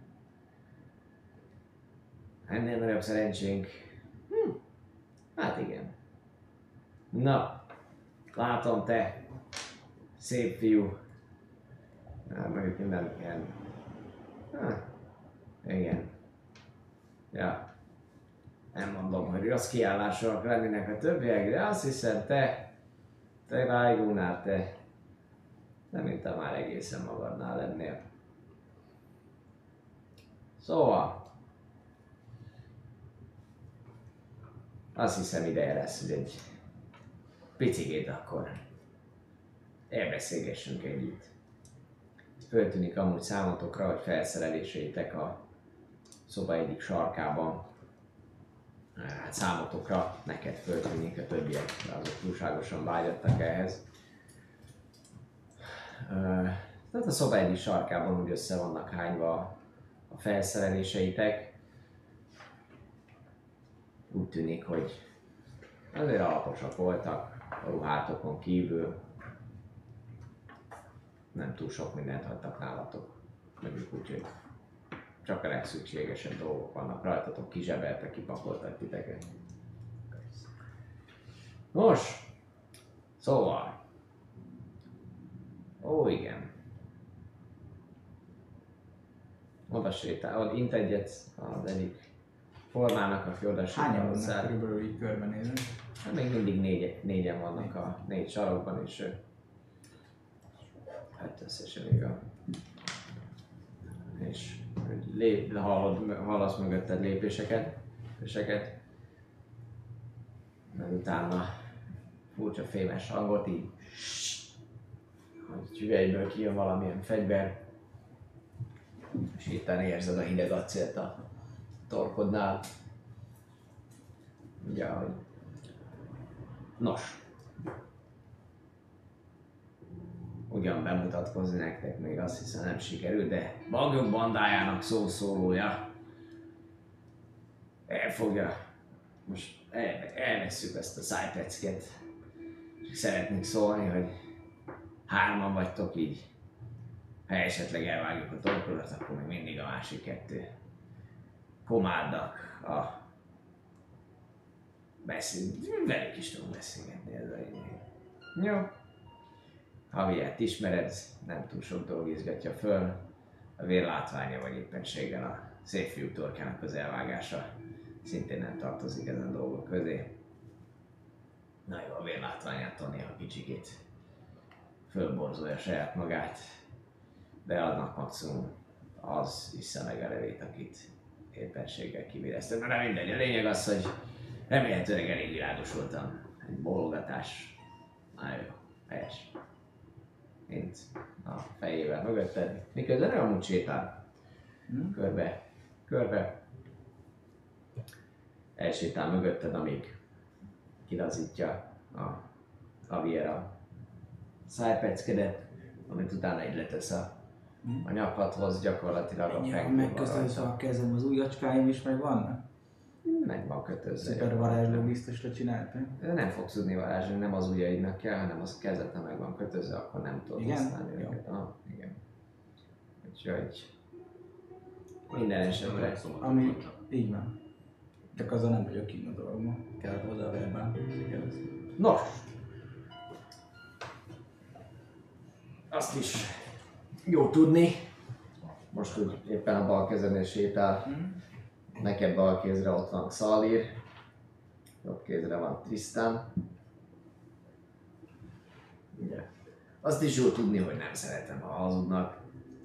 Ennél nagyobb szerencsénk? Hm. Hát igen. Na, látom te, szép fiú. Hát mondjuk minden ilyen... Hát, igen. Ja. Nem mondom, hogy rossz kiállásúak lennének a többiek, de azt hiszem te, te Rájgónál, te nem mintha már egészen magadnál lennél. Szóval, azt hiszem ideje lesz, hogy egy picikét akkor elbeszélgessünk együtt. Föltűnik amúgy számotokra, hogy felszereléseitek a szoba egyik sarkában. Hát számotokra, neked föltűnik, a többiek azok túlságosan vágyattak ehhez. Tehát a szoba egyik sarkában úgy össze vannak hányva a felszereléseitek. Úgy tűnik, hogy azért alaposak voltak a ruhátokon kívül. Nem túl sok mindent hagytak nálatok. Mondjuk úgy, hogy csak a legszükségesebb dolgok vannak rajtatok, kizsebeltek, kipakoltak titeket. Nos, szóval. Ó, igen. Oda sétál, int egyet az egyik formának, aki oda sétál. Hányan vannak körülbelül így körbenézve? Hát még mindig négy, négyen vannak a négy sarokban, és hát összesen igaz. És lép, hallod, hallasz mögötted lépéseket, lépéseket. Meg utána furcsa fémes hangot így, hogy csüvelyből kijön valamilyen fegyver, és itten érzed a hideg acélt a torkodnál. Ugye, hogy nos, ugyan bemutatkozni nektek még azt hiszem nem sikerült, de Bagyok bandájának szószólója elfogja, most el, elvesszük ezt a szájpecket, csak szeretnék szólni, hogy hárman vagytok így, ha esetleg elvágjuk a torkodat, akkor még mindig a másik kettő komádnak a beszél, velük is tudunk beszélgetni, ez a lényeg. Jó. Javiert ismered, nem túl sok dolog izgatja föl, a vérlátványa vagy éppenséggel a szép fiúk torkának az elvágása szintén nem tartozik ezen dolgok közé. Na jó, a vérlátványától néha kicsikét fölborzolja saját magát, de annak maximum az vissza meg a levét, akit éppenséggel kivéreztek. Na de mindegy, a lényeg az, hogy remélhetőleg elég világosultam. Egy bólogatás. Nagyon jó, helyes. Mint a fejével mögötted, miközben ő amúgy sétál. Hmm. Körbe, körbe. Elsétál mögötted, amíg kilazítja a Javier a szájpeckedet, amit utána így letesz a, a nyakadhoz, gyakorlatilag a fenkőn. Megköszönöm a kezem, az ujjacskáim is meg vannak? Meg van kötözve. Szuper varázsló biztosra csináltam. Nem fogsz tudni varázsolni, nem az ujjaidnak kell, hanem az kezed, ha meg van kötözve, akkor nem tudod igen? használni őket. Ah, igen. Úgyhogy minden esetre. Ami így van. Csak azzal nem vagyok kint a dologban. Kell hozzá a verbán. Nos! Azt is jó tudni. Most, hogy éppen a bal kezednél sétál, hmm. neked bal kézre ott van Szalír, jobb kézre van Tristan. Ugye. Azt is jó tudni, hogy nem szeretem, ha hazudnak.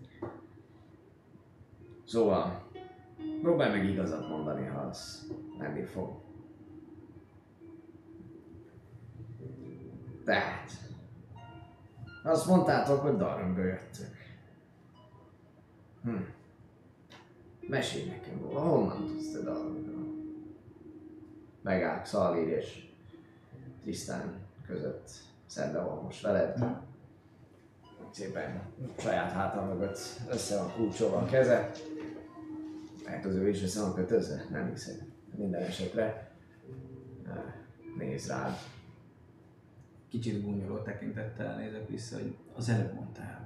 Szóval, próbálj meg igazat mondani, ha az menni fog. Tehát, azt mondtátok, hogy Darwinből jöttök. Hm. Mesélj nekem róla, honnan tudsz te Darwinből? Megáll Szalír és Tristan között szembe van most veled. Hm. Szépen saját háta mögött össze van kulcsolva a keze. Mert az ő is össze van kötözve, nem hiszem. Minden esetre néz rád. Kicsit gúnyoló tekintettel nézek vissza, hogy az előbb mondtál.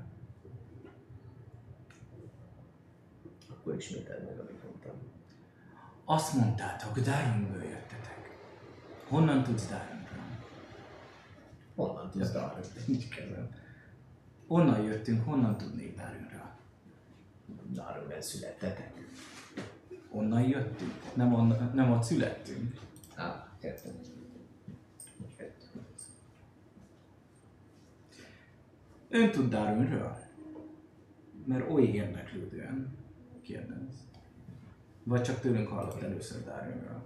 Akkor ismételd meg, amit mondtam. Azt mondtátok, Darwinből jöttetek. Honnan tudsz Darwinből? Honnan tudsz Darwinből? Nincs kezem. Onnan jöttünk, honnan tudnék Darwinről? Darwinben születtetek. Onnan jöttünk, nem, on, nem ott születtünk. Á, értem. Ön tud Darwinről? Mert oly érdeklődően kérdez. Vagy csak tőlünk hallott először Darwinről?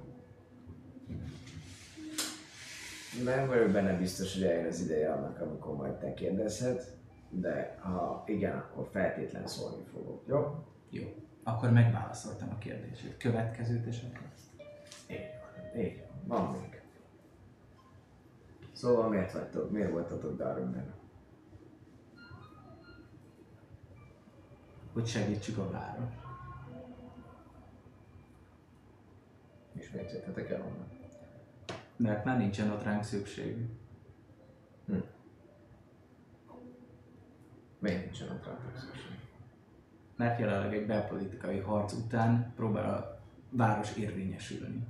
Nem vagyok benne biztos, hogy eljön az ideje annak, amikor majd te kérdezhet, de ha igen, akkor feltétlen szólni fogok, jó? Jó. Akkor megválaszoltam a kérdését. Következőt esetleg? Így van, így van, van még. Szóval miért vagytok, miért voltatok Darwinben? Hogy segítsük a várat. És miért jöttetek el onnan? Mert már nincsen ott ránk szükség. Hm. Miért nincsen ott ránk szükség? Mert jelenleg egy belpolitikai harc után próbál a város érvényesülni.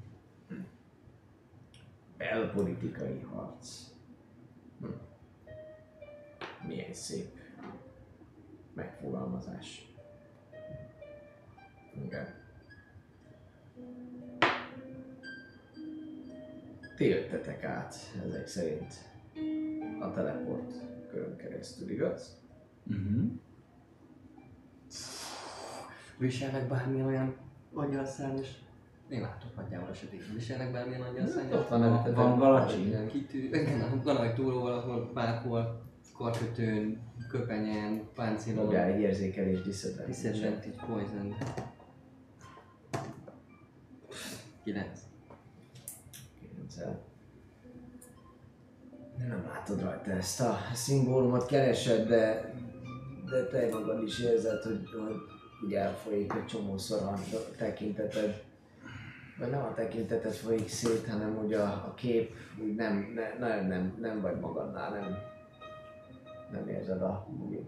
Belpolitikai harc. Hm. Milyen szép megfogalmazás. Igen. Ti jöttetek át ezek szerint a teleport körön keresztül, igaz? Uh-huh. Viselnek bármilyen olyan angyalszárnyas? Én látok nagyjából a sötétben. Viselnek bármilyen angyalszárnyas? Ott van előttetek. Van valacsi? Ilyen kitű, igen, van egy túló valahol, bárhol, karkötőn, köpenyen, páncélon. Dobjál egy érzékelés disadvantage. Disadvantage poison. kilenc. kilenccel. Nem látod rajta ezt a szimbólumot, keresed, de, de te magad is érzed, hogy, hogy úgy elfolyik egy csomószor a tekinteted. Vagy nem a tekinteted folyik szét, hanem úgy a, a kép, úgy nem, ne, nem, nem, nem vagy magadnál, nem, nem érzed a bugit.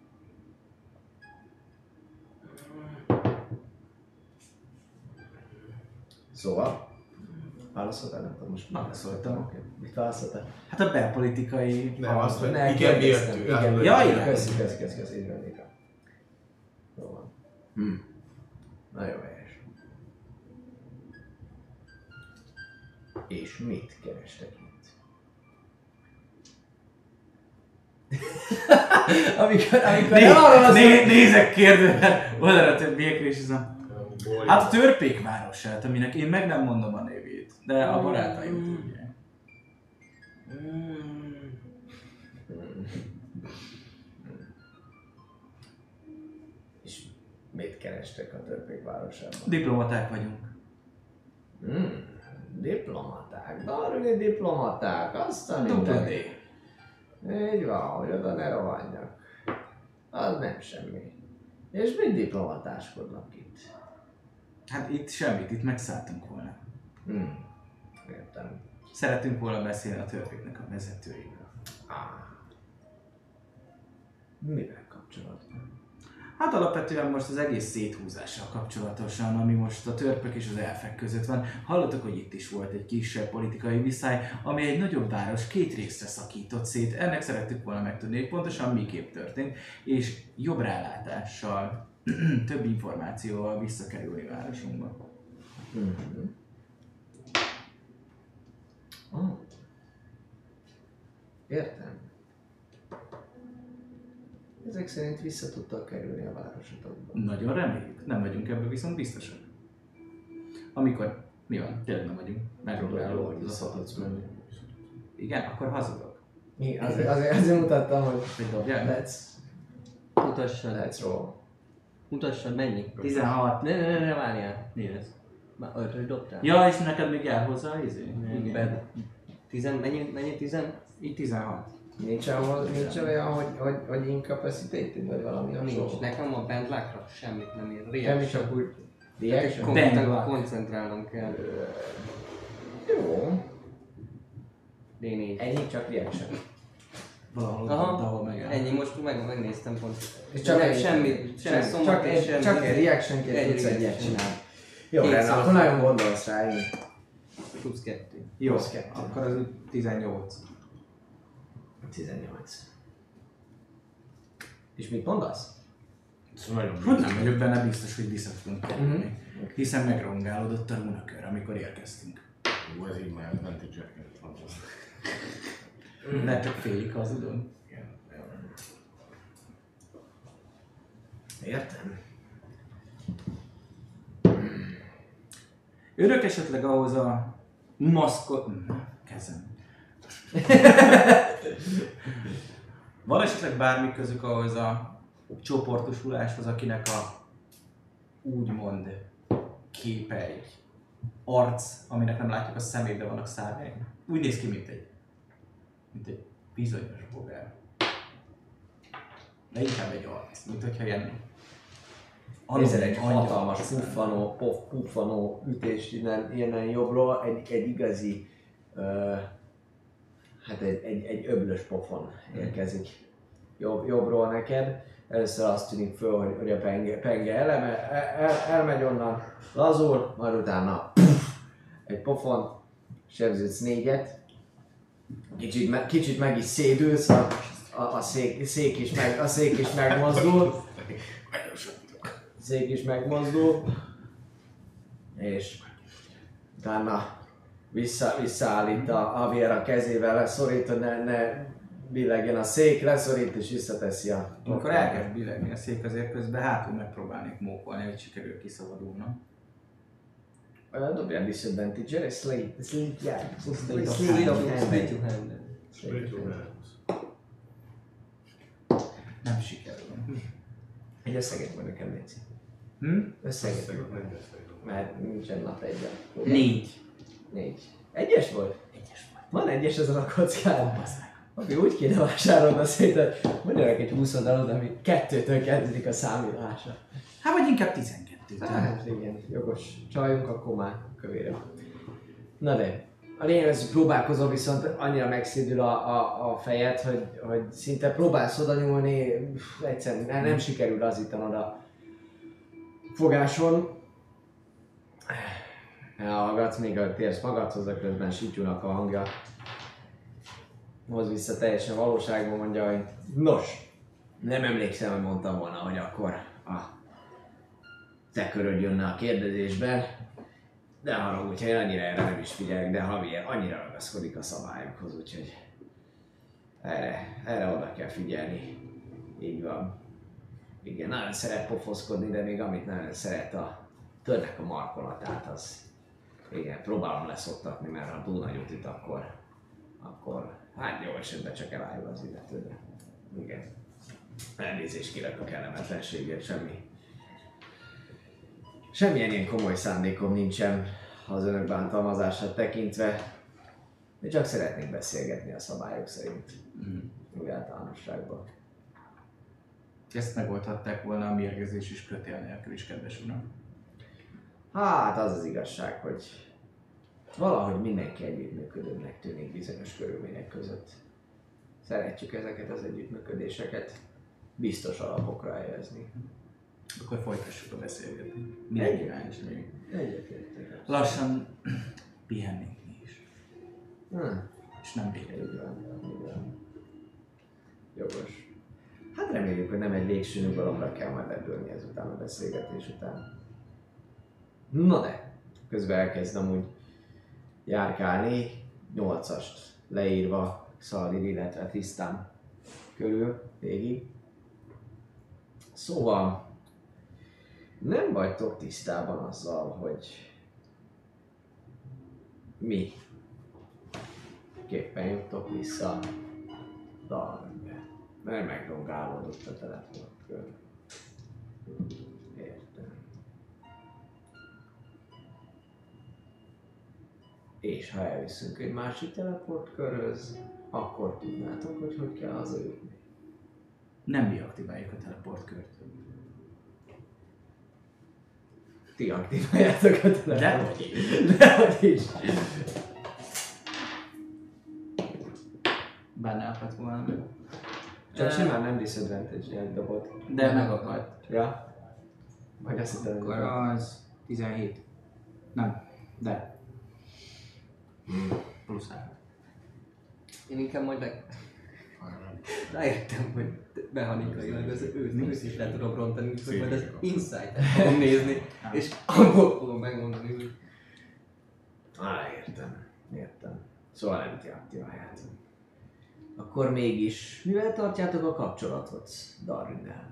Szóval, válaszoltál? Nem tudom, most Válaszoltam. Oké. Mit válaszoltál? Hát a belpolitikai Nem, azt, hogy Ne, igen, mi kérdeztem. jöttünk. Igen, Hát, ja, igen. igen. Köszi, köszi, köszi, köszi, így vennék el. Jó van. Hm. Nagyon helyes. És mit kerestek itt? amikor, amikor Né, nem arról az, né, hogy- nézek kérdően, oldalra többiekre és hiszem. Ból- Hát a Törpék városát, aminek én meg nem mondom a nevét, de a barátaim tudják. És mit kerestek a törpék városában? Diplomaták vagyunk. Hmm. Diplomaták, darüli diplomaták, azt a Dupla D. Így van, hogy oda ne rohanjak. Az nem semmi. És mit diplomatáskodnak itt? Hát itt semmit, itt megszálltunk volna. Hmm. Értem. Szeretünk volna beszélni a Törpéknek a vezetőivel. Ah. Mivel kapcsolatban? Hát alapvetően most az egész széthúzással kapcsolatosan, ami most a törpök és az elfek között van. Hallottak, hogy itt is volt egy kisebb politikai viszály, ami egy nagyobb város két részre szakított szét. Ennek szerettük volna megtudni, hogy pontosan miképp történt, és jobb rálátással, több információval visszakerülni városunkba. Mm-hmm. Oh. Értem. Ezek szerint vissza tudtak kerülni a városotokba. Nagyon reméljük, nem vagyunk ebben viszont biztosak. Amikor, mi van, tényleg nem vagyunk, megpróbálom, hogy vissza tudsz menni. Igen, akkor hazudok. Mi? Azért, azért, azért mutattam, hogy Hogy dobjál? let's, Mutassad, let's roll. mutassad mennyi? tizenhat. Ne, ne, ne, ne, várjál. Nézd. Már ötöt dobtál? Ja, és neked még jár hozzá izé? Igen. Tizen, mennyi, mennyi tizen? Így tizenhat. Nincs olyan, nincs olyan hogy, hogy, hogy incapacitated, vagy valami hasonló? Nincs. Nekem a band luckra semmit nem ér. Semmi, Reaction. csak úgy Kon- reaction? Band luck. koncentrálnom kell. Jó. dé négy. Ennyi csak reaction. Valahol Aha, ott, ahol megáll. ennyi, most meg, megnéztem pont. És csak Nem, egy, semmi, semmi csak, szombat csak, és egy, semmi. csak egy reaction-ként Egy tudsz egyet reaction. csinálni. Jó, Két rendben, szó. akkor nagyon gondolsz rá, ennyi. Plusz kettő. Jó, Plusz kettő. akkor az tizennyolc. tizennyolc. És mit mondasz? Szóval nagyon Hogy nem vagyok benne biztos, hogy vissza tudunk kerülni. Mhm. Hiszen megrongálódott a runakör, amikor érkeztünk. jó, ez így már advantage-eket fontos. Ne csak félig hazudom. Igen. Értem. Örök esetleg ahhoz a maszkot... Hm, kezem. Van esetleg bármi közük ahhoz a csoportosuláshoz, akinek a úgymond képe egy arc, aminek nem látjuk a szemét, de vannak szárnyai? Úgy néz ki, mint egy, mint egy bizonyos bogár. De inkább egy arc, mint hogyha ilyen... Nézzel egy angyal- hatalmas puffanó, pof, puffanó ütést innen, innen jobbról, egy, egy igazi, uh, hát egy, egy, egy öblös pofon érkezik jobb, jobbról neked. Először azt tűnik föl, hogy, hogy a penge, penge eleme, el, elmegy onnan, lazul, majd utána puff, egy pofon, sebződsz négyet, kicsit, me, kicsit meg is szédülsz, a, a, a, szék, szék is meg, a szék is megmozdul. Szék is megmozdul, és utána vissza, visszaállít a Javier a kezével, leszorít, hogy ne, ne billegjen a szék, leszorít és visszateszi a... Amikor elkezd billegni a szék, azért közben hátul megpróbálnék mókolni, hogy sikerül kiszabadulnom. Uh, Dobjál disadvantage-re, slate, slate, yeah, slate of Slate hand. of Slate of Hand. Nem sikerül. Egy összeget majd nekem nézni. Hm? Összeget, mert nincsen nap egyen. Négy. Négy. Egyes volt? Egyes volt. Van egyes ezen a kockán? Aki úgy kéne vásárolni a szétet, mondjanak egy húsz oldalon, ami kettőtől kezdődik a számítása. Hát vagy inkább tizenkettő. Hát igen, jogos. Csajunk, akkor már kövére. Na de, a lényeg az, hogy próbálkozol, viszont annyira megszédül a, a, a fejed, hogy, hogy szinte próbálsz oda nyúlni, pff, egyszerűen nem, nem sikerül lazítanod a fogáson. Elhallgatsz, még a térsz magadhoz, a közben Sityúnak a hangja. Hoz vissza teljesen valóságban, mondja, hogy nos, nem emlékszem, hogy mondtam volna, hogy akkor a te köröd jönne a kérdezésben. De haragudj, én annyira erre nem is figyelek, de Javier annyira ragaszkodik a szabályokhoz, úgyhogy erre, erre oda kell figyelni. Így van. Igen, nagyon szeret pofoszkodni, de még amit nagyon szeret a törnek a markolatát, az igen, próbálom leszoktatni, mert ha túl nagyot üt, akkor, akkor hát jó esetben csak elájul az illető, de igen. Elnézést kérek a kellemetlenségért, semmi. Semmilyen ilyen komoly szándékom nincsen az önök bántalmazását tekintve. Mi csak szeretnénk beszélgetni a szabályok szerint. Mm. Úgy általánosságban. Ezt megoldhatták volna a mérgezés és kötél nélkül is, kedves uram. Hát az az igazság, hogy valahogy mindenki együttműködőnek tűnik bizonyos körülmények között. Szeretjük ezeket az együttműködéseket biztos alapokra helyezni. Akkor folytassuk a beszélgetést. Mire kíváncsi még? Egyetértek. Lassan pihennénk mi is. Hmm. És nem bírjuk. Így van, így van. Jogos. Hát reméljük, hogy nem egy végső nyugalomra kell majd ebből ezután a beszélgetés után. Na de, közben elkezdem úgy járkálni, nyolcast leírva Szalid, illetve Tisztán körül végig. Szóval nem vagytok tisztában azzal, hogy mi képpen juttok vissza Dalmögbe, mert megrongálódott a teleportkör. Értem. És ha elviszünk egy másik teleportkörhöz, akkor tudnátok, hogy hogy kell hazajutni. Nem mi aktiváljuk a teleportkört. Ti aktiváljátok a teleportkört. Dehogy is. Dehogy is. Bár ne akart volna meg. Csak simán nem disadvantage-jel dobott. De meg akart. Ja. Vagy azt hittem, Akkor az tizenhét. Nem. De. Plusz három. Én inkább majd meg... rájöttem, hogy mechanikailag az őt, őt is le tudom rontani, úgyhogy majd az Insight-et fogom nézni, és abból fogom megmondani, hogy... Á, értem, értem. Szóval nem ti aktiváljátok. Akkor mégis, mivel tartjátok a kapcsolatot Darwinnel?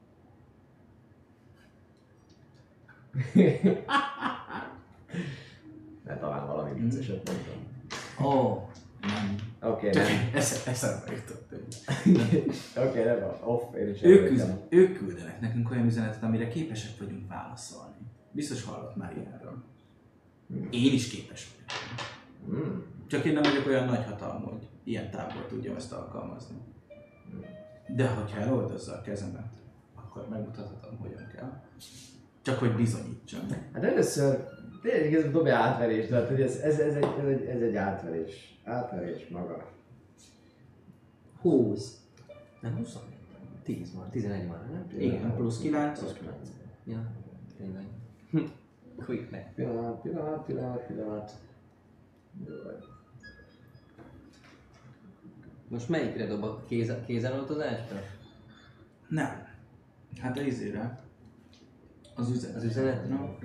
Ne talán valami vicceset mondtam. Ó, oh, nem. Oké, okay, nem. Esz- eszembe jutott. Oké, okay, nem van. Off, én is Ők, elmondtam. küld, ők küldenek nekünk olyan üzenetet, amire képesek vagyunk válaszolni. Biztos hallott már ilyenről. Én is képes vagyok. Hmm. Csak én nem vagyok olyan nagyhatalmú, hogy ilyen távol tudjam ezt alkalmazni. De hogyha eloldozza a kezemet, akkor megmutathatom, hogyan kell. Csak hogy bizonyítsam. Hát először tényleg ez dobja átverést, tehát hogy ez, ez, ez, egy, ez, egy, ez egy átverés. Átverés maga. húsz. Nem húsz? tíz van, tizenegy van, nem? Igen, plusz kilenc. Plusz kilenc. Ja, tényleg. Quick meg. Pillanat, pillanat, pillanat, pillanat. Jó vagy. Most melyikre dob a kéz, kézzeloltozásra? Nem. Hát a izére. Az üzenet. Az üzenet? No.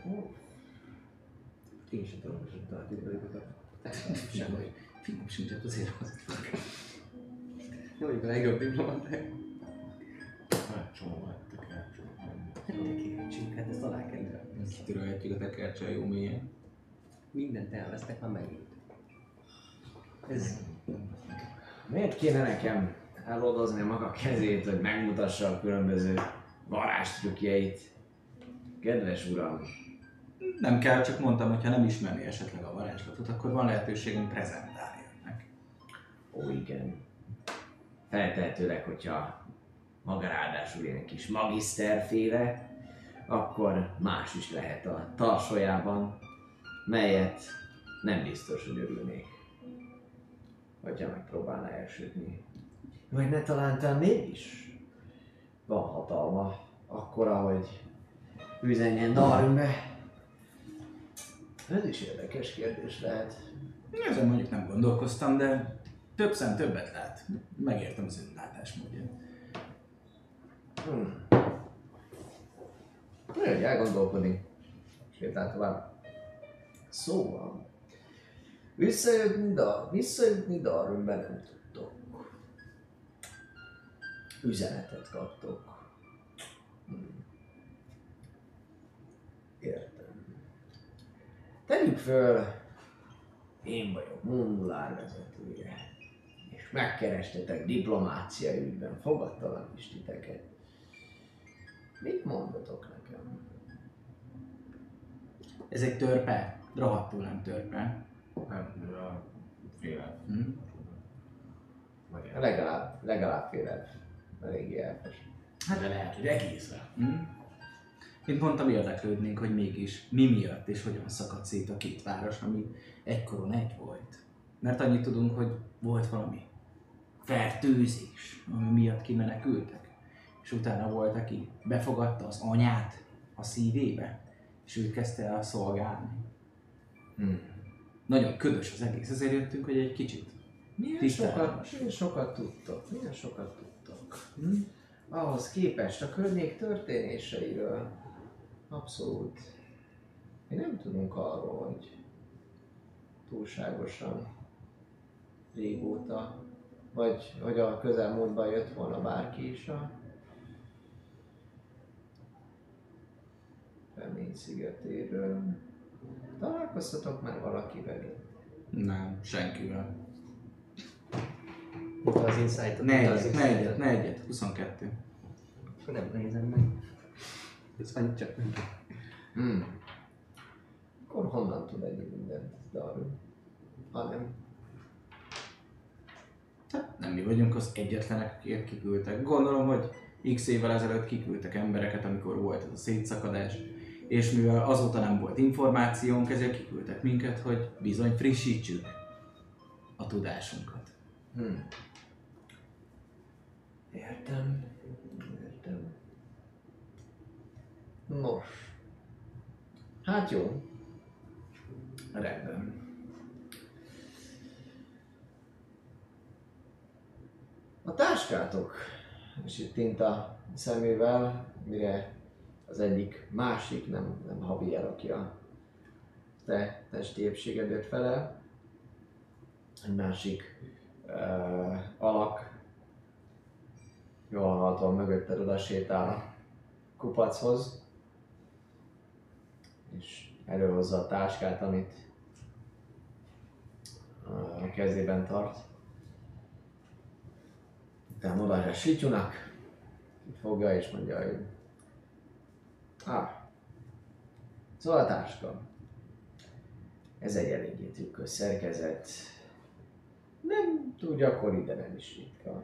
Én sem tudom, hogy tartjuk. Semmi. Finom sincset azért hozzá. Jó, hogy a legjobb diplomaták. Hát csomó vettek el, csomó. Hát tekercsünk, hát ezt alá kell rakni. Kitörölhetjük a tekercsel jó mélyen. Mindent elvesztek már megint. Ez... Miért kéne nekem eloldozni a maga kezét, hogy megmutassa a különböző varázstrükkjeit? Kedves uram, Nem kell, csak mondtam, hogy ha nem ismerné esetleg a varázslatot, akkor van lehetőségünk prezentálni önnek. ó igen. Feltehetőleg, hogyha maga ráadásul ilyen kis magiszterféle, akkor más is lehet a tarsójában, melyet nem biztos, hogy örülnék, hogyha megpróbálna elsütni. Vagy ne talán talán mégis van hatalma, akkora, hogy üzenjen Darwinbe. Ez is érdekes kérdés lehet. Ezen mondjuk nem gondolkoztam, de több szem többet lát. Megértem az ön látásmódját. Hmm. Nagyon, hogy elgondolkodni. Sétál tovább. Szóval, visszajutni, da, visszajutni Darwinbe nem tudtok. Üzenetet kaptok. Hmm. Értem. Tegyük föl, én vagyok Mundulár vezetője, és megkerestetek diplomáciai ügyben, fogadtalak is titeket. Mit mondatok nekem? Ez egy törpe? Rohadtul nem törpe. Nem, a féle. Hm? Vagy Legalább, legalább fél elf. Eléggé elfes. de lehet, hogy egészen. Hm? Mint mondtam, érdeklődnénk, hogy mégis mi miatt és hogyan szakadt szét a két város, ami egykoron egy volt. Mert annyit tudunk, hogy volt valami fertőzés, ami miatt kimenekültek. És utána volt, aki befogadta az anyát a szívébe, és őt kezdte el szolgálni. Hmm. Nagyon ködös az egész, ezért jöttünk, hogy egy kicsit Milyen tisztáltass. sokat, milyen sokat tudtok? Milyen sokat tudtok? Hm? Ahhoz képest a környék történéseiről abszolút. Mi nem tudunk arról, hogy túlságosan régóta, vagy hogy a közelmúltban jött volna bárki is a Remény szigetéről. Találkoztatok már valakivel itt? Nem, senkivel. Mikor az Insight-ot? Ne az egyet, ne Insight-ot? egyet, ne egyet, huszonkettő. Akkor nem nézem meg. Ez annyit csak nem. Hmm. Akkor honnan tud ennyi mindent Darwin? Ha nem. Hát nem mi vagyunk az egyetlenek, akik kiküldtek. Gondolom, hogy x évvel ezelőtt kiküldtek embereket, amikor volt ez a szétszakadás, és mivel azóta nem volt információnk, ezért kiküldtek minket, hogy bizony frissítsük a tudásunkat. Hmm. Értem. Értem. Nos. Hát jó. Rendben. A táskátok, és itt tinta szemével, mire az egyik másik, nem, nem Javier, aki a te testi épségedért felel, egy másik uh, alak, jól hallhatóan mögötted oda sétál a kupachoz, és előhozza a táskát, amit a kezében tart. Utána odaadja Sityunak, itt fogja és mondja, hogy ah, szóval a táska. Ez egy eléggé trükkös szerkezet. Nem túl gyakori, de nem is ritka.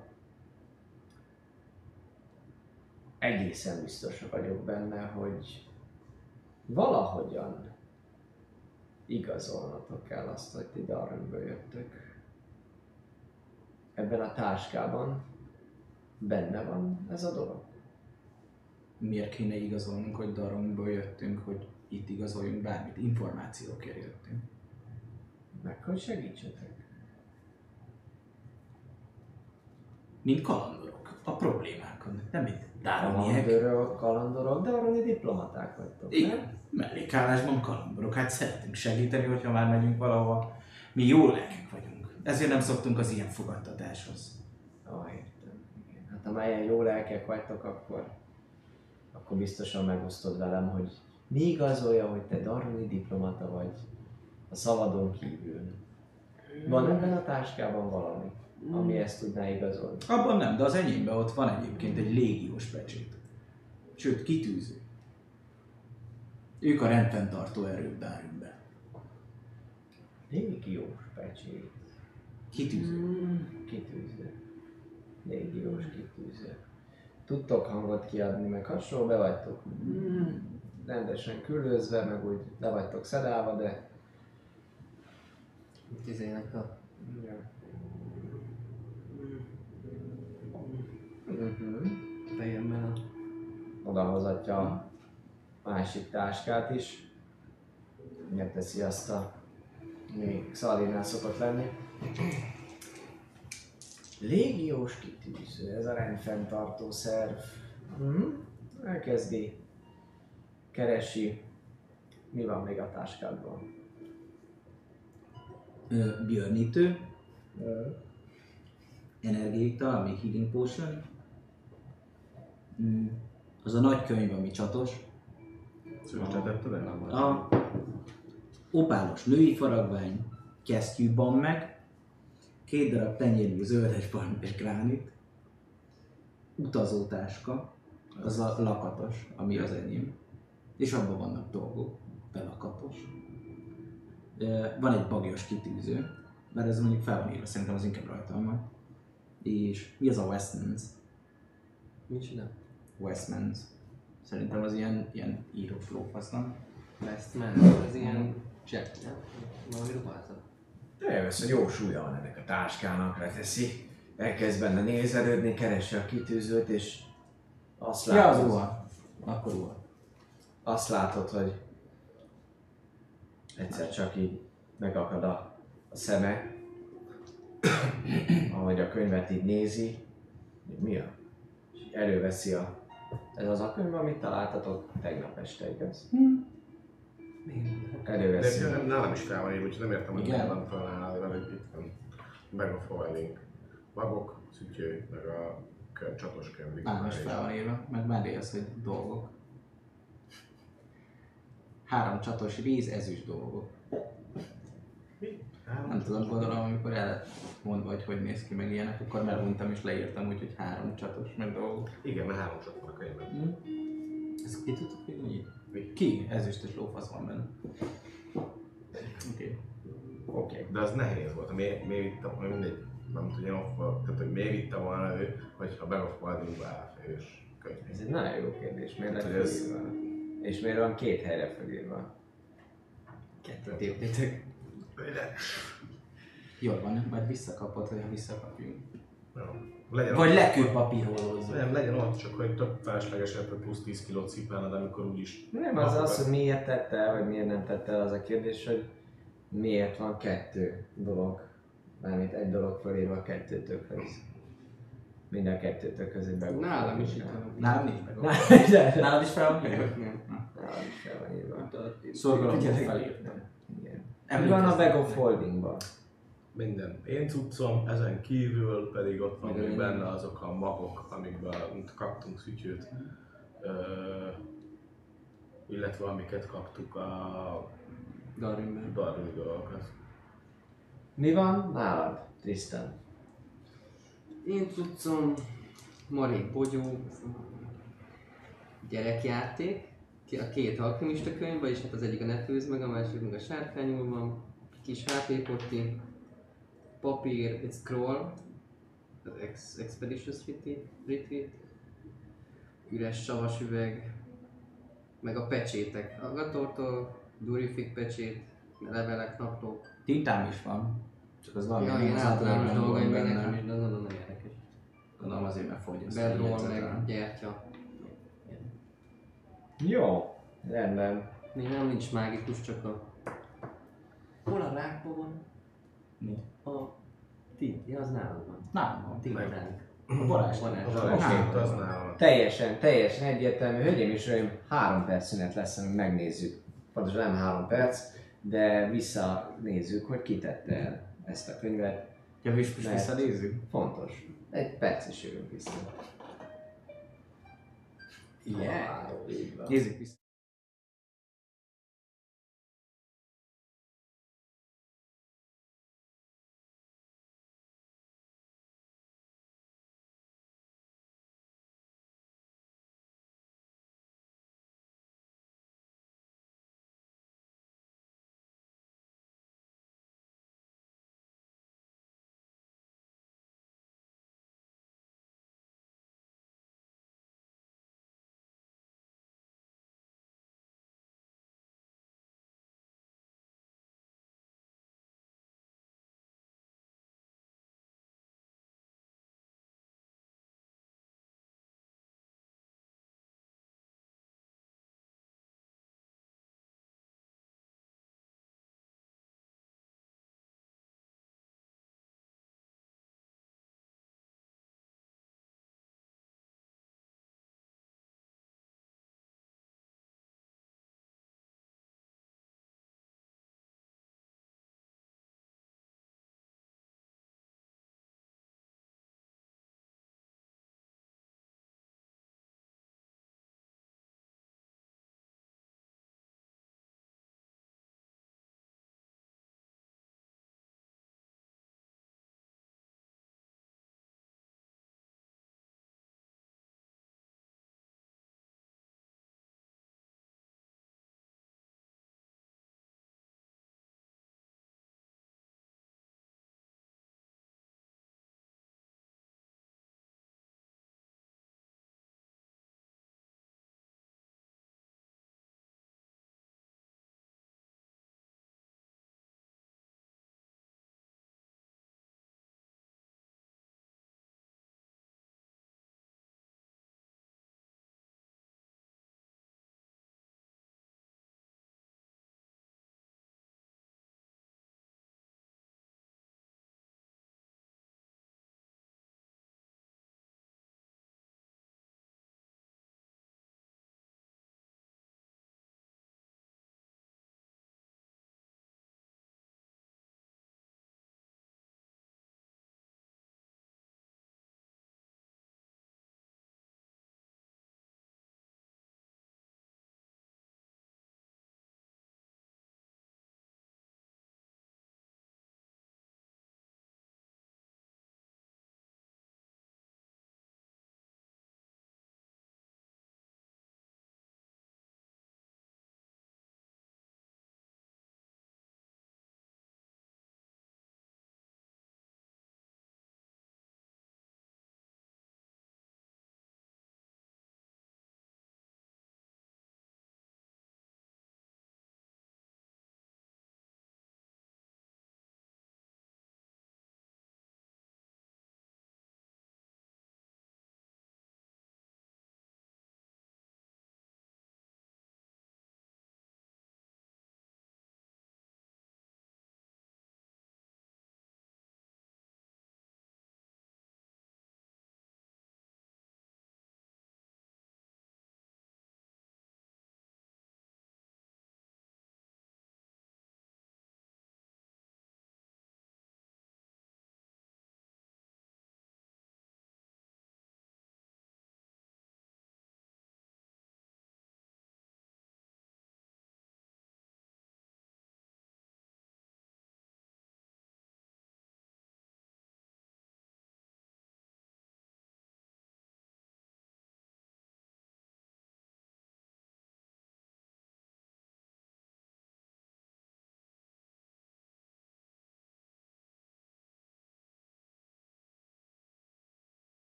Egészen biztos vagyok benne, hogy valahogyan igazolnatok kell azt, hogy ti Darrenből jöttök. Ebben a táskában benne van ez a dolog. Miért kéne igazolnunk, hogy Darrenből jöttünk, hogy itt igazoljunk bármit? Információkért jöttünk. Meg hogy segítsetek. Mint kalandorok. A problémákon. Nem mint dároniek. Kalandorok, kalandorok, de arra diplomaták vagytok, nem? Igen. Mellékállásban kalandorok. Hát szeretünk segíteni, hogyha már megyünk valahova. Mi jó lelkek vagyunk. Ezért nem szoktunk az ilyen fogadtatáshoz. Ah, értem. Igen. Hát ha már ilyen jó lelkek vagytok, akkor, akkor biztosan megosztod velem, hogy mi igazolja, hogy te darwini diplomata vagy a szavadon kívül. Van ebben a táskában valami, ami ezt tudná igazolni? Abban nem, de az enyémben ott van egyébként egy légiós pecsét. Sőt, kitűző. Ők a rendfenntartó erők Darrenben. Légiós pecsét. Kitűző. Kitűző. Légiós kitűző. Tudtok hangot kiadni, meg hasonló, be vagytok rendesen küldözve, meg úgy le vagytok szedálva, de... Tizének a... Ja. Uh-huh. fejemben a... Odahozatja a másik táskát is. Megteszi azt a... még Szalinál szokott lenni. Légiós kitűző, ez a rendfenntartó szerv. Uh-huh. Elkezdi. Keresi. Mi van még a táskádban? Ö, Björnítő. Uh. Energiaital, ami Healing Potion. Mm, az a nagy könyv, ami csatos. Szűrtetetted el? A opálos női faragvány, kesztyűban meg, két darab tenyérű zöldes barna és gránit, utazótáska, az a lakatos, ami az enyém, és abban vannak dolgok, belakatos. Van egy bagyos kitűző, mert ez mondjuk fel van írva, szerintem az inkább rajtam van. És mi az a Westmans? Mit csinál? Westmans. Szerintem az ilyen, ilyen írós lófasznak. Westman, az ilyen Jack, nem? Valami ruházat. Elvesz, hogy jó súlya van ennek a táskának, leteszi. Elkezd benne nézelődni, keresi a kitűzőt, és azt Ja, látod, az ruha. Akkor ruha. azt látod, hogy egyszer csak így megakad a, a szeme, ahogy a könyvet így nézi. Mi a? És így előveszi a... Ez az a könyv, amit találtatok tegnap este, igaz? Előveszi. De nálam is fel van írva, úgyhogy nem értem, hogy Igen. miért van felállni, mert itt van Bag of Holding. Magok, szütyő, meg a kö, csatos könyv. Nálam is fel van írva, meg mellé az, hogy dolgok. Három csatos víz, ezüst dolgok. Nem tudom, gondolom, amikor el lett mondva, hogy hogy néz ki, meg ilyenek, akkor megmondtam és leírtam úgy, hogy három csatos, meg dolgok. Igen, mert három csatos van a könyvben. Hm? Ezt ki tudtuk végül? Mi? Ki? Ezüstös lófasz van benne. Oké. Oké. De az nehéz volt, miért, miért vitte volna, mindegy, nem tudja, off, tehát hogy miért vitte volna ő, hogy a Bag of Holding elfejős könyv. Ez egy nagyon jó kérdés, miért lett Hát, hogy ez- felírva? És miért van két helyre felírva? Kettőt építek. De, Jól van, majd visszakapod, hogyha visszakapjunk. jó. Legyen Vagy ott, lekőpapírolózzuk. nem, legyen ott, csak hogy több feleslegesebb, hogy plusz tíz kilót cipelned, amikor úgyis... Nem az az, hogy miért tette el, vagy miért nem tette el, az a kérdés, hogy miért van kettő dolog. Mármint egy dolog felírva kettőtök lesz. Mind a kettőtök közé be. Nálam is itt van. Nálam nincs meg. Nálad is fel van írva? Nem. Nálam is fel van írva. Szorgalom felírtam. Igen. Mi van a Bag of Holdingban? Minden én cuccom, ezen kívül pedig ott van Meg még én. benne azok a magok, amikben kaptunk szütyőt. Ö, illetve amiket kaptuk a Darwinben. darwini dolgokat. Mi van nálad, Tristan? Én cuccom, marék bogyó, gyerekjáték, ki- a két alkimista könyv, vagyis hát az egyik a Ne főzd meg, a másik meg a Sárkányul van, kis há pé potti, papír, egy scroll, az Ex- Expeditious Retreat, Retreat, üres savas üveg, meg a pecsétek, a Gatortól, Durific pecsét, levelek, naplók. Tintám is van. Csak az valami Ja, ilyen általános nem dolgaim van még benne. nekem is, de az nagyon nem érdekes. Gondolom azért, mert fogyaszt. Bedroll meg gyertya. Jó, rendben. Még nem nincs mágikus, csak a... Hol a rákban van? Mi? A... Ti, ja, az nálad van. Nem, van. Ti vagy ránk. A Balázs. Van Az el. a Oké. két az nálam. Teljesen, teljesen egyértelmű. Hölgyeim és uraim, három perc szünet lesz, amíg megnézzük. Pontosan nem három perc, de visszanézzük, hogy kitette el ezt a könyvet. Ja, és most Mert- visszanézzük? Fontos. Egy perc is jövünk vissza. Yeah. Így van. Nézzük vissza.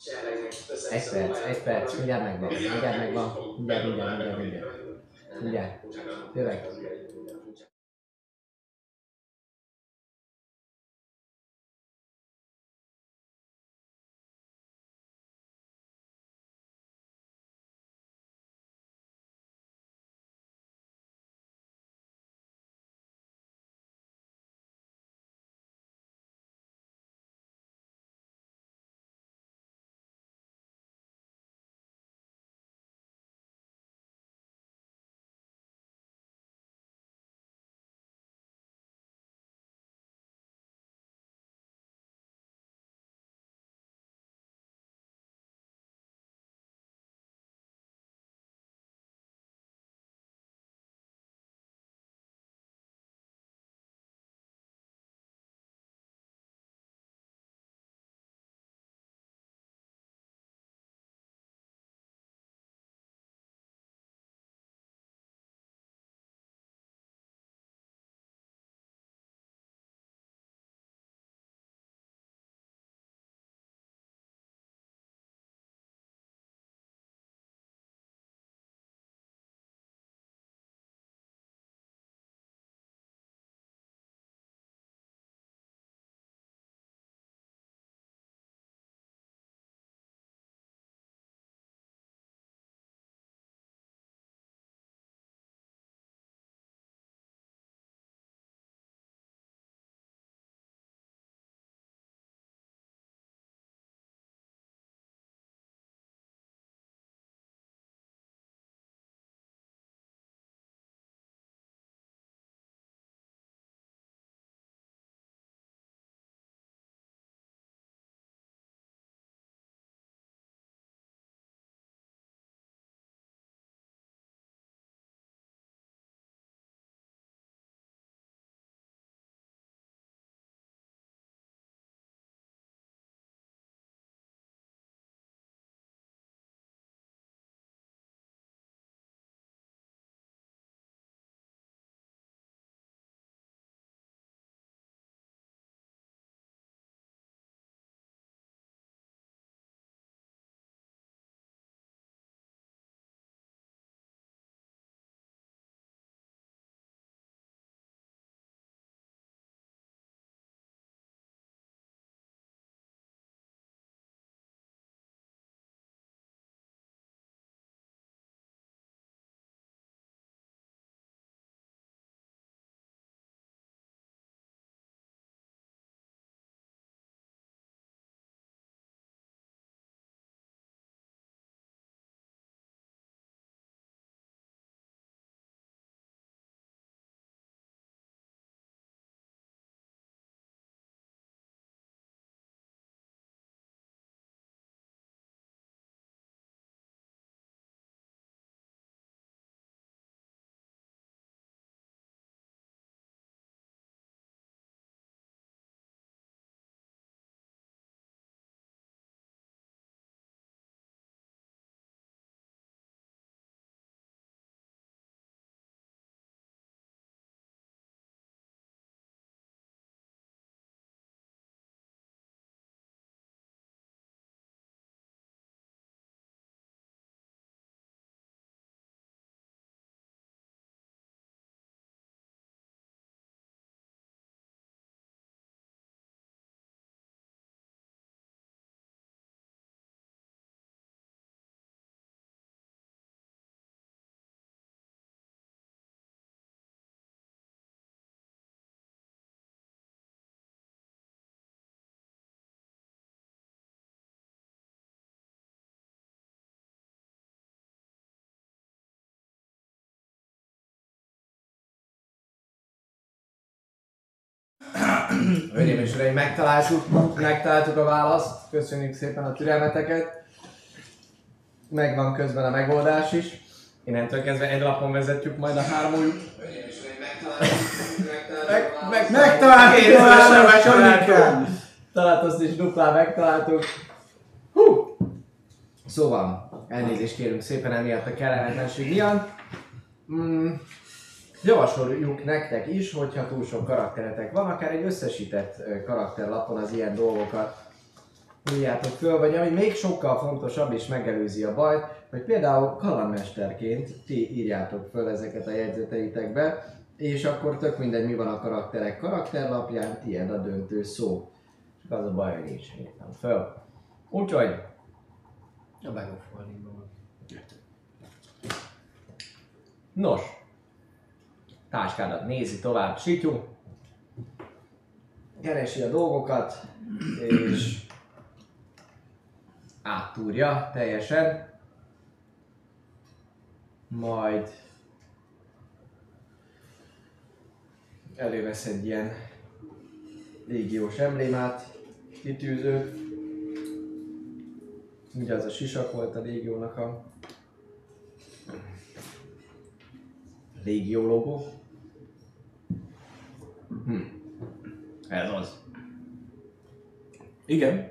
Egy perc, egy perc, mindjárt megvan, mindjárt megvan, mindjárt, mindjárt, mindjárt, mindjárt. Mindjárt. Tényleg. Hölgyeim és uraim, megtaláltuk, megtaláltuk a választ. Köszönjük szépen a türelmeteket. Megvan közben a megoldás is. Innentől kezdve egy lapon vezetjük majd a három új. Hölgyeim és uraim, megtaláltuk, megtaláltuk, megtaláltuk, Találtozt is duplán megtaláltuk. Hú! Szóval, elnézést kérünk szépen emiatt a kellemetlenség miatt. Mm. Javasoljuk nektek is, hogyha túl sok karakteretek van, akár egy összesített karakterlapon az ilyen dolgokat írjátok föl, vagy ami még sokkal fontosabb és megelőzi a bajt, hogy például kalandmesterként ti írjátok föl ezeket a jegyzeteitekbe, és akkor tök mindegy, mi van a karakterek karakterlapján, tiéd a döntő szó. Csak az a baj, hogy nincs írtam föl. Úgyhogy... A Bag of Holdingban van. Nos. Táskádat nézi tovább Sityu. Keresi a dolgokat, és áttúrja teljesen. Majd elővesz egy ilyen légiós emblémát, kitűzőt. Ugye az a sisak volt a légiónak a légió logó. Hm. Ez az. Igen.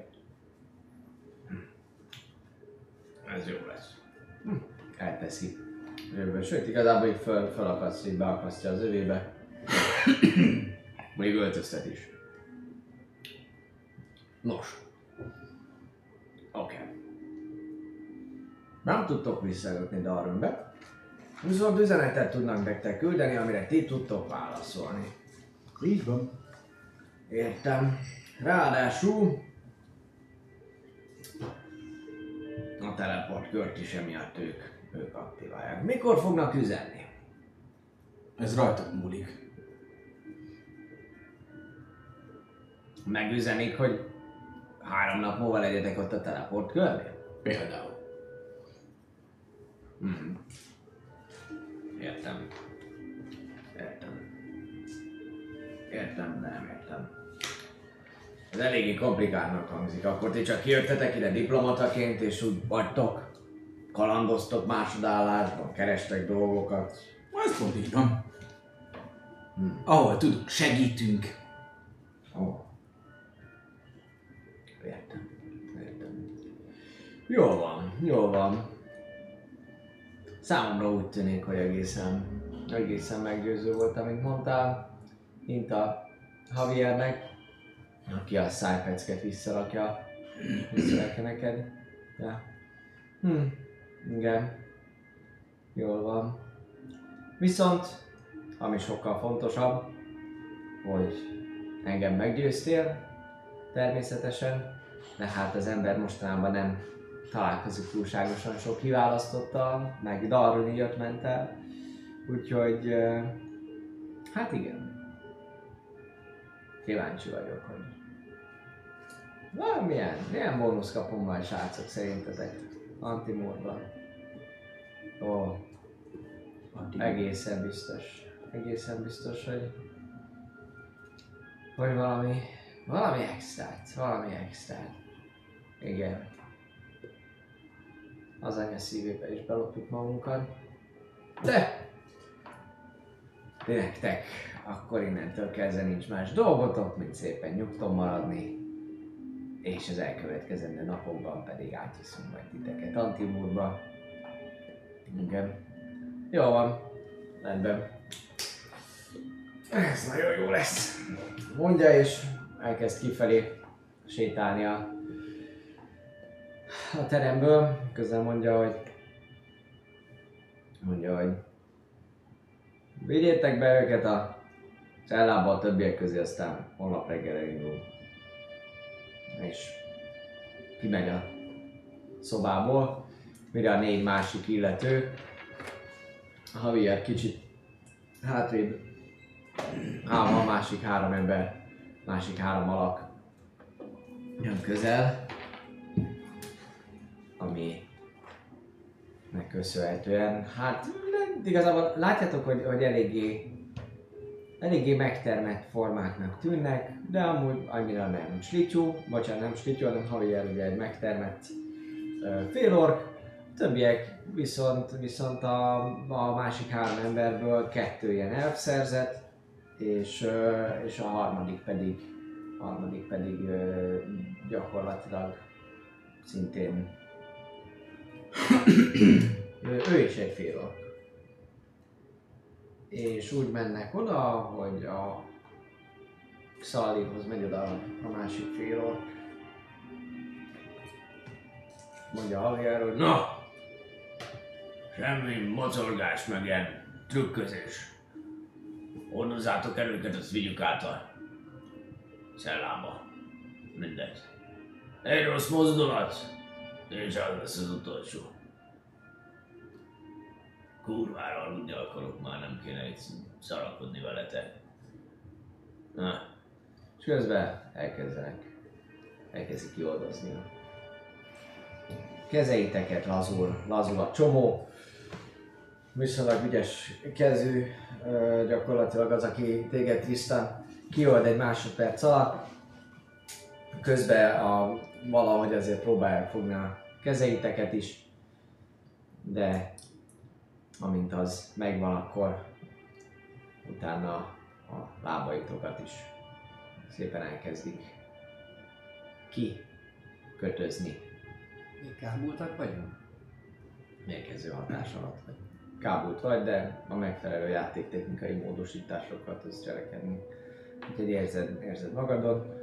Ez jó lesz. Hm. Elteszi. Zsebbe. Sőt, igazából így föl, felakasztja, így beakasztja az övébe. Még öltöztet is. Nos. Oké. Okay. Nem tudtok visszajutni Darwinbe. Viszont üzenetet tudnak nektek küldeni, amire ti tudtok válaszolni. Így van. Értem. Ráadásul a teleport kört is emiatt ők, ők aktiválják. Mikor fognak üzenni? Ez rajtuk múlik. Megüzenik, hogy három nap múlva legyetek ott a teleport körnél? Például. Mm. Értem. Értem. Értem, de nem értem. Ez eléggé komplikáltnak hangzik. Akkor ti csak kijöttetek ide diplomataként és úgy vagytok? Kalandoztok másodállásban, kerestek dolgokat? Ez pont így van. Hm. Ahol tudunk, segítünk. Ó. Értem. Értem. Jól van, jól van. Számomra úgy tűnik, hogy egészen, egészen meggyőző volt, amit mondtál, mint a Javiernek, aki a szájpecket visszarakja, visszarakja neked. Ja. Hm, igen. Jól van. Viszont, ami sokkal fontosabb, hogy engem meggyőztél, természetesen, de hát az ember mostanában nem találkozik túlságosan sok kiválasztottal, meg Darwin jött ment el, úgyhogy hát igen. Kíváncsi vagyok, hogy na, milyen, milyen bónusz kapom majd srácok szerintetek Antimorban. Ó, egészen biztos, egészen biztos, hogy hogy valami, valami extrát, valami extrát. Igen. Az anya szívébe is belopjuk magunkat. De! Ti nektek, akkor innentől kezdve nincs más dolgotok, mint szépen nyugton maradni. És az elkövetkezendő napokban pedig átviszünk majd titeket Antimurba. Igen. Jó van. Rendben. Ez nagyon jó lesz. Mondja és elkezd kifelé sétálni a a teremből, közben mondja, hogy mondja, hogy vigyétek be őket a cellába a többiek közé, aztán holnap reggel elindul. És kimegy a szobából, mire a négy másik illető, a Javier kicsit hátrébb, ám a másik három ember, másik három alak jön közel, ami megköszönhetően, hát igazából látjátok, hogy, hogy eléggé, eléggé megtermett formáknak tűnnek, de amúgy annyira nem. Slityu, bocsánat, nem Slityu, hanem Javier ugye egy megtermett uh, félork, többiek viszont, viszont a, a másik három emberből kettő ilyen elf szerzett, és, uh, és a harmadik pedig, harmadik pedig uh, gyakorlatilag szintén ő, ő is egy félork. És úgy mennek oda, hogy a Xallihoz megy oda a másik félork, mondja Javier, hogy Na! Semmi mocorgás, meg ilyen trükközés. Hordozzátok el őket, azt vigyük át a cellába. Mindegy. Egy rossz mozdulat, és az lesz az utolsó. Kurvára aludni akarok, már nem kéne itt szarakodni veletek. Na. és közben elkezdenek, elkezdik kioldozni a kezeiteket, lazul, lazul a csomó. Viszonylag ügyes kezű, ö, gyakorlatilag az, aki téged Tristan kiold egy másodperc alatt. Közben a, valahogy azért próbálják fogni a kezeiteket is, de amint az megvan, akkor utána a lábaitokat is szépen elkezdik kikötözni. Mi kábultak vagyunk? Mérkező hatás alatt vagy. Kábult vagy, de a megfelelő játéktechnikai módosításokkal tudsz cselekedni. Úgyhogy érzed, érzed magadon.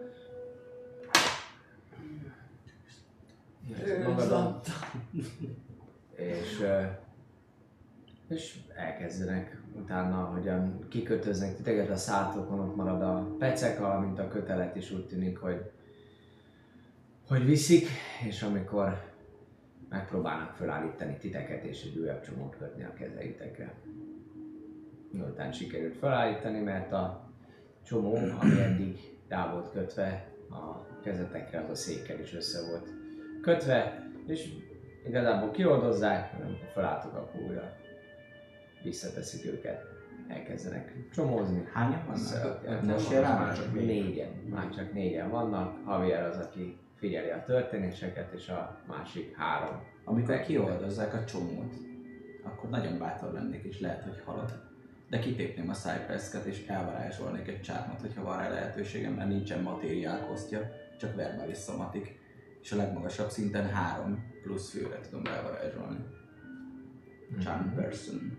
Érzed magadon. És, ö, és elkezdenek utána, hogyan kikötöznek titeket a szátokon, ott marad a pecek, valamint a kötelet is úgy tűnik, hogy, hogy viszik, és amikor megpróbálnak felállítani titeket és egy újabb csomót kötni a kezeitekre. Miután sikerült felállítani, mert a csomó, ami eddig rá volt kötve a kezetekre, az a székkel is össze volt kötve, és igazából kioldozzák, hanem felálltok, akkor újra visszateszik őket, elkezdenek csomózni. Hányan vannak? Vissza- Most jelen már már csak csak négyen, már csak négyen vannak. Javier az, aki figyeli a történéseket, és a másik három. Amikor kioldozzák a csomót, akkor nagyon bátor lennék, és lehet, hogy halok. De kitépném a Cypress-ket, és elvarázsolnék egy csármot, hogyha van rá lehetőségem, mert nincsen materiálkosztja, csak verbális szomatik. És a legmagasabb szinten három plusz főre tudom elvarázsolni. Charm person.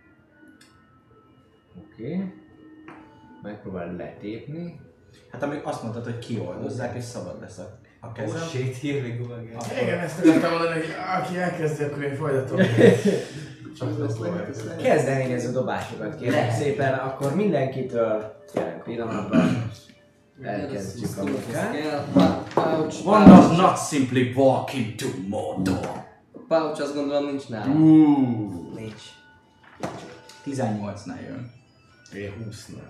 Oké. Okay. Megpróbál letépni. Hát amíg azt mondtad, hogy kioldozzák, és szabad lesz a, a kezem. Oh shit, here we go again. Igen, ezt akartam mondani, hogy aki elkezdi, akkor én folytatom. Csak lesz lehet. Kezdeni ez a dobásokat, kérlek szépen, akkor mindenkitől jelen pillanatban elkezdjük a munkát. Pouch, One does not simply walk into Mordor. Pouch azt gondolom nincs nálam. Uh, Nincs. tizennyolcnál jön. Én húsznál.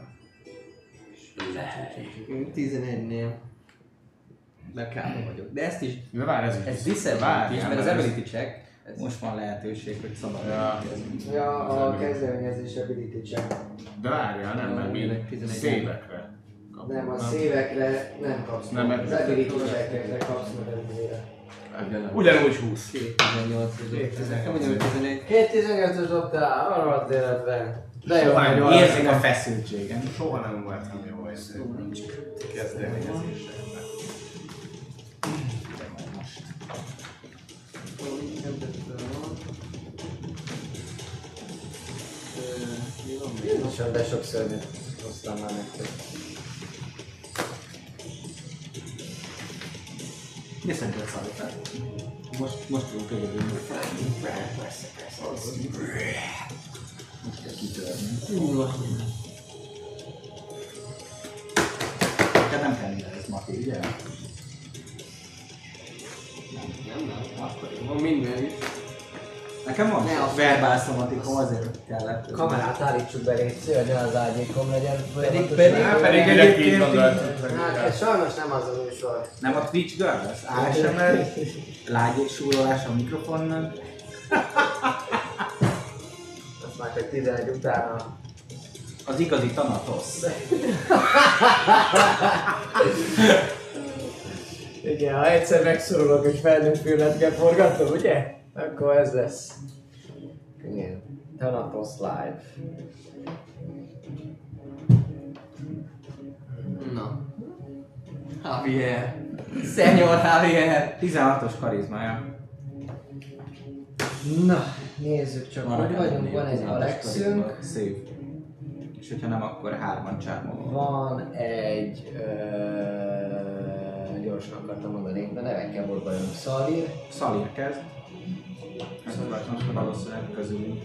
Én tizenegynél. De kárba vagyok. De ezt is, De várj, ez is. ez disadvantage, mert az ability check. Ez Most van lehetőség, hogy szabad Ja. kezdeni. Ja, a kezdeményezés ability check. De várjál, nem, mert mi tizenegy. szévekre. kapunk, Nem, a szévekre nem kapsz. Nem, meg. mert- Az ability checkekre kapsz meg előzőre. Ugyanúgy húsz. két tizennyolc, nekem ugyanúgy tizenegy. Két tizennyolcos dobtál, arra életben. De jó, Szóval nagyon Érzik a feszültségen. Soha nem voltam jó ez. Kezdeményezésekben. Jézusom, de sok szörnyet hoztam már nektek. Mi szerintem szállítál? Most, most tudunk egyedül. Most kell kitörni. Neked nem kell minden, ez Mati, ugye? Nem, nem, akkor jó, van minden is. Nekem van Ne, a verbál szomatikom, azért kellett. Kamerát állítsuk be, légy szépen, hogy ne az ágyékom legyen. Pedig- folyamatosan. pedig- Hát pedig egyébként Hát ez sajnos nem az a műsor. Nem a Twitch Girl, az á es em er, lágy súrolás a mikrofonnal. Azt már csak tizenegy utána. Az igazi Thanatos. Igen, ha egyszer megszorulok és felnőtt filmet kell forgatnom, ugye? Akkor ez lesz. Igen. Thanatos Live. Na. Javier. Senior Javier. tizenhatos karizmája. Na, nézzük csak, hogy vagyunk. Van egy Alexünk. Szép. És hogyha nem, akkor hárman csármolva. Van egy... Ö, gyorsan akartam mondani, de nevekkel volt bajom. Szalír. Szalír kezd. Szóval valószínűleg közülünk.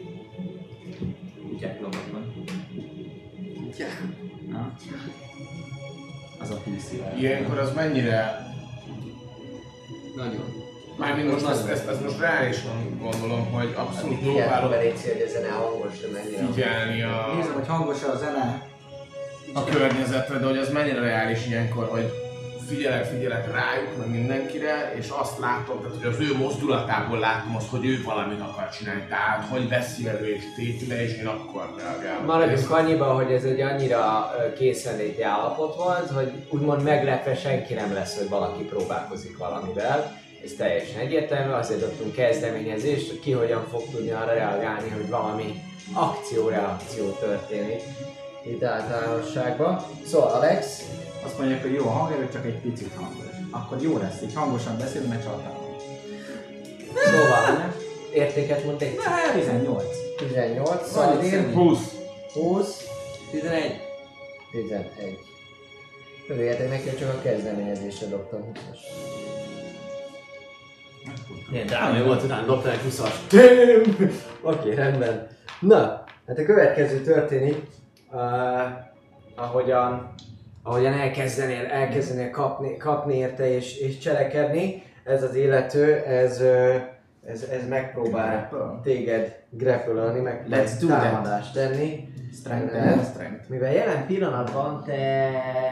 Ugye, lovakban. Ugye? Na. Az a pé cé-vel. Ilyenkor az mennyire... Nagyon. Mármint most ezt, ezt, ezt most reálisan gondolom, hogy abszolút Figyeltem próbálok be légy hogy a zene hangos, de mennyire. figyelni a, Nézem, hogy hangos a zene. a környezetre, de hogy az mennyire reális ilyenkor, hogy figyelek, figyelek rájuk, meg mindenkire, és azt látom, tehát, hogy az ő mozdulatából látom azt, hogy ő valamit akar csinálni, tehát hogy veszi elő és tépi le, és én akkor reagálok. Maradjunk annyiban, hogy ez egy annyira ö, készenléti állapot volt, hogy úgymond meglepve senki nem lesz, hogy valaki próbálkozik valamivel. Ez teljesen egyértelmű, azért adtunk kezdeményezést, hogy ki hogyan fog tudni arra reagálni, hogy valami akció-reakció történik itt általánosságban. Szóval Alex, Azt mondják, hogy jó a hangerő, csak egy picit hangos. Akkor jó lesz, így hangosan beszélni, mert csaltam. szóval értéket mond egy tizennyolc. tizennyolc, Szalír, húsz. húsz, tizenegy. tizenegy. Örüljetek neki, hogy csak a kezdeményezésre dobtam húszas. Milyen dráma volt, utána dobtam egy húszas. Oké, rendben. Na, hát a következő történik, uh, ahogyan, ahogyan elkezdenél, elkezdenél kapni, kapni érte és, és cselekedni, ez az illető, ez, uh, ez, ez megpróbál téged grapple-ölni, megpróbál Let's do that. támadást tenni. Strength, Nem. strength. Mivel jelen pillanatban te...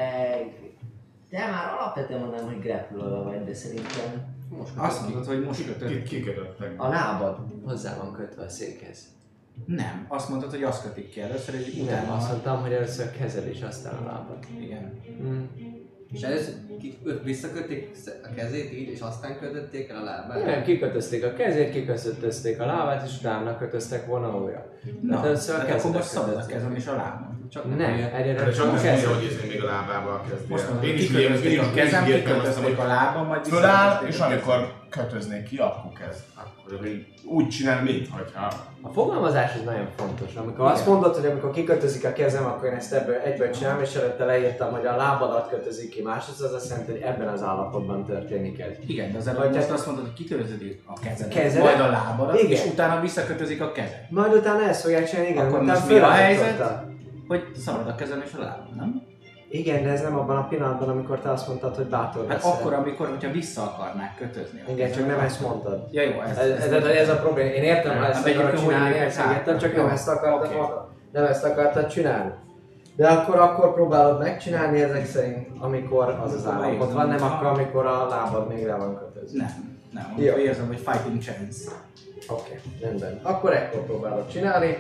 te már alapvetően mondanám, hogy grapple-ölve vagy, de szerintem Most Azt mondod, hogy most Ki- kötött. Kikötöttek. a lábad hozzá van kötve a székhez. Nem, azt mondtad, hogy azt kötik ki először, és Nem, utána... azt mondtam, hogy először a kezed és aztán a lábad. Igen. Mm. És először ki- ők visszakötik a kezét így, és aztán kötötték el a lábát. Nem, kikötözték a kezét, kikötözték a lábát, és utána kötöztek volna újra. Na, Tehát először a de akkor kezedet most szabad a kötözték. kezem és a lábam. Csak Nem, ugye- egyre De csak csak a azt kezed. mondja, hogy ez még a lábával kezdi. Most el. mondom, Én is kikötözték én a is kezem, értelmeztem, kikötözték hogy a lábam, majd föláll, visszakötözték és a amikor kezem. kötöznék ki, akkor kezd. Akkor úgy csinál, minthogyha. A fogalmazás ez nagyon fontos. Amikor azt mondod, hogy amikor kikötözik a kezem, akkor én ezt ebből egyből csinálom, és előtte leírtam, hogy a lábadat kötözik ki másodszor, az azt jelenti, hogy ebben az állapotban történik ez. Igen, de az előbb Vagy most te- azt mondod, hogy kikötöződik a kezedet, Kezedet? majd a lábadat, Igen. és utána visszakötözik a kezed. Majd utána ezt fogják csinálni, igen, Akkor utána most mi a fölállította. helyzet? Hogy szabad a kezem és a lábam, nem? Igen, de ez nem abban a pillanatban, amikor te azt mondtad, hogy bátor Hát leszel. akkor, amikor, hogyha vissza akarnák kötözni. a Igen, csak kezemet, nem ezt akkor- mondtad. Ja jó, ez, Ez, ez, ez, ez a probléma. Én értem, ha Hát ezt egyébként akarod hogy csinálni, lépek ezt át? értem, csak Jó. nem ezt akartad, Oké. nem ezt akartad csinálni. De akkor, akkor próbálod megcsinálni ezek szerint, amikor az az Amikor állapot érzem, van, nem hogy- akkor, amikor a lábad még le van kötözve. Nem, nem, Jó. amikor érzem, hogy fighting chance. Oké, okay, rendben. Akkor ekkor próbálod csinálni.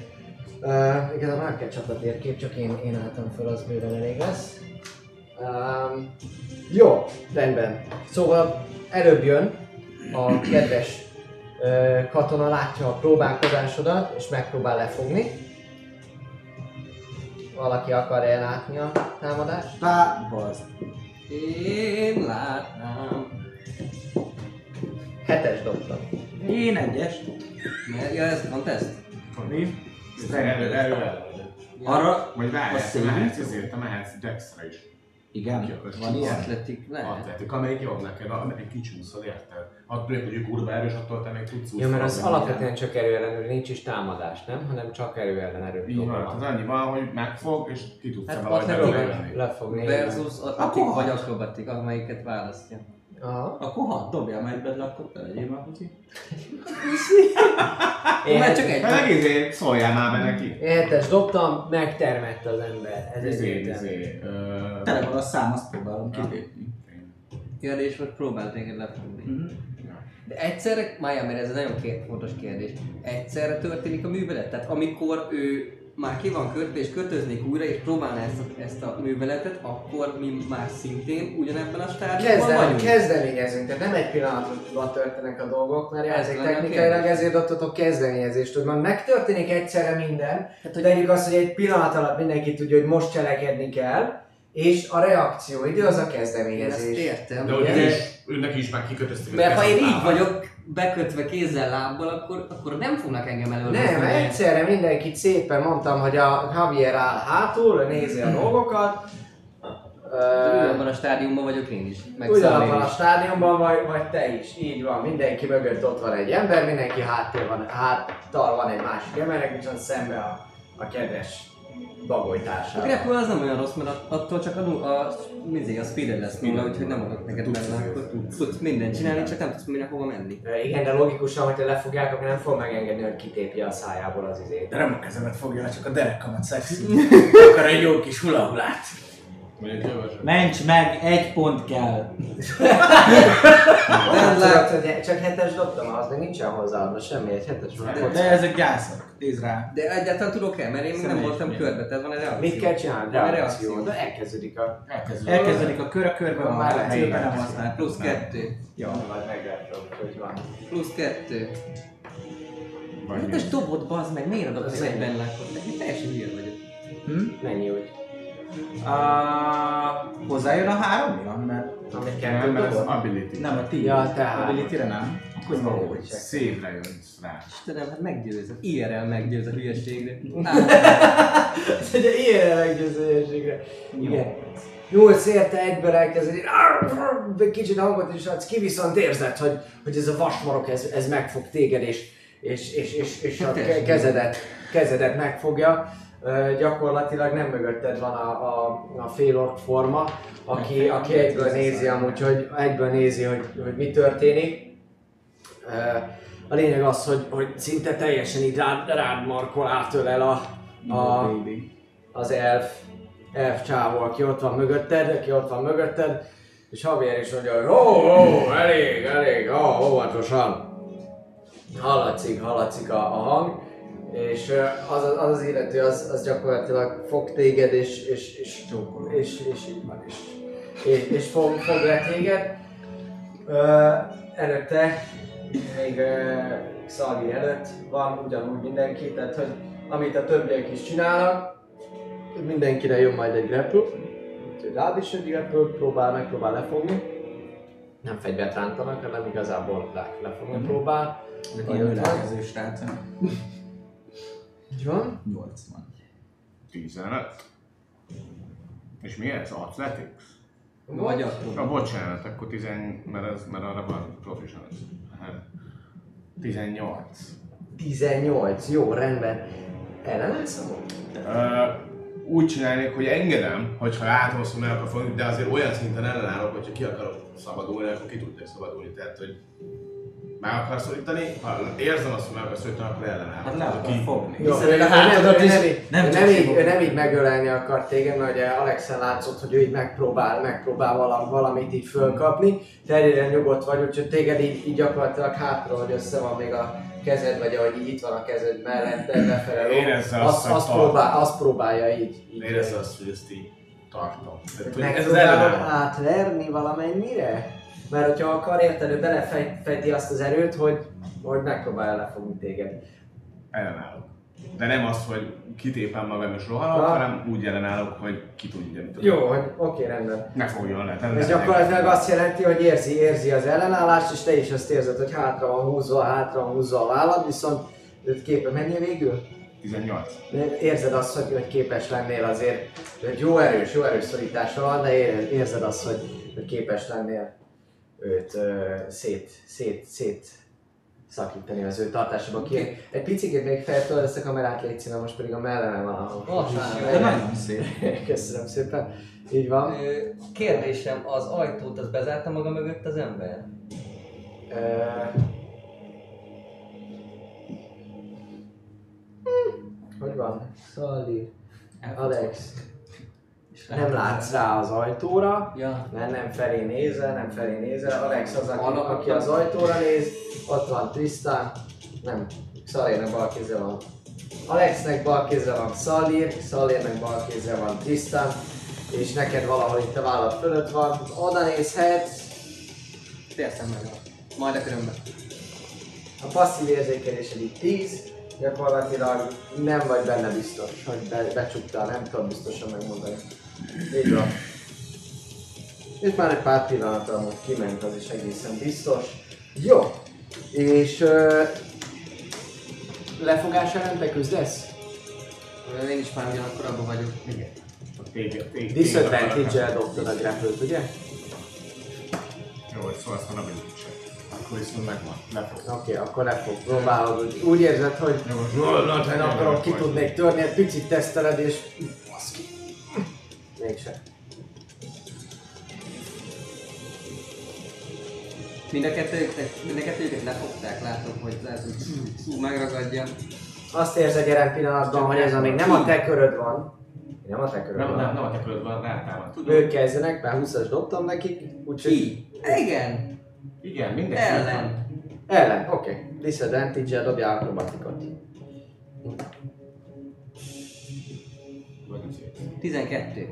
Uh, igazából nem kell csapatérkép, csak én, én álltam fel, az bőven elég lesz. Um, jó, rendben. Szóval előbb jön a kedves uh, katona, látja a próbálkozásodat, és megpróbál lefogni. Valaki akar ellátni a támadást? Tá, bazd. Én látnám. Hetes dobtam. Én egyes. Mert, ja, ez mondta ezt? Mi? Erő, erő, erő. Arra Vagy várjál, Azt te szívjuk. mehetsz, ezért te mehetsz Dexre is. Igen, van ilyen. atletik lehet. Atletik, amelyik jobb neked, amelyik kicsúszod, érted? Attól, hogy ő kurva erős, attól te még tudsz úszni. Jó, mert az valami. alapvetően csak erő ellenőr, nincs is támadás, nem? Hanem csak erő ellen erő Így van, próbál. az annyi van, hogy megfog, és ki tudsz Hát valahogy ott erőben belőni. lefogni. Versus atletik Akkor vagy hat. akrobatik, amelyiket választja. Aha. Akkor hat, dobjál már egyben, akkor te legyél már húzi. Én Mert csak egy. Hát meg izé, szóljál már be neki. Hetes dobtam, megtermett az ember. Ez Izé, egyértelmű. izé, ö, Tele van a szám, azt próbálom kilépni. Kérdés, vagy próbál téged lefogni. Mhm. De egyszerre, Mája, mert ez egy nagyon kér, fontos kérdés, egyszerre történik a művelet? Tehát amikor ő már ki van kötve és kötöznék újra és próbálná ezt a, ezt a műveletet, akkor mi már szintén ugyanebben a stádiumban Kezdem, vagyunk? kezdeményezünk, tehát nem egy pillanatban történnek a dolgok, mert Ez játék lenne a technikailag kérdés. ezért adtatok kezdeményezést, hogy már megtörténik egyszerre minden, Hát, de egyik az, hogy egy pillanat alatt mindenki tudja, hogy most cselekedni kell, és a reakcióidő az a Én ezt kezdeményezés. értem, de hogy de- ő is, őnek is már kikötözték. a mert ha én kezét így lábával. vagyok bekötve kézzel lábbal, akkor, akkor nem fognak engem elölni. Nem, egyszerre mindenkit szépen mondtam, hogy a Javier áll hátul, nézi a dolgokat, Ugyanabban a stádiumban vagyok én is. Meg Ugyanabban a is. stádiumban vagy, vagy te is, így van. Mindenki mögött ott van egy ember, mindenki háttér van, háttal van egy másik embernek, viszont szembe a, a kedves A bagolytársával. grapple az nem olyan rossz, mert attól csak a, a, a, a speeded lesz nulla, úgyhogy nem adok neked benne. Akkor tudsz, tudsz mindent csinálni, csak nem tudsz mindenhova menni. Igen, de logikusan, hogyha lefogják, akkor nem fog megengedni, hogy kitépje a szájából az izét. De nem a kezemet fogja, csak a derekamat szexi. Akar egy jó kis hula-hulát. Ments meg, egy pont kell. Nem lát, hogy csak hetes dobtam, az még nincsen hozzáadva semmi, egy hetes van. De ezek gyászok, nézd rá. De egyáltalán tudok el, mert én még nem voltam körbe, tehát van egy reakció. Mit kell csinálni? Van egy Reakció. reakció. De elkezdődik a... Elkezdődik a kör, a körbe van már a helyében, nem Helyben. használt. Plusz kettő. Jó. Vagy meglátom, hogy van. Plusz kettő. Hát és dobod, bazd meg, miért adok az egyben látkod? Én teljesen hülye vagyok. Hm? Mennyi úgy? Uh, hozzájön a három? Ja, mert Amit Nem, kettőt mert ez dobod? ability. nem a ti. Ja, tehát. Ability-re nem. Akkor Ez valahogy. valahogy. Szépre jössz rá. Istenem, hát meggyőzöm. i er el meggyőz a hülyeségre. Ez egy ilyen meggyőzőségre. Igen. Nyolc érte egyből elkezdeni, kicsit hangot is adsz ki, viszont érzed, hogy, hogy ez a vasmarok, ez, ez megfog téged, és, és, és, és, és a ke- kezedet, kezedet megfogja. Uh, gyakorlatilag nem mögötted van a, a, a félork forma, aki, aki egyből nézi amúgy, hogy egyből nézi, hogy, hogy mi történik. Uh, a lényeg az, hogy, hogy szinte teljesen így rád, rád markol, átölel a, a, az elf, elf csávó, aki ott van mögötted, aki ott van mögötted, és Javier is mondja, hogy ó, ó, elég, elég, ó, óvatosan. Hallatszik, hallatszik a, a hang, és az az, az illető az, az gyakorlatilag fog téged, és, és, és, és, és így van, és, és, és fog, fog le téged. Ö, előtte, még Szalvi előtt van ugyanúgy mindenki, tehát hogy amit a többiek is csinálnak, mindenkire jön majd egy grapple, úgyhogy rád is egy grapple, próbál, megpróbál lefogni. Nem fegyvert rántanak, hanem igazából le, lefogni mm-hmm. próbál. De ilyen ölelkező srácok. Így van? nyolcvan. tizenöt. És mi ez? Athletics? Vagy akkor. Ah, bocsánat, akkor tíz, mert, ez, mert arra van proficiency. tizennyolc. tizennyolc, jó, rendben. Ellenállsz amúgy? Uh, úgy csinálnék, hogy engedem, hogyha látom azt, hogy meg akar fogni, de azért olyan szinten ellenállok, hogyha ki akarok szabadulni, akkor ki tudnék szabadulni. Tehát, hogy meg akar szorítani, ha érzem azt, hogy meg akar szorítani, akkor ellenállok. Hát le akar Ki- fogni. Jó, Hiszen ő a nem, hátadat nem, is- nem, így- nem ő csak nem, így, simogatni. ő nem így megölelni akart téged, mert ugye Alexen látszott, hogy ő így megpróbál, megpróbál valam, valamit így fölkapni. Te egyre nyugodt vagy, úgyhogy téged így, így gyakorlatilag hátra, hogy össze van még a kezed, vagy ahogy így itt van a kezed mellette, lefele ló. Érezze azt, azt, hogy azt, tart. próbál, azt próbálja így. így Érezze azt, hogy ezt így tartom. Tehát, hogy ez megpróbálod ellenáll. átverni valamennyire? Mert hogyha akar, érted, ő belefejti azt az erőt, hogy, hogy megpróbálja lefogni téged. Ellenállok. De nem az, hogy kitépem magam és rohanok, Ha. hanem úgy ellenállok, hogy ki tudja, mit tudom. Jó, hogy oké, rendben. Ne fogjon le. Ez gyakorlatilag azt jelenti, hogy érzi, érzi az ellenállást, és te is azt érzed, hogy hátra van húzva, hátra van húzva a vállad, viszont őt képe mennyi végül? tizennyolc. Érzed azt, hogy, hogy képes lennél azért, hogy jó erős, jó erős szorítása van, de ér- érzed azt, hogy, hogy képes lennél őt ö, szét, szét, szét szakítani az ő tartásába. Ki. Egy picit még feltölöd ezt a kamerát, légy színe, most pedig a melleme van a... Oh, De nagyon szép. Köszönöm szépen. Így van. Ö, Kérdésem, az ajtót az bezárta maga mögött az ember? Ö, Hogy van? Szaldi, Alex, nem látsz rá az ajtóra, Ja. mert nem felé nézel, nem felé nézel. Alex az, aki, Alapvetően- aki az ajtóra néz, ott van Tristan, nem, Szalérnek bal kézre van. Alexnek bal kézre van Szalír, Szalérnek bal kézre van Tristan, és neked valahol itt a vállad fölött van. Oda nézhetsz, Térszem meg. Majd a körömbe. a passzív érzékelésed itt tíz, gyakorlatilag nem vagy benne biztos, hogy be, becsukta, nem tudod biztosan megmondani. Így van. És már egy pár pillanatra amúgy kiment, az is egészen biztos. Jó, és uh, lefogás ellen te küzdesz? Én is már ugyanakkor abban vagyok. Igen. téged, téged. Disadvantage-el dobtad a grapple-t, ugye? Jó, hogy szóval azt a ability-t. Akkor viszont megvan, lefog. Oké, okay, akkor le fog próbálod, hogy úgy érzed, hogy nem akarom, ki tudnék törni, egy picit teszteled és baszki. Mégse. Mind a kettőjüket, mind a kettőjüket lefogták, látom, hogy lehet, hogy szú, megragadja. Azt érzed jelen pillanatban, hogy ez amíg nem a te köröd van. Nem a te köröd Nem, van. nem, nem a te köröd van, rátámad. Ők kezdenek, mert húszas dobtam nekik, úgyhogy... Ki? Igen! Igen, mindenki. Ellen! Ellen, oké. Okay. Disadvantage-el dobjál akrobatikot. tizenkettő.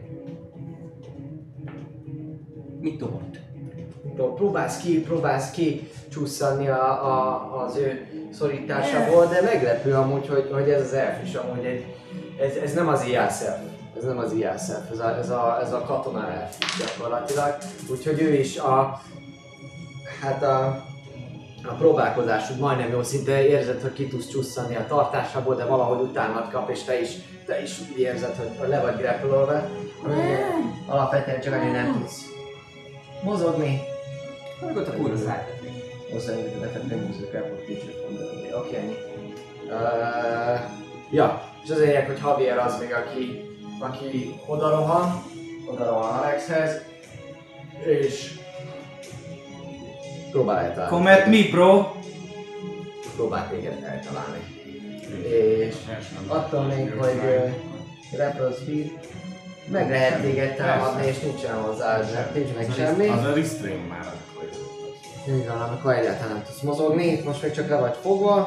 Mit dobott? Próbálsz ki, próbálsz ki csusszanni a, a, az ő szorításából, de meglepő amúgy, hogy, hogy ez az elf is amúgy egy... Ez, ez nem az ijász-elf. Ez nem az ijász-elf, ez a, ez a, ez a katona elf gyakorlatilag. Úgyhogy ő is a... Hát a... A próbálkozásod majdnem jó, szinte érzed, hogy ki tudsz csusszanni a tartásából, de valahogy utánad kap, és te is, te is úgy érzed, hogy le vagy grapplolva. Alapvetően csak annyi nem tudsz mozogni. Meg ott a kurva szájt. Szerintem letettem múzik grapple creature from the... Oké, ennyi. Uh, ja, és az lényeg, hogy Javier az még, aki, aki oda rohan, oda rohan Alexhez, és próbál eltalálni. Comet mi, bro? Próbál téged eltalálni. És attól még, hogy uh, grapple speed, meg lehet téged támadni, és nincsen hozzá advantage, meg semmi. Az a restrain már, amikor ez. Így van, amikor egyáltalán nem tudsz mozogni, itt most még csak le vagy fogva.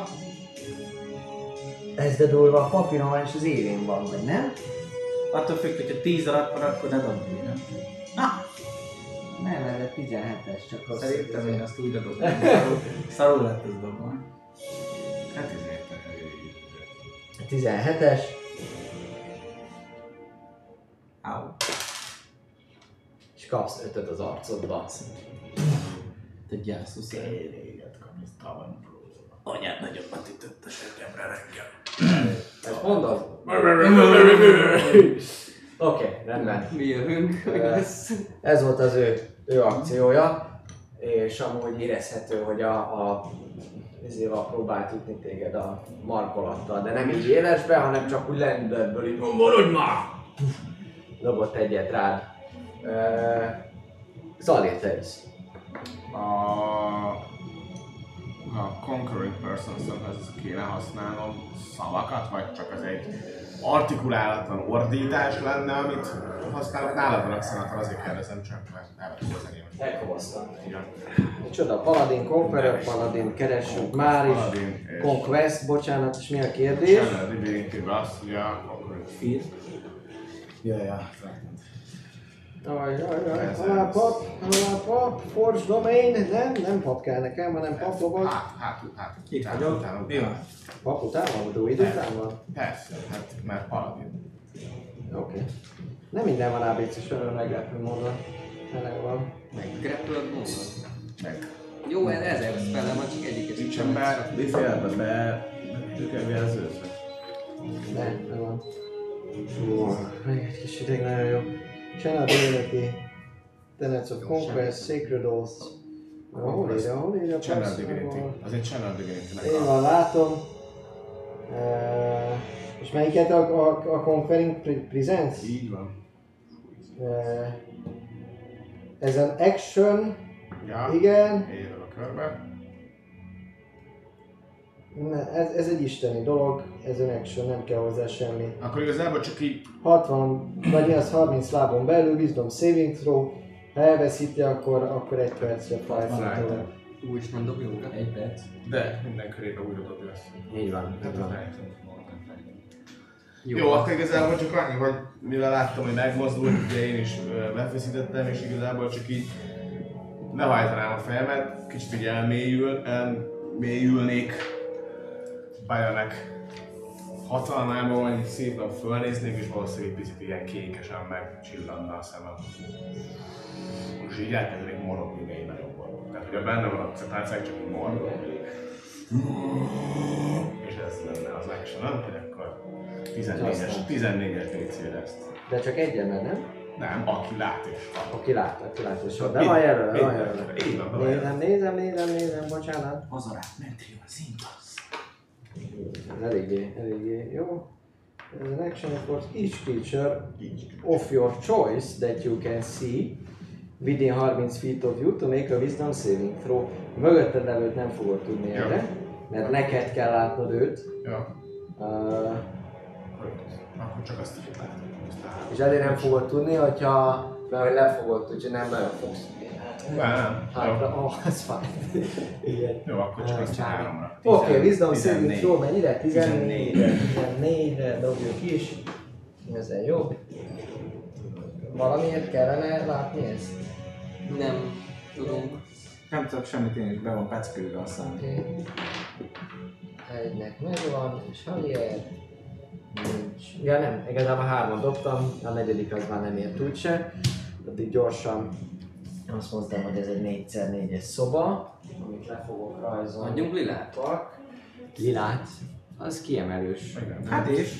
Ez de durva, a papíron van és az élén van, vagy nem? Attól függ, hogyha tíz alatt van, akkor ne dobd, nem? Nem, ez tizenhetes, csak rossz. Szerintem én azt úgy dobom. Szarul, szarul lett ez dobva. Hát tizenhetes. tizenhetes. Au. És kapsz ötöt az arcodba. Te gyászolsz el. Éléget kapsz tavan. Anyád nagyobbat ütött a segemre reggel. Ezt mondod? Oké, okay, rendben. Mi jövünk, hogy lesz. Ez volt az ő, ő akciója, és amúgy érezhető, hogy a, a ezért próbált ütni téged a markolattal, de nem így élesbe, hanem csak úgy lendületből így maradj már! Dobott egyet rád. Uh, Zali, te is. A... A Conquering Persons-hoz kéne használnom szavakat, vagy csak az egy artikulálatlan ordítás lenne, amit használok. Nálad van Axanatar, azért kérdezem csak, mert elvettem az enyémet. Elkoboztam. Igen. Micsoda, Paladin, Conqueror, Paladin, keressük már is. Paladin és... Conquest, bocsánat, és mi a kérdés? Channel Divinity-ből azt, hogy a Conquering Fear. Ja, ja. Jaj, jaj, jaj, halál pap, halál pap, Forge Domain, nem, nem pap kell nekem, hanem pap lovag. Hát, hát, hát. Itt utána, vagyok. utána, Mi van? Pap után van, druid után van? Persze, hát mert Paladin. Oké. Okay. Nem minden van á bé cé sorról meglepő módon. Tényleg van. Meg grappled mondod. Meg. Jó, ez ezer spellem van, csak egyiket sem Nincsen be, Bizélbe be, őket jelzőzve. Ne, nem van. Hú, még egy kis ideg, nagyon jó. Channel Divinity, Tenets of Conquest, Sacred Oath. Hol írja, hol írja? Channel Divinity. Az egy Channel Divinity-nek Én a... van, látom. Uh, és melyiket a, a, a Conquering Presence? Így van. Uh, ez an action, Ja, igen. éjjel a körbe. Ne, ez, ez egy isteni dolog, ez an action, nem kell hozzá semmi. Akkor igazából csak így... hatvan, vagy az harminc lábon belül, Wisdom Saving Throw. Ha elveszíti, akkor, akkor egy percre fájfogtól. Úgy is nem dobjunk rá. Egy perc. De minden körébe újra dobja ezt. Így van, Hát így van. az Jó, Jó, akkor igazából csak annyi, hogy mivel láttam, hogy megmozdult, ugye én is befeszítettem, és igazából csak így lehajtanám a fejemet, kicsit így elmélyül, elmélyülnék Bajonek hatalmából, hogy így szépen fölnéznék, és valószínűleg egy picit ilyen kékesen megcsillanna a szemem. Most így elkezdenék morogni még nagyobban. Tehát ugye benne van a pálcák, csak így morogni. És ez lenne az action, hogy akkor tizennégyes, tizennégyes dé cére ezt De csak egyen, nem? Nem, aki lát és hall. Aki lát, aki lát, és de van jelölve, van jelölve. Így van, van jelölve. Nézem, nézem, nézem, nézem, bocsánat. Hazarát, mentri a szintasz. Eléggé, eléggé jó. As an action for each creature of your choice that you can see within thirty feet of you to make a wisdom saving throw. Mögötted levőt nem fogod tudni Ja. erre, mert neked kell látnod őt. Ja. Uh, Akkor csak azt így látom. és ezért nem fogod tudni, hogyha, mert hogy lefogod, úgyhogy nem nagyon fogsz. Nem, Hátra, jó. oh, ez fáj. Igen. Jó, akkor csak azt háromra. Oké, okay, wisdom saving tizennégy. throw mennyire? tizennégyre. tizennégyre dobjuk is. Ezen jó. Valamiért kellene látni ezt? Nem tudunk. Nem tudok semmit, én is be van peckülve a szám. Oké. Okay. Egynek megvan, és Javier. Nincs. Ja nem, igazából hárman dobtam, a negyedik az már nem ért úgyse. Addig gyorsan azt mondtam, hogy ez egy négy szer négyes szoba, amit le fogok rajzolni. Adjunk lilát. Pak. Lilát. Az kiemelős. Hát és?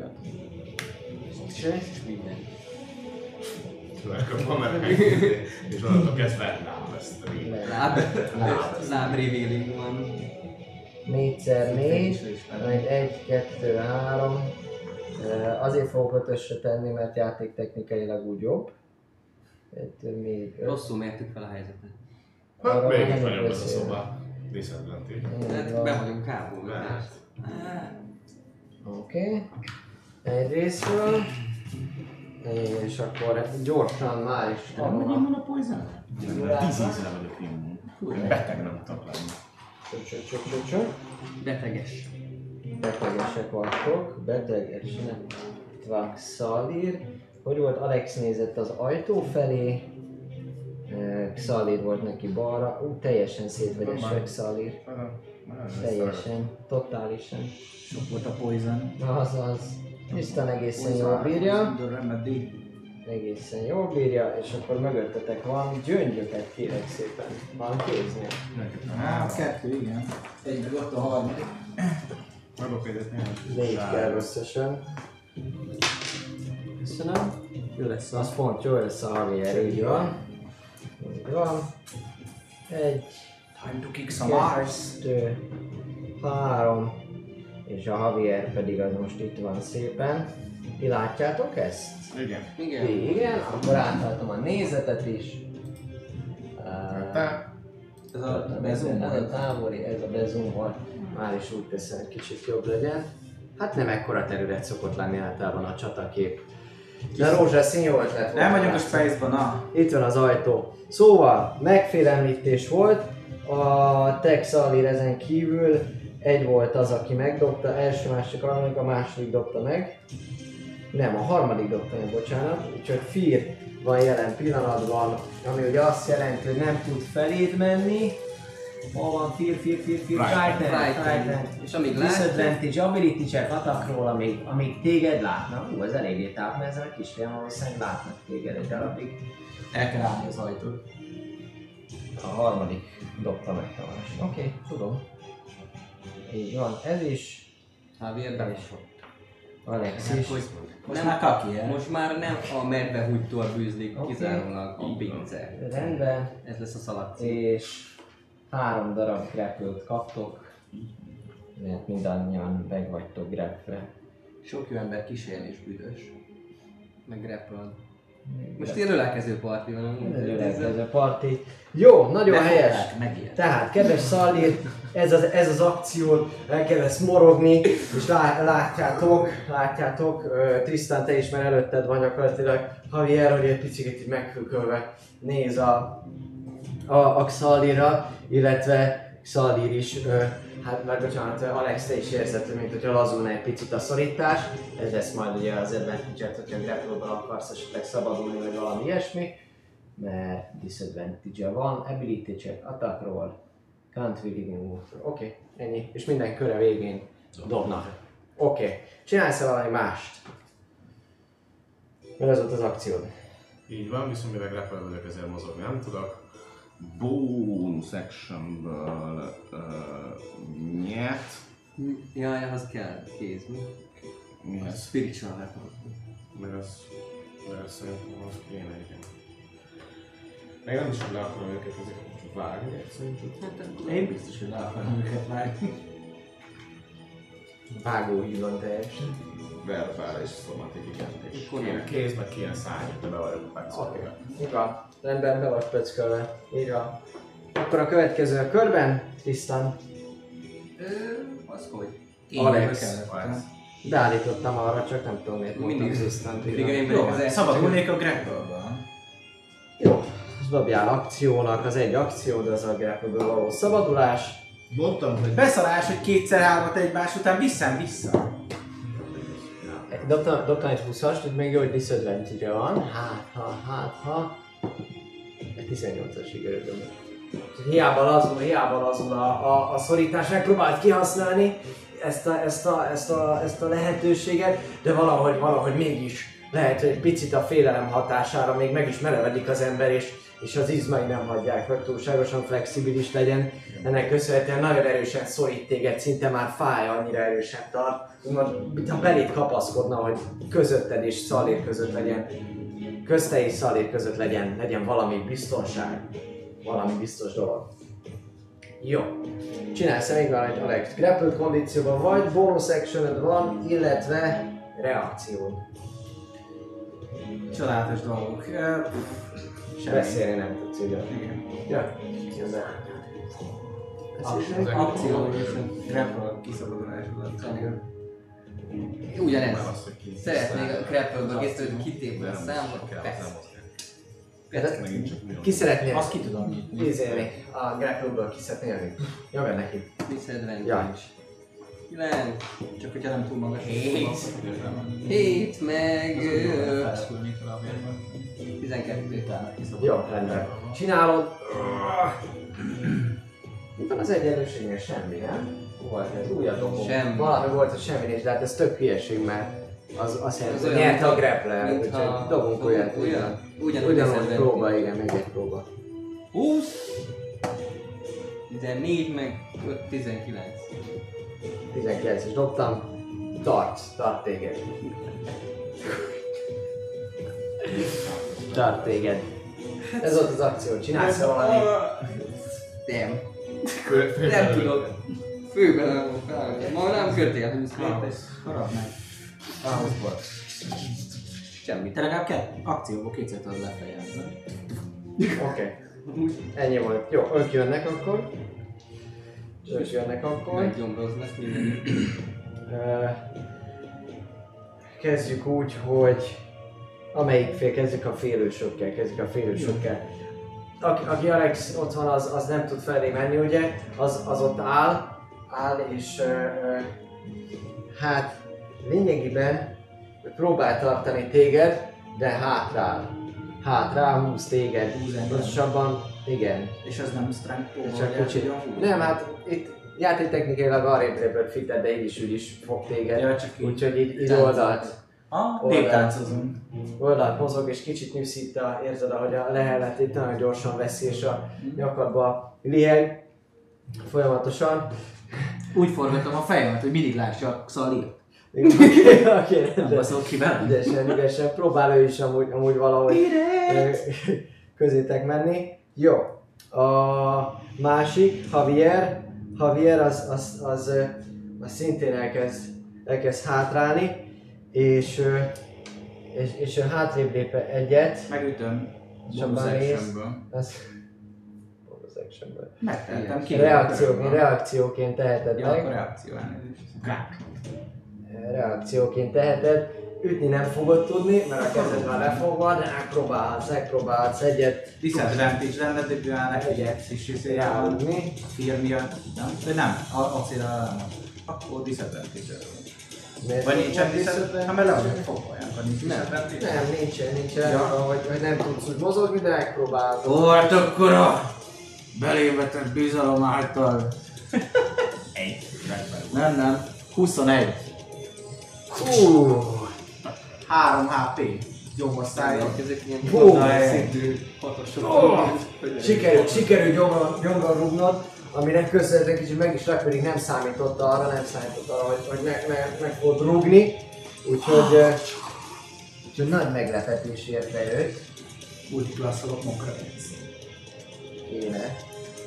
Se? Minden. Akkor már és onnantól kezdve láb ezt a rét. Láb, láb revealing van. négy szer négy, majd egy, kettő, három. Azért fogok ötösre tenni, mert játéktechnikailag úgy jobb. kettő, négy, öt. Rosszul mértük fel a helyzetet. Hát Arra mégis nem nagyobb ez a beszélünk. szoba. Disadvantage. Tehát be vagyunk kábulva. Lehet. Oké. Okay. Egy részről. És akkor gyorsan már is Van tanulom. a poison? Tízízre vagyok immun. Beteg nem tudok lenni. Csök, csök, csök, csök. Beteges. Betegesek vagytok. Beteges, nem. Xalir. Hogy volt? Alex nézett az ajtó felé. Xalir volt neki balra. Ú, teljesen szétvegyesek Xalir. Teljesen, totálisan. Sok volt a poison. Azaz. Isten egészen jól bírja. The remedy. Egészen jól bírja, és akkor mögöttetek van gyöngyöket kérek szépen. Van kéznél. Hát, kettő, igen. Egy meg ott a harmadik. Adok egyet néhány. Négy kell összesen. Köszönöm. Jó lesz Az pont jó lesz a Javier, így van. Így van. Egy, Time to kick some arse. kettő, három. És a Javier pedig az most itt van szépen. Ti látjátok ezt? Igen. Igen. Igen, akkor átálltam a nézetet is. Uh, Te? Ez a bezum Ez a volt. távoli, ez a bezum volt. Már is úgy teszem, hogy kicsit jobb legyen. Hát nem ekkora terület szokott lenni általában a csatakép. De rózsaszín jó ötlet volt. Nem vagyunk a Space-ban, na. Itt van az ajtó. Szóval, megfélemlítés volt. A Texalir ezen kívül egy volt az, aki megdobta, első, másik, harmadik, a második dobta meg. Nem, a harmadik dobta meg, bocsánat. Úgyhogy Fear van jelen pillanatban, ami ugye azt jelenti, hogy nem tud feléd menni. Hol van Fear, Fear, Fear, Fear, Frightened, Frightened. Frightened. És amíg látja, Disadvantage, ability check attackról, amíg, amíg téged látnak. Hú, ez eléggé táv, mert ezen a kisfiam valószínűleg látnak téged egy darabig. El kell állni az ajtót. A harmadik dobta meg talán. Oké, okay, tudom. Így van, ez is. Javier befogott. Alex Hát, is. hogy Most nem, már kaki, el. most már nem a medvehúgytól bűzlik, Oké. kizárólag a pince. Rendben. Ez lesz a szalagcím. És három darab grapple-t kaptok. Mert mindannyian meg vagytok grapple. Sok jó ember kísérni is büdös. Meg grapple. Most ilyen ölelkező parti van amúgy. Ez a parti. Jó, nagyon helyes. Megijed. Tehát, kedves Szalír, ez az, ez az akció, elkezdesz morogni, és lá, látjátok, látjátok, uh, Tristan, te is már előtted van gyakorlatilag, Javier, hogy egy picit így meghűkölve néz a, a, a Xalira, illetve Xalir is, uh, hát már bocsánat, Alex, te is érzed, mint hogyha lazulna egy picit a szorítás, ez lesz majd ugye az advantage-et, hogyha grapple-ban akarsz esetleg szabadulni, vagy valami ilyesmi, mert disadvantage van, ability check, attack roll, can't really move. Oké, okay, ennyi. És minden köre végén dobnak. Oké, okay. Csinálsz valami mást? Mi az ott az akciód? Így van, viszont mivel grapple vagyok, ezért mozogni nem tudok. Bonus actionből uh, nyert. Jaj, az kell kéz, mi? Mi A ez? spiritual weapon. Meg az De szerintem az kéne, igen. Meg nem is, hogy le akarom őket ezeket csak vágni, egyszerűen csak... Én biztos, hogy le akarom őket vágni. Vágóhídon teljesen. Verbális szomatik, igen. És Kéne kéz, meg kéne szállni, de be vagyok Oké. peckolva. Így van. Rendben, be vagy pöckölve. Így van. Akkor a következő a körben, Tristan. Ö, az hogy? Alex. Alex. Beállítottam arra, csak nem tudom miért mondtam Mindig. Tristant. Mindig én Jó, vagyok az első. szabadulnék a grapple-ből. Jó. Dobjál akciónak, az egy akció, de az a grapple-ből való szabadulás. Mondtam, hogy beszarás, hogy kétszer-hármat egymás után visszám vissza. Dobtam, dobtam egy húszast, hogy még jó, hogy disadvantage van. Hát, ha, hát, ha. Egy tizennyolcas sikerült dobni. Hiába lazul, hiába lazul a, a, a szorítás, megpróbált kihasználni ezt a, ezt, a, ezt, a, ezt a lehetőséget, de valahogy, valahogy mégis lehet, hogy egy picit a félelem hatására még meg is merevedik az ember, és, és az izmai nem hagyják, hogy túlságosan flexibilis legyen. Ennek köszönhetően nagyon erősen szorít téged, szinte már fáj, annyira erősen tart. Mintha belét kapaszkodna, hogy közötted és Szalír között legyen, közte és Szalír között legyen, legyen valami biztonság, valami biztos dolog. Jó. Csinálsz még valamit, Alex. Grappled kondícióban vagy, bonus actioned van, illetve reakciód. Csodálatos dolgok. Ö, Semmi. Beszélni nem tudsz, ugye? Igen. Ja. Jön Akció és a grapple kiszabadulásban. Ugyanez. Nem az, hogy ki- Szeretnék a grapple-ből készíteni, hogy kitépve a Nem, számot. kell, Persze. nem osztják. Persze. Megint csak mi Ki szeretnél Azt ki tudom nyitni. nézélni a grapple-ből, ki szeretnél jönni? Jön neki. Disadvantage. Ja. kilenc. Csak hogyha nem túl magas. Hét. hét meg... ö, Felszülnék fel a vérben. tizenkettő. Utána kiszabadul. Jó, rendben. Csinálod. Mi van az egyenlőségnél? Semmi, nem? Volt ez újabb dobó. Semmi. Valami volt, hogy semmi nincs, de hát ez tök hülyeség, mert az azt jelenti, Az hogy olyan, nyerte a mint a- grappler, mintha úgyhogy dobunk olyat. Ugyan, Ugyan, ugyanúgy ugyanúgy disadvantage. próba, igen, még egy próba. húsz. tizennégy meg öt, tizenkilenc. tizenkilenc is dobtam. Tart, tart téged. Tart téged. Ez volt az akció, csinálsz valami. Nem. Nem tudok. Főben nem volt fel. Ma nem kötél húsz méter. Harap meg. Ahhoz volt. Semmi. Te legalább két akcióból kétszer tudod lefejezni. Oké. Ennyi volt. Jó, ők jönnek akkor. Ők jönnek akkor. Meggyomroznak minden. Ö, Kezdjük úgy, hogy amelyik fél, kezdjük a félősökkel, kezdjük a félősökkel. Aki, aki Alex ott van, az, az nem tud felé menni, ugye? Az, az ott áll, áll és ö, ö, hát lényegében próbál tartani téged, de hátrál. Hátrál, húz téged. Húz engem. Pontosabban, igen. És az nem strength Csak próba, kicsit. Nem, hát itt játéktechnikailag arrébb lépett fited, de így is úgy is fog téged. Ja, csak így. Úgyhogy így, így Táncol. oldalt, Ah, Oldalt. néptáncozunk. oldalt mozog és kicsit nyűszít a, érzed, ahogy a lehelletét nagyon gyorsan veszi és a nyakadba liheg folyamatosan. Úgy forgatom a fejemet, hogy mindig lássa Szalírt. Oké, oké, Nem de baszol ki velem. ügyesen, ügyesen. Próbál ő is amúgy, amúgy valahogy ö, közétek menni. Jó. A másik, Javier. Javier az, az, az, az, az szintén elkezd, elkezd hátrálni, és, ö, és, és ő hátrébb lép egyet. Megütöm. És Bonus abban néz. actionből. Az... Bonus actionből. Megtehetem ki. Reakcióként, reakcióként teheted Ja, akkor meg. reakció elnézést. Reakcióként teheted. Ütni nem fogod tudni, mert a kezed már lefogva, de megpróbálhatsz, megpróbálhatsz egyet Disadvantage lenne, de bőven lefigyelsz is, és ráadni. rárugni. Fear miatt. Nem? De nem, a acélra nem. Akkor disadvantage. Miért Vagy nem nincsen fog disadvantage? Ha mert le vagyok fogva, olyankor nincs disadvantage. Nem, nincsen, nincsen, Ja. hogy, hogy nem tudsz úgy mozogni, de megpróbálod. Volt akkor a belém vetett bizalom által. Egy. Nem, nem. huszonegy. Hú, három há pé. Gyomorszájon. Ezek ilyen Hú. szintű hatosok. sikerült, sikerült gyomra, gyomra rúgnod, aminek köszönhetően kicsit meg is rak, pedig nem számított arra, nem számított arra, hogy, hogy meg, meg, meg fogod rúgni. Úgyhogy... eh, Úgyhogy nagy meglepetés érte őt. Multiklasszolok munkra. Kéne.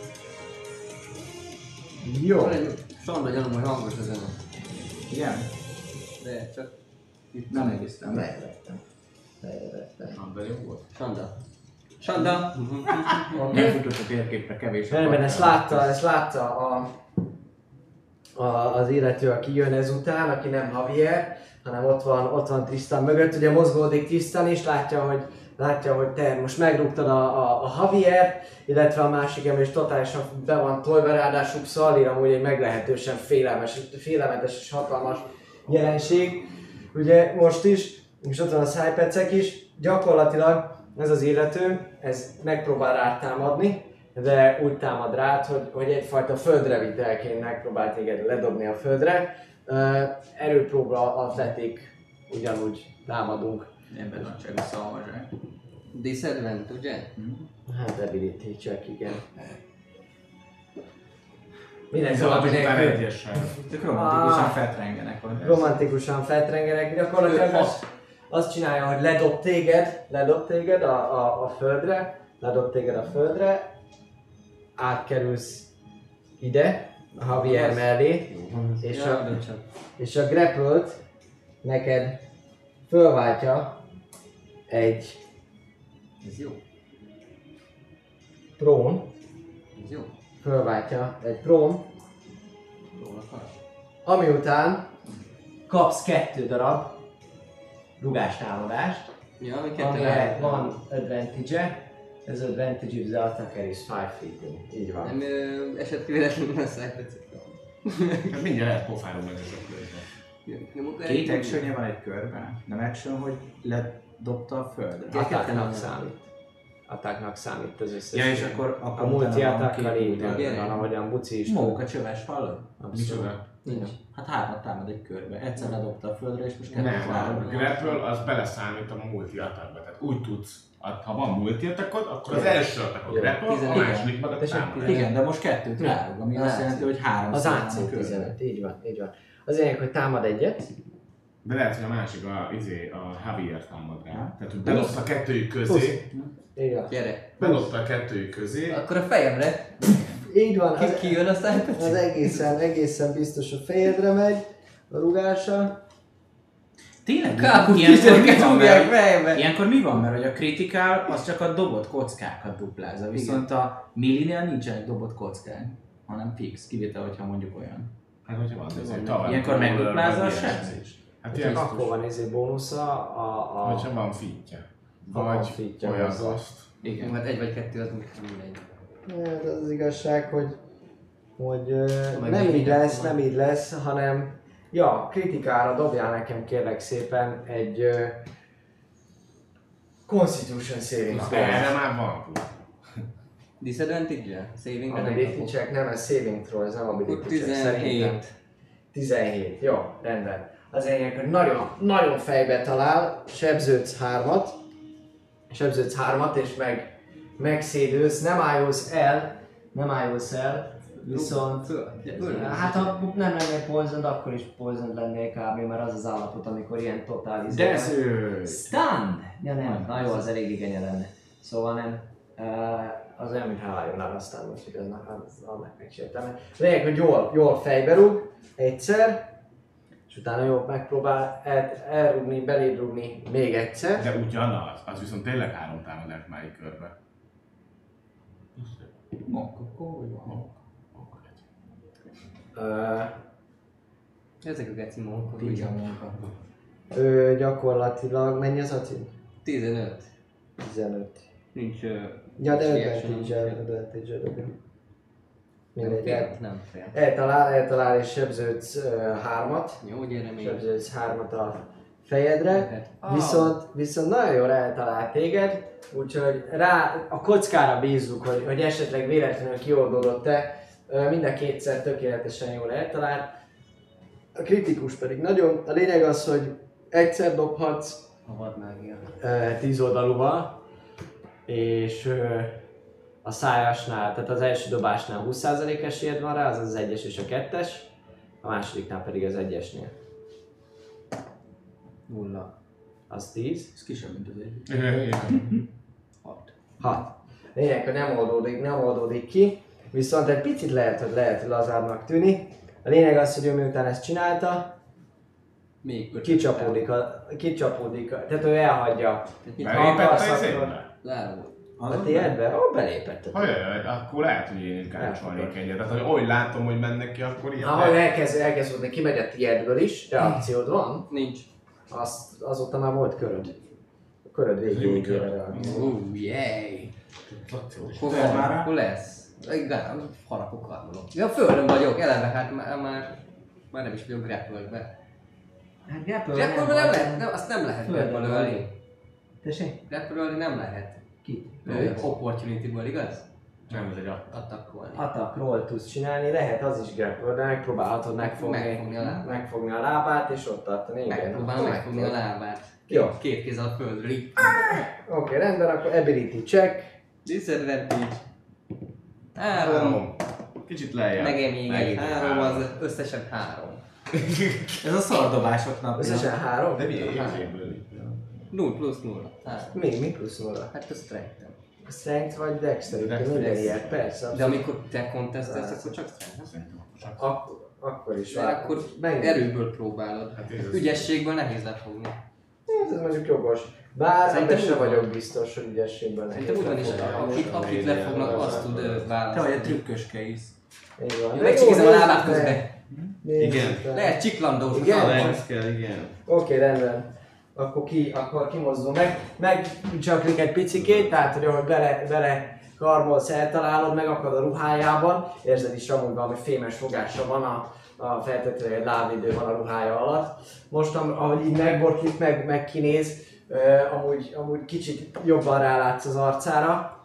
Jó. Van egy Sanda gyanúm, hogy hangos a zene. Igen? De csak... Itt Nem egészen. Megvettem. Megvettem. Sanda jó volt? Sanda. Sanda! Nem futott a térképre kevés. Rendben, ezt látta, ezt látta a, a, az illető, aki jön ezután, aki nem Javier, hanem ott van, ott van Tristan mögött, ugye mozgódik Tristan is, látja, hogy, látja, hogy te most megrúgtad a, a, a Javier, illetve a másik ember is totálisan be van tolva, ráadásul Szalír amúgy egy meglehetősen félelmes, félelmetes és hatalmas jelenség, ugye most is, és ott van a szájpecek is, gyakorlatilag ez az illető, ez megpróbál rád támadni, de úgy támad rád, hogy, hogy egyfajta földrevitelként megpróbál téged ledobni a földre. Uh, erőpróba atletik, ugyanúgy támadunk. Ebben nagyságú szalmazsák. Disadvantage, ugye? Hát ability check, igen. Minden Ez alapján után nélkül egyesen. Tök romantikusan Ah. feltrengenek. hogy- romantikusan feltrengenek, gyakorlatilag azt, azt csinálja, hogy ledob téged, ledob téged a, a, a földre, ledob téged a földre, átkerülsz ide, a Javier mellé, és Ja, a, de csak. és a grapple-t neked fölváltja egy Ez jó. prón, Ez jó. fölváltja egy prón, Jól akarsz. ami után kapsz kettő darab rugástámadást, Ja, mi kettő amire lehet. van advantage-e. Ez advantage if the attacker is five feet in. Így van. Nem ö, esett ki véletlenül a szájpecet. Hát mindjárt lehet pofáról meg ezek közben. Két actionje van egy körben. Nem action, hogy ledobta a földre. Attacknak számít. Attacknak számít az összes. Ja, és akkor, akkor a multi utána van attackkal két így van, multi van, ahogyan Buci is. Móka csöves, hallod? Abszolút. Micsoda? Nincs. Hát hármat támad egy körbe. Egyszer ledobta a földre, és most kettőt Nem, a rád. grapple az beleszámít a multi attackba. Tehát úgy tudsz, ha van multi attackod, akkor az első attack a Jó. grapple, a tizenegy. második meg a Tessék, támadás. Igen, de most kettőt rárug, ami azt Hát. jelenti, hogy három Az szám á cé van a körbe. tizenöt, így van, így van. Az lényeg, hogy támad egyet, De lehet, hogy a másik, a, izé, a Javier támad rá. Ja. Tehát, hogy bedobta a kettőjük közé, Puszi. így van. Gyere. bedobta a kettőjük közé, Akkor a fejemre. Így van, Ki, az, ki jön a szájpecet? az egészen, egészen biztos a fejedre megy a rugása. Tényleg? Kápuk Ilyenkor mi tizedeket van, rúgják mert, fejembe. ilyenkor mi van, mert hogy a kritikál az csak a dobott kockákat duplázza, viszont a millinél nincsenek dobott kockák, hanem fix, kivétel, hogyha mondjuk olyan. hát hogyha van, ez egy tavar. Ilyenkor megduplázza a sebzést? Hát ilyen Akkor biztos, van ezért bónusza a... a hogyha van fitje. Ha van Vagy fitje olyan hozzá. azt. Igen. Hát egy vagy kettő az mindegy. Hát az az igazság, hogy, hogy ö, Meg nem még így mindjárt lesz, van. nem így lesz, hanem ja, kritikára dobjál nekem kérlek szépen egy uh, Constitution saving De throw. erre már van. Disadvantage-e? Saving-re nem Ability kapok. check, nem, ez saving throw, ez nem ability Akkor check szerintem. tizenhét. tizenhét, jó, rendben. Az lényeg, hogy nagyon, nagyon fejbe talál, sebződsz hármat, sebződsz hármat, és meg megszédülsz, nem állulsz el, nem állulsz el, viszont Föl. Föl. hát ha nem lennél poisoned, akkor is poisoned lennél kb, mert az az állapot, amikor ilyen totál izé- Desert! Stun! Ja nem, na jó, az elég igénye lenne. Szóval nem, uh, az olyan, mint Hálajonnál aztán most igazán, az annak megsértem. Lényeg, hogy jól, jól fejbe rúg, egyszer, és utána jól megpróbál el, elrúgni, beléd rúgni még egyszer. De ugyanaz, az viszont tényleg három támadás melyik körbe. Mokkokó, vagy van? Uh, Ezek a geci mókok. Tíz a munka. ő gyakorlatilag, mennyi az a cím? tizenöt. tizenöt. Nincs... ö, Ja, de nincs advantage-el, reaction. advantage-el dobja. Nem Mindegy, el- fél, nem fél. eltalál, eltalál és sebződsz uh, hármat. Jó, gyere még. Sebződsz hármat a fejedre. Hát, Viszont, viszont nagyon jól eltalált téged, úgyhogy rá a kockára bízzuk, hogy, hogy esetleg véletlenül kioldódott-e. Ö, Mind a kétszer tökéletesen jól eltalált. A kritikus pedig nagyon. A lényeg az, hogy egyszer dobhatsz a vadmágia. ö, tíz oldalúval, és ö, a szájasnál, tehát az első dobásnál húsz százalék esélyed van rá, az az egyes és a kettes, a másodiknál pedig az egyesnél. Nulla. Az tíz. Ez kisebb, mint az egy. Hat. hat. Lényeg, hogy nem oldódik, nem oldódik ki, viszont egy picit lehet, hogy lehet lazábbnak tűnik. A lényeg az, hogy ő miután ezt csinálta, Még öt. kicsapódik, a, kicsapódik a, tehát ő elhagyja. Belépett akarsz, a akkor- izébe? Leálló. A tiédbe? Ó, belépett. Hajjaj, akkor lehet, hogy én káncsolnék egyet. Tehát, hogy úgy látom, hogy mennek ki, akkor ilyen. Ha elkezd, elkezd futni, kimegy a tiédből is, reakciód van, Nincs. azt, azóta már volt köröd. A köröd végéig ér a reakció. Uh, yay. Hol Te már van? rá? Hol lesz? Igen, harapok, harcolok. Ja, földön vagyok, eleve, hát már, már, már nem is vagyok grapple-be. Hát grapple Grapple-be nem lehet, nem, azt nem lehet Földön grapple-ölni. Tessék? Grapple-ölni nem lehet. Ki? Ö, Opportunity-ból, igaz? Nem, ez egy a... Attakolni. Attackról tudsz csinálni, lehet az is grapple, de megpróbálhatod megfogni, Megfogni a lábát. megfogni a lábát és ott tartani. Igen, Megpróbálom akkor megfogni a lábát. Jó. Két kéz a földről így. Oké, okay, rendben, akkor ability check. Disadvantage. Három. Három. Kicsit lejjebb. Megem még egy Megint három, az összesen három. Ez a szardobások napja. Összesen három? De milyen érzéből? Null plusz nulla. Három. Mi? Mi plusz nulla? Hát a strength-em. Strength vagy dexterity, Dexterity. minden ilyet, persze. De abszolút. amikor te contestelsz, akkor csak strength. Ak- akkor is De vár. akkor Megint. erőből próbálod. Hát ez az- Ügyességből nehéz lefogni. Ez mondjuk jogos. Bár Szerintem ebben sem úgy van. vagyok biztos, hogy ügyességben nehéz. Szerintem úgy van is, lefoglalni. akit, akit lefognak, azt tud ö, Te vagy a választani. trükköske is. Így van. Jó, De megcsikizem jó, a lábát nézzük közben. meg. Nézzük Igen. meg. Lehet csiklandós. Igen? az Lens kell, igen. Oké, rendben. Akkor ki, akkor kimozdul meg. Megcsaklik egy picikét, tehát hogy ahogy bele, bele karmolsz, eltalálod, megakad a ruhájában. Érzed is amúgy valami fémes fogása van, a, a feltétlenül egy lábidő van a ruhája alatt. Most am- ahogy így megborklik, meg, meg kinéz, uh, amúgy, amúgy kicsit jobban rálátsz az arcára,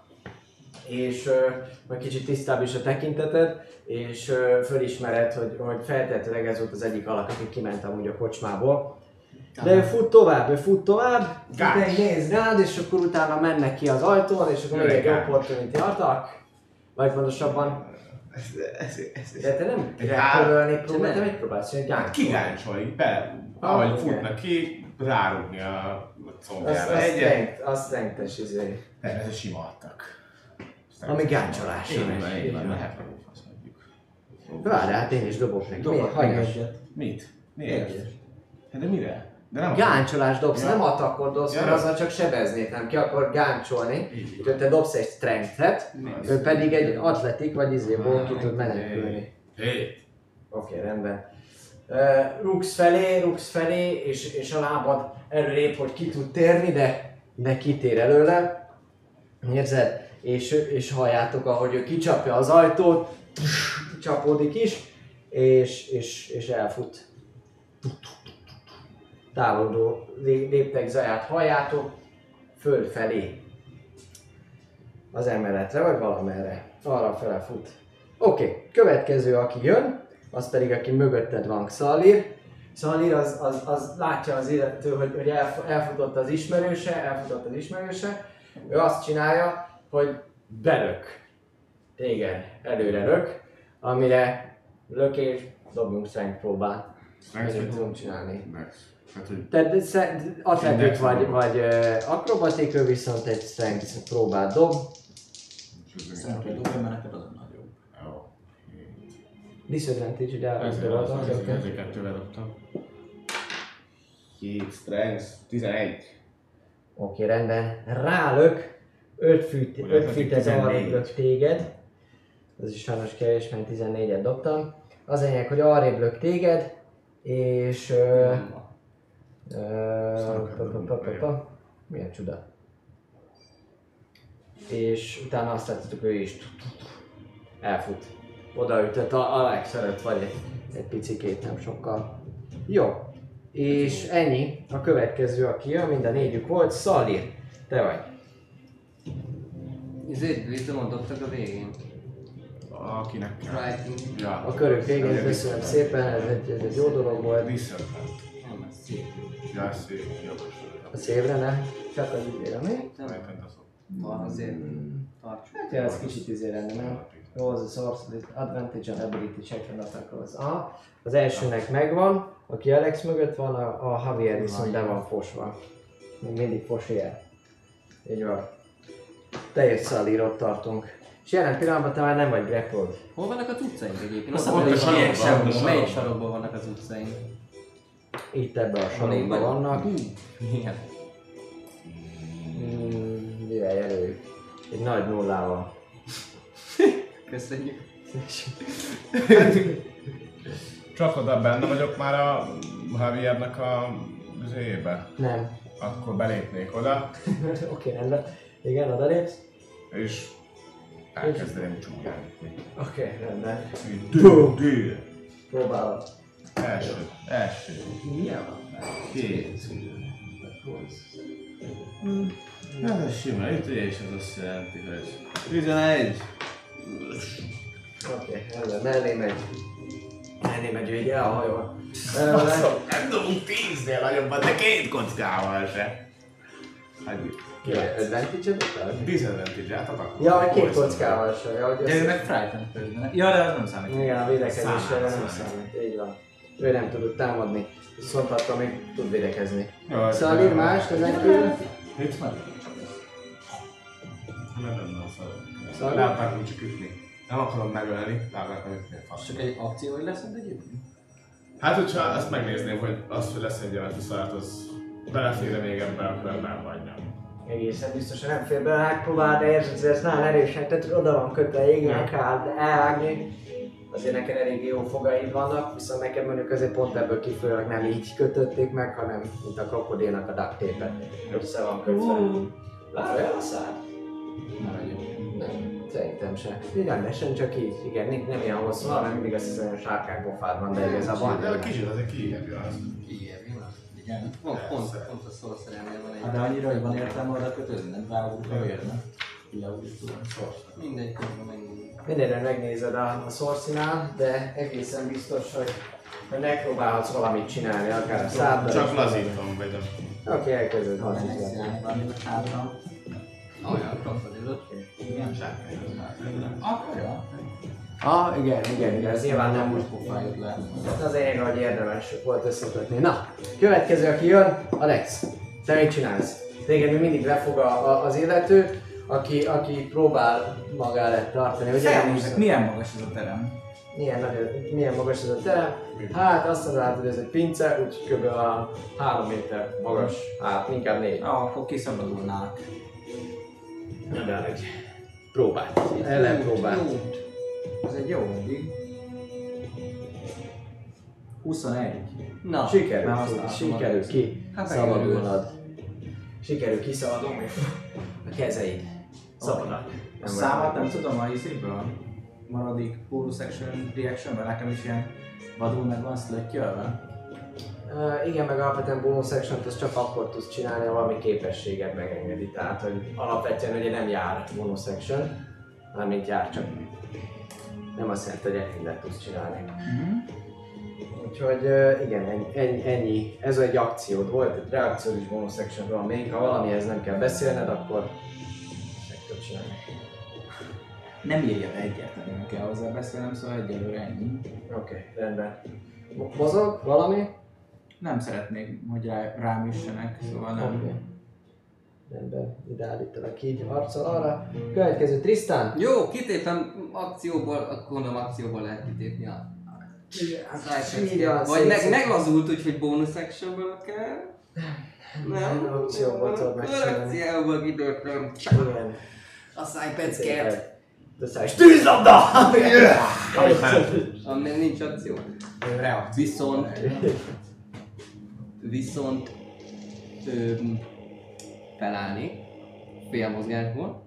és uh, majd kicsit tisztább is a tekinteted, és uh, fölismered, hogy, hogy feltétlenül ez volt az egyik alak, aki kiment amúgy a kocsmából. De ő fut tovább, ő fut tovább, Gács. utána néz rád, és akkor utána mennek ki az ajtón, és akkor még egy Gács. opportunity attack. Vagy pontosabban, Ez, ez, ez, de te nem Egy rákörölni nem. próbálsz, te mit próbálsz csinálni? Gáncsolni. kigáncsolj, be, Ah, ahogy igen. futnak ki, rárugni a Az, combjára. az Egyet, strength, az strength-es izé. nem, ez egy sima attak. Ami gáncsolás. Így van, így van, lehet megfaszhatjuk. Várj, hát én is dobok neki. Miért? Dobok meg Hagyjas. egyet. Mit? Miért? Egyet. Hát de mire? De nem Gáncsolás dobsz, Ja. nem attackot dobsz, Ja. mert azzal csak sebeznéd, nem ki akar gáncsolni. Így. Úgyhogy te dobsz egy strength-et, ő pedig egy atletik vagy izéból ki tud menekülni. Hét. Oké, okay, rendben. Uh, rugsz felé, rugsz felé, és, és a lábad előrébb, hogy ki tud térni, de, de kitér előle. Érzed? És, és halljátok, ahogy ő kicsapja az ajtót, csapódik is, és, és, és elfut. Távolodó léptek zaját halljátok, fölfelé. Az emeletre, vagy valamerre. Arra fele fut. Oké, okay. Következő, aki jön, az pedig, aki mögötted van, Xalir. Xalir az, az, az látja az illető, hogy, hogy elf, elfutott az ismerőse, elfutott az ismerőse. Ő azt csinálja, hogy belök téged, előre lök, amire lökés, dobjunk strength próbál. Mennyit tudunk csinálni. Max. Hát, hogy Tehát sze- atletik Index vagy, dobok. vagy uh, akrobatik, ő viszont egy strength próbát dob. Szerintem dobja, mert neked az a nagyobb. jó. Disadvantage, ugye Ezért elhozdol az, az ezért azokat. ezért kettővel dobtam. Hét strength, tizenegy. Oké, rendben. Rálök, öt fűt, Ugye, öt ez fűt ez tizennégy. arrébb lök téged. Ez is sajnos kevés, mert tizennégyet dobtam. Az lényeg, hogy arrébb lök téged, és... Ö, ö, pa, pa, pa, pa, pa. Milyen csuda. És utána azt látjátok, ő is elfut. Odaütött, a Alex előtt vagy egy, egy picikét, nem sokkal. Jó. És ennyi. A következő, aki jön, mind a négyük volt. Szalir, te vagy. Ezért Wisdomon dobtak a végén. Akinek kell. Writing. Ja. A körök végén, köszönöm szépen, ez egy, ez egy jó dolog volt. Disadvantage. Nem, ez szép. Ja, szép. Jogos. A szívre ne, csak az idére, mi? Megint az Van azért. Tartsuk. Hát ja, ez kicsit izé lenne, nem? Rolls a source with advantage on ability check and attack rolls. Aha. Az elsőnek megvan, aki Alex mögött van, a, a Javier viszont be van fosva. még mindig fosér. Így van. Te és Szalír ott tartunk. És jelen pillanatban te már nem vagy grappled. Hol vannak az utcaink egyébként? Azt Azt mondom, mondom, hogy melyik sarokban, sarokban, sarokban. melyik sarokban vannak az utcaink? Itt ebben a Hol én sarokban vagyok? vannak. Igen. Hmm, mivel jelöljük? Egy nagy nullával. Köszönjük. Csak oda benne vagyok már a Javiernek a zébe. Nem. Akkor belépnék oda, Oké, okay, rendben. Igen, odalépsz. és elkezdeném csúnyálni. Oké, okay, rendben. Dő, dő. Próbálod. Első, első. Milyen van? Két. Ez a sima ütés, az azt jelenti, hogy tizenegy. Oké, okay, rendben. Mellé megy. Mellé megy végig el a hajó. Nem dobunk tíznél nagyobbat, de két kockával se. Hagyjuk. Advantage-et adtál? Disadvantage-et adok. Ja, vagy két kockával se. Ja, hogy De ő össze- meg frightened közben. Ja, de az nem számít. Igen, a védekezésre Számít, nem számít. számít. Így van. Ő nem tudott támadni. Viszont attól még tud védekezni. Jaj, Szóval ír mást ezen kívül. Mit van? Nem lenne a szar. Szóval- Le akartam csak ütni. Nem akarom megölni, le akartam ütni a fasz. Csak egy akció, hogy lesz egyébként? Hát, hogyha azt megnézném, hogy az, hogy lesz egy jelentő szart, az belefér még ebben a körben vagy nem. Egészen biztosan nem fér bele, hát próbáld érzed, hogy ez nagyon erősen, tehát oda van kötve, igen, kell elvágni. Azért neked elég jó fogaid vannak, viszont neked mondjuk azért pont ebből kifolyólag nem így kötötték meg, hanem mint a krokodilnak a duct tape-et. Össze van kötve. Vár olyan a szád? Nem egyébként. Nem, szerintem sem. Így rendesen, csak így, igen, nem, nem ilyen hosszú, hanem mindig azt hiszem, hogy sárkány pofád van, de igazából De a nem. kicsit azért kiírja azt. Igen, Igen. Pont, pont, pont a sorcerer-nél van Hát egy... de annyira, hogy van értelme oda kötődni, nem ráugrik a vérne. Leugrik tudom, Mindegy, közben megnézzük. Mindenre megnézed a, a szorcinál, de egészen biztos, hogy, hogy megpróbálhatsz valamit csinálni, akár a száddal. Csak is. lazítom, vagy nem. Oké, okay, elkezded Van lazítani. megszállni valamit hátra. Olyan, krokodilot. Igen. Akkor ja. Ah, igen, igen, igen, ez nyilván nem úgy. Pofájut le. Tehát az lényeg, hogy érdemes volt összekötni. Na, következő, aki jön, Alex. Te mit csinálsz? Téged még mindig lefog a, a, az illető, aki, aki próbál magá lett tartani. Ugye, Felnézek, milyen magas ez a terem? milyen, nagyon, milyen magas ez a terem? Hát azt mondod, hogy ez egy pince, úgy kb. A három méter magas, hát inkább négy. Ah, akkor kiszabadulnák. Na de egy próbálj. Ellen próbálj. Ez egy jó eddig. huszonegy. Na, Sikerül már ki, használtam sikerül magam. ki, Hát szabadulnod. Sikerül kiszabadulni a kezeid. Szabadnak. A számát nem tudom a izéből. Maradék bonus action reactionben nekem is ilyen vadul meg van szlöttyölve. Uh, igen, meg alapvetően bonus action-t azt csak akkor tudsz csinálni, ha valami képességed megengedi. Tehát, hogy alapvetően ugye nem jár bonus action, hanem mint jár, csak nem azt jelenti, hogy egy mindent tudsz csinálni. Mm-hmm. Úgyhogy uh, igen, ennyi, ennyi, ennyi. Ez egy akciód volt, egy reakciód is bonus action van még. Ha valamihez nem kell beszélned, akkor meg tudod csinálni. Nem írja be egyáltalán, nem kell hozzá beszélnem, szóval egyelőre ennyi. Oké, okay, rendben. Mo- Mozog valami? Nem szeretnék, hogy rá, rám üssenek, szóval nem. Oké. Rendben, ide állítalak így arccal arra. Következő Tristan. Jó, kitépem akcióból, akkor gondolom akcióból lehet kitépni a... Így van, Vagy meg, szép- meglazult, úgyhogy bonus actionből kell. Nem? Nem, akcióból tudod megcsinálni. Akcióból kitépem. Igen. A szájpecket. De szállj, tűzlabda! Ami nincs akció. Reakció. Viszont... Viszont... Öm, felállni. Fél mozgásból.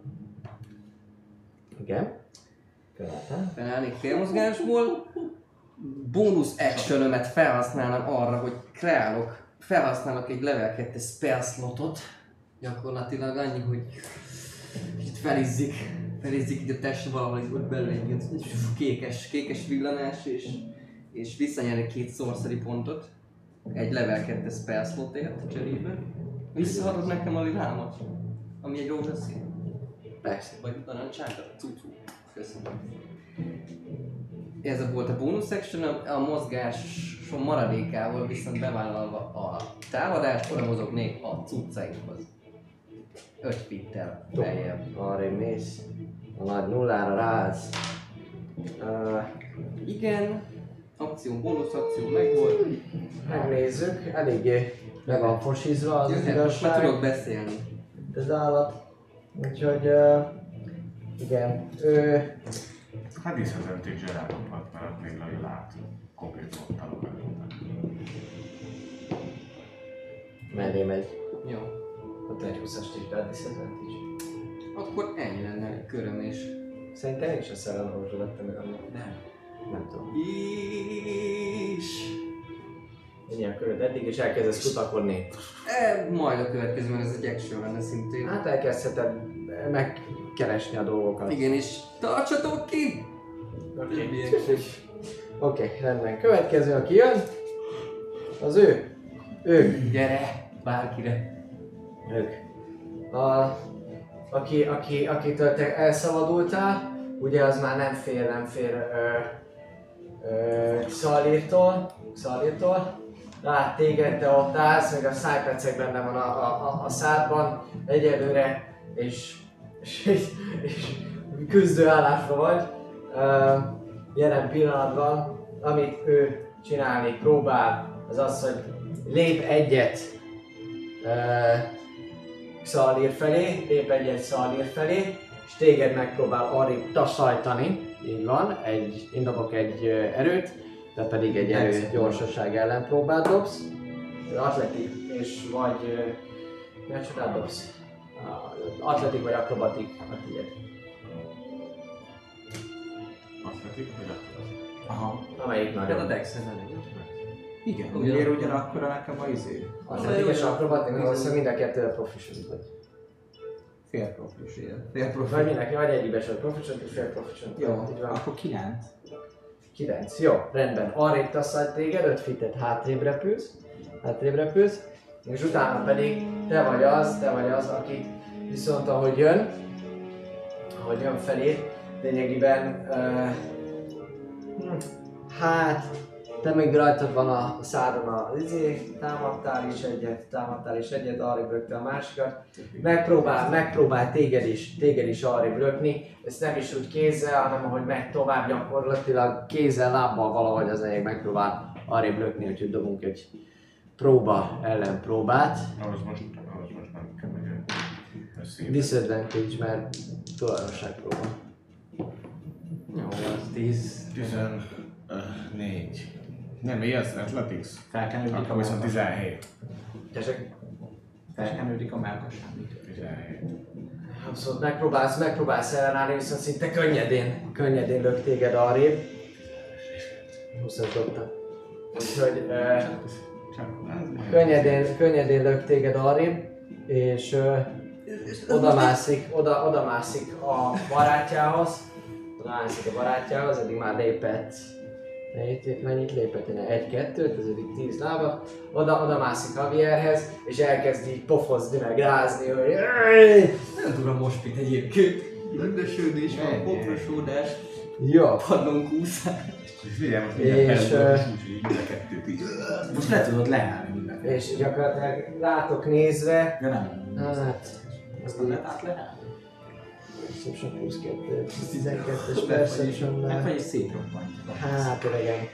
Igen. Követem. Felállnék fél mozgásból. Bónusz actionömet felhasználnám arra, hogy kreálok, felhasználok egy level kettő spell slotot. Gyakorlatilag annyi, hogy itt felizzik, felizzik így a test valahol itt ott belül egy ilyen kékes, kékes villanás, és, és visszanyerni két sorcery pontot. Egy level kettő spell slotért cserébe. Visszaadod nekem a lilámat, ami egy rózsaszín. Persze. Vagy narancsága, cucú. Köszönöm. ez volt a bonus action, a, a mozgásom maradékával viszont bevállalva a támadást, oda mozognék a cuccainkhoz. öt fittel feljebb. Arra mész. A nagy nullára ráállsz. Uh, Igen, akció, bónusz akció megvolt. megnézzük, eléggé le van fosizva az Jöhet, most már igazság. tudok beszélni. Ez állat. Úgyhogy uh, igen, ő Hát disadvantage-e rádobhat, mert még Lali lát konkrét ottálok előtte. mellé megy. Jó. Ott egy húszas tippel disadvantage. Akkor ennyi lenne köröm és... Szerintem én is a szellemorvosra vettem meg annak. Nem. Nem tudom. És... Ennyi a köröd eddig, és elkezdesz kutakodni. E, majd a következőben ez egy action lenne szintén. Hát elkezdheted megkeresni a dolgokat. Igen, és tartsatok ki! Oké, Többi okay. action. okay, rendben. Következő, aki jön, az ő. Ők. Gyere! Bárkire. Ők. A, aki, aki, akitől te elszabadultál, ugye az már nem fér, nem fér ö, ö, Xalirtól, Xalirtól. Lát téged, te ott állsz, meg a szájpecek benne van a, a, a, a szádban egyelőre, és, és, és, és küzdő állásban vagy. Ö, jelen pillanatban, amit ő csinálni próbál, az az, hogy lép egyet uh, Xalir felé, lép egyet Xalir felé, és téged megpróbál arrébb taszajtani, így van, egy, én dobok egy uh, erőt, te pedig egy erő gyorsaság ellen próbált dobsz. Atletik és vagy... Uh, mi a csodát dobsz? Uh, atletik vagy akrobatik a tiéd. Atletik vagy akrobatik? Aha. Amelyik Hát a nagyobb. dex ez nem Igen, Ugyan- miért ugyanakkor nekem a izé? Atletik és akrobatik, mert valószínűleg mind a kettő proficient vagy. Fél profis. Fél profi. Vagy mindenki, vagy egyibes vagy proficient és fél proficient. Jó, Így van. akkor kilenc. kilenc. Jó, rendben. Arrébb taszalt téged, öt fitet hátrébb repülsz. Hátrébb repülsz. És utána pedig te vagy az, te vagy az, akit viszont ahogy jön, ahogy jön felé, lényegében uh, hm, hát te még rajtad van a szádon az izé, támadtál is egyet, támadtál is egyet, arrébb rögte a másikat. Megpróbál, megpróbál téged is, téged is arrébb rögni, ezt nem is úgy kézzel, hanem ahogy megy tovább gyakorlatilag kézzel, lábbal valahogy az egyik megpróbál arrébb rögni, úgyhogy dobunk egy próba ellen próbát. Ahhoz most, ahhoz most nem kell meg össze. Disadvantage, mert tulajdonság próba. Jó, az tíz. tizennégy. Nem, mi az? Athletics? Felkenődik a Akkor viszont melkas. tizenhét. Tessék? Felkenődik a melkas semmit. tizenhét. Abszolút megpróbálsz, megpróbálsz ellenállni, viszont szinte könnyedén, könnyedén lök téged arrébb. húszas dobtam. Úgyhogy eh, könnyedén, könnyedén lök téged arrébb, és eh, oda mászik, oda, oda mászik a barátjához. Oda mászik a barátjához, eddig már lépett. Mennyit, mennyit lépett? egy kettőt, ez eddig tíz lábat. Oda, oda mászik Javierhez, és elkezd így pofozni, meg rázni, hogy Nem tudom most mit egyébként. Rendesődés van, Ennyi. poprosódás, jó. padlón kúszás. És figyelj, most És, mindjárt ö, elmondom, és úgy, hogy mind a kettőt így. Most le tudod leállni mindenki. És gyakorlatilag rátok nézve, Ja nem. hát, Azt nem lehet át leállni. Perception plusz kettő, tizenkettes Meg Perception-nel. vagy egy szétrobbantja. Hát öregem.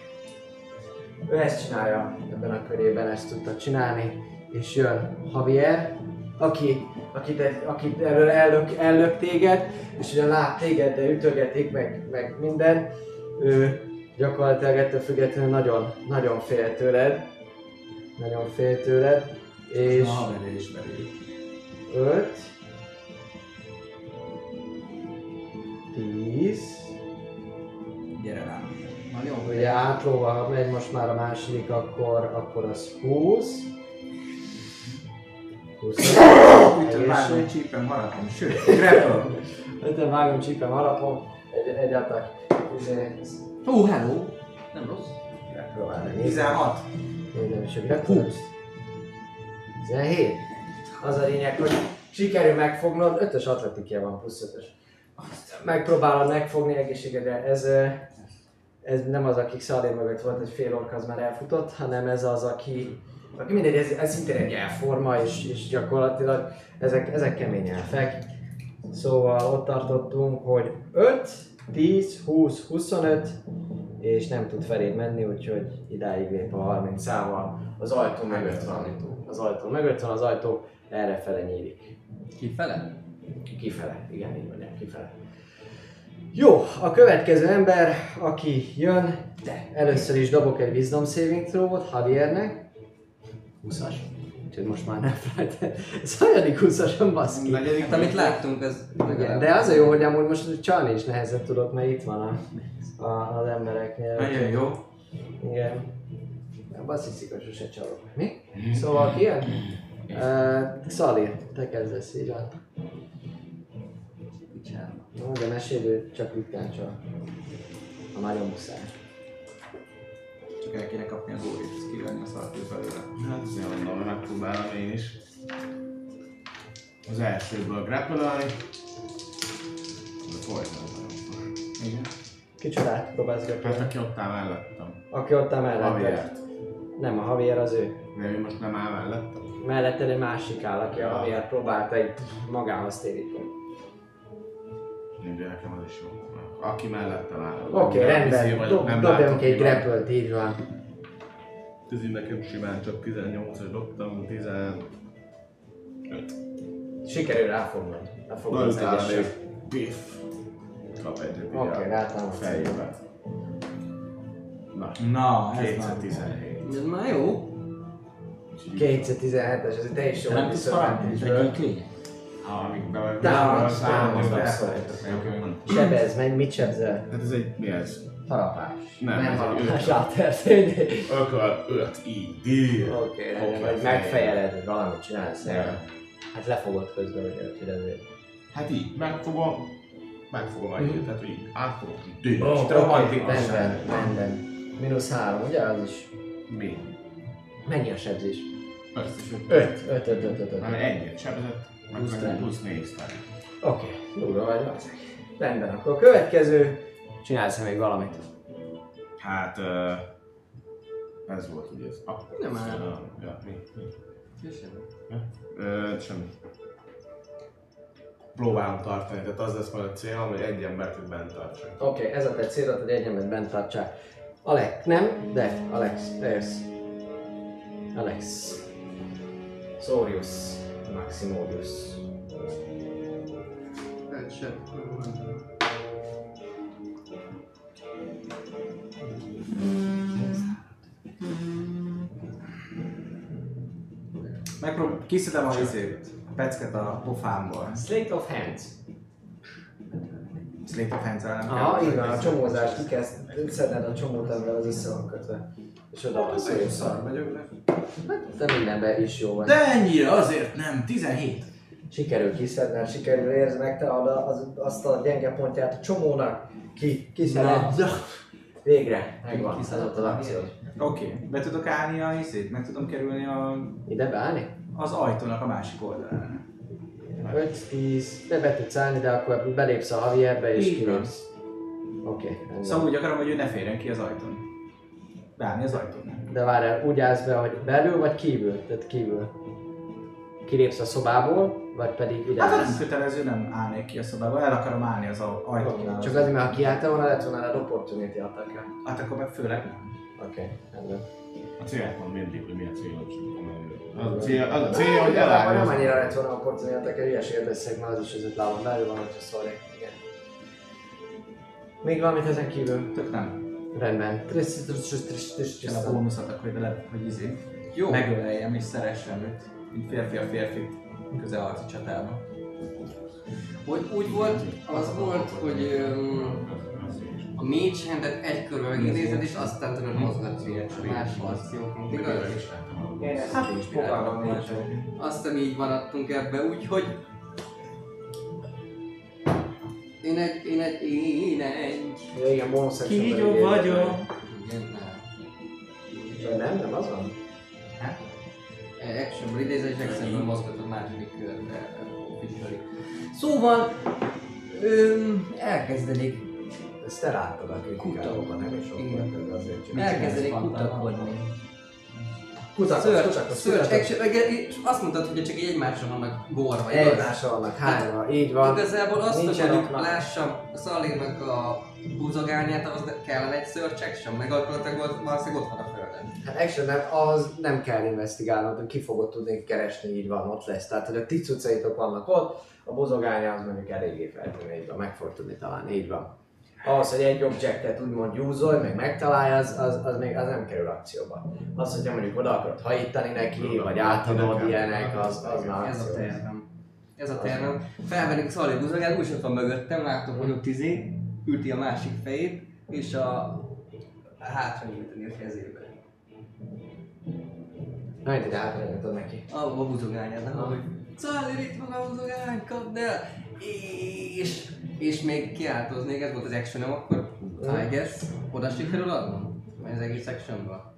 Ő ezt csinálja, ebben a körében ezt tudta csinálni, és jön Javier, aki, akit, akit erről ellök, ellök téged, és ugyan lát téged, de ütögetik, meg, meg minden. Ő gyakorlatilag ettől függetlenül nagyon, nagyon fél tőled. Nagyon fél tőled. És Na, haverja is belül. öt, tíz, Gyere rám. Nagyon ugye átlóval, ha megy most már a második, akkor, akkor az húsz. húsz. Úgyhogy vágom, csípem, harapom, sőt, grapple. Öten vágom, csípem, harapom, egy, egy attack. Ó, hello! Nem rossz. Megpróbálni. tizenhat. Nézem is a grapple. tizenhét. Az a lényeg, hogy sikerül megfognod, ötös atletikje van, plusz ötös. Megpróbálod megfogni egészségedre, ez, ez nem az, aki Szalé mögött volt, egy fél ork, az már elfutott, hanem ez az, aki, aki mindegy, ez, ez szintén egy elforma, és, és gyakorlatilag ezek, ezek kemény elfek. Szóval ott tartottunk, hogy öt, tíz, húsz, huszonöt, és nem tud feléd menni, úgyhogy idáig lép a harmincával. Az ajtó mögött van. Az ajtó mögött van, az ajtó errefele nyílik. Kifele? Kifele, igen, így mondják, kifele. Jó, a következő ember, aki jön, de először is dobok egy Wisdom Saving Throw-ot Javiernek. húszas. Úgyhogy most már nem felejtem. Ez hányadik húszason baszki? Hát amit láttunk, ez Igen, de az a jó, hogy amúgy most csalni is nehezen tudok, mert itt van a, a, az embereknél. Nagyon jó. Igen. Azt hiszik, hogy sose csalok. Mi? Szóval ki jön? Uh, Szali, te kezdesz, így van. Jó, de mesélő csak ritkán csal. Ha nagyon muszáj. Csak el kéne kapni a górit, ezt kivenni a szartőt belőle. Hát azért mondom, hogy megpróbálom én is. Az elsőből grapple-ölni. De folytatom. Igen. Kicsodát próbálsz Hát grapple? aki ott áll mellettem. Aki ott áll mellett. Javiert. Nem, a Javier az ő. De ő most nem áll mellettem. Melletted egy másik áll, aki a Javier próbálta így magához téríteni. Mindegy, nekem az is jó. Aki mellettem áll. Oké, okay, rendben. Vagyok, nem Dobjunk látok, egy mi van. grapple-t, így van. Ez így nekem simán csak tizennyolcas dobtam, tizenöt. Sikerül ráfognod. Na Ráfognod az utána egyessel. még piff. Kap egyet így Oké, a rátámadsz. fejébe. Na, Na, ez már kétszáztizenhét. Ez már jó. kétszáztizenhetes, ez te is jó. nem tudsz valamit? Egy lény? Ha, amíg be Támadsz, számolom, támadsz, de Sebez, meg mit sebzel? hát ez egy, mi ez? Harapás. Nem, Nem ez egy harapás, ökör. átérteni. Ökör, öt, így, díj. Oké, rendben, vagy megfejeled, vagy valamit csinálsz. Ja. Hát lefogod közben, ugye, úgyhogy ezért. Hát így, megfogom, megfogom a időt, tehát így átfogom, díj. Ó, És romantikus. Rendben, rendben. Minusz három, ugye az is? Mi? Mennyi a sebzés? Összes öt. Öt. Öt, öt, öt, öt, öt. Már egyet sebzett, meg Plusz meg ten. plusz négy sztár. Oké, durva vagy valószínűleg. Rendben, akkor a következő. Csinálsz még valamit? Hát, ö, ez volt ugye ez. Ah, Nem áll. Ja, mi? mi? Ja? Ö, semmi. Próbálom tartani, tehát az lesz majd a célom, hogy egy embert itt bent tartsak. Oké, okay, ez a te célod, hogy egy embert bent tartsák. Alex, nem? De, Alex, te jössz. Alex. Sorius. Maximolius. Egy se. Megprób... Kiszedem a izét, a pecket a pofámból. Slate of Hands. Slate of Hands-el nem Aha, kell. így van, a csomózás, ki kell szedned a csomót, amivel az össze van kötve. És oda van Nagyon Sorius. szar vagyok, de... Hát, te mindenben is jó vagy. De ennyire azért nem, tizenhét. Sikerül kiszedned, sikerül érzed meg te oda az, azt a gyenge pontját a csomónak. Ki, kiszeded. Na. Végre, megvan, ez Kiszedett ott az akciód. Oké, okay. Be tudok állni a izét? Meg tudom kerülni a, Ide beállni? az ajtónak a másik oldalán. öt, tíz, de be tudsz állni, de akkor belépsz a Javierbe és Így van. kilépsz. Oké, okay, Szóval úgy akarom, hogy ő ne férjen ki az ajtón. Beállni az ajtón. De várjál, úgy állsz be, hogy belül vagy kívül? Tehát kívül. Kilépsz a szobából, vagy pedig ide Hát ha állsz? nem kötelező, nem állnék ki a szobába, el akarom állni az a- Oké, ajtónál. csak azért, mert ha kiálltál volna, lett volna rád opportunity attack-ja. Hát akkor meg főleg nem. Oké, rendben. A célt mondom mindig, hogy mi a célod, csak az a cél, az a cél, hogy Nem, elállj. nem annyira lett volna opportunity attack-ja, hülyeséget beszélek, mert az is az öt lábon belül van, hogyha sorry. Igen. Még valamit ezen kívül? Tök nem. Rendben. Csak a bónuszat, hogy le, hogy izé. Jó. Megöleljem és szeressem őt, mint férfi a férfit közel harci csatában. Hogy úgy volt, az volt, hogy um, a mage handet egy körbe megidézed, és aztán tudod mozgatni más akcióként, igaz? Hát fogalmam nincs. Aztán így maradtunk ebbe, úgyhogy... Én egy, én egy, én egy... Ja, igen, bónusz action. Kígyó vagyok! Igen, nem. Vagy nem, nem az van? Actionből idézed, és actionből mozgatod második körbe officially. Szóval... Öm, elkezdenék Ezt te láttad a kritikálóban, nem is ott volt azért csak. Elkezdenék kutakodni. Kutakodsz, Search, kutakodsz, search, kutakodsz. action, és azt mondtad, hogy csak egymásra vannak gorva, Egymásra vannak hányva, így van. Igazából azt, hogy Nincsen mondjuk okna. lássam a Szalírnak a búzogányát, az kellene egy search action, meg gyakorlatilag valószínűleg ott van a földön. Hát action nem, ahhoz nem kell investigálnod, hogy ki fogod tudni keresni, így van, ott lesz. Tehát, hogy a ti cuccaitok vannak ott, a bozogánya az mondjuk eléggé feltűnő, így van, meg fog tudni találni, így van. Ahhoz, hogy egy objektet úgymond usolj, meg megtalálj, az, az, az még az nem kerül akcióba. Az, hogyha mondjuk oda akarod hajítani neki, vagy átadod ilyenek, az, az már Ez a akció. tervem. Ez a tervem. Felvennék a Szalír búzogát, úgy ott van mögöttem, látom, hogy ott izé, üti a másik fejét, és a hátra nyújtani a kezébe. Na, itt ide hátrányítod neki. A, a búzogányát, nem? Hogy Szalír, itt van a búzogány, kapd el! És, és még kiáltoznék, ez volt az actionom akkor, I guess. Oda sikerül adnom? Vagy az egész actionban?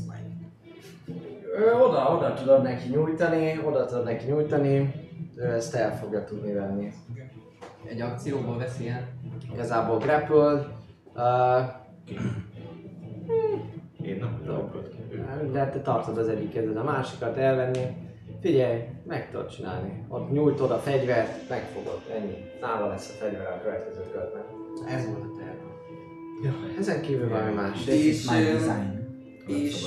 Ő oda, oda tudod neki nyújtani, oda tudod neki nyújtani, ő ezt el fogja tudni venni. Egy akcióból veszi el. Igazából grapple, uh, Én nem tudok. de te tartod az egyik kezed, a másikat elvenni. Figyelj, meg tudod csinálni. Ott nyújtod a fegyvert, megfogod, ennyi. Nála lesz a fegyver a következő körben. Ez volt a terv. Ja, ezen kívül valami más. This is És, my ö, design. És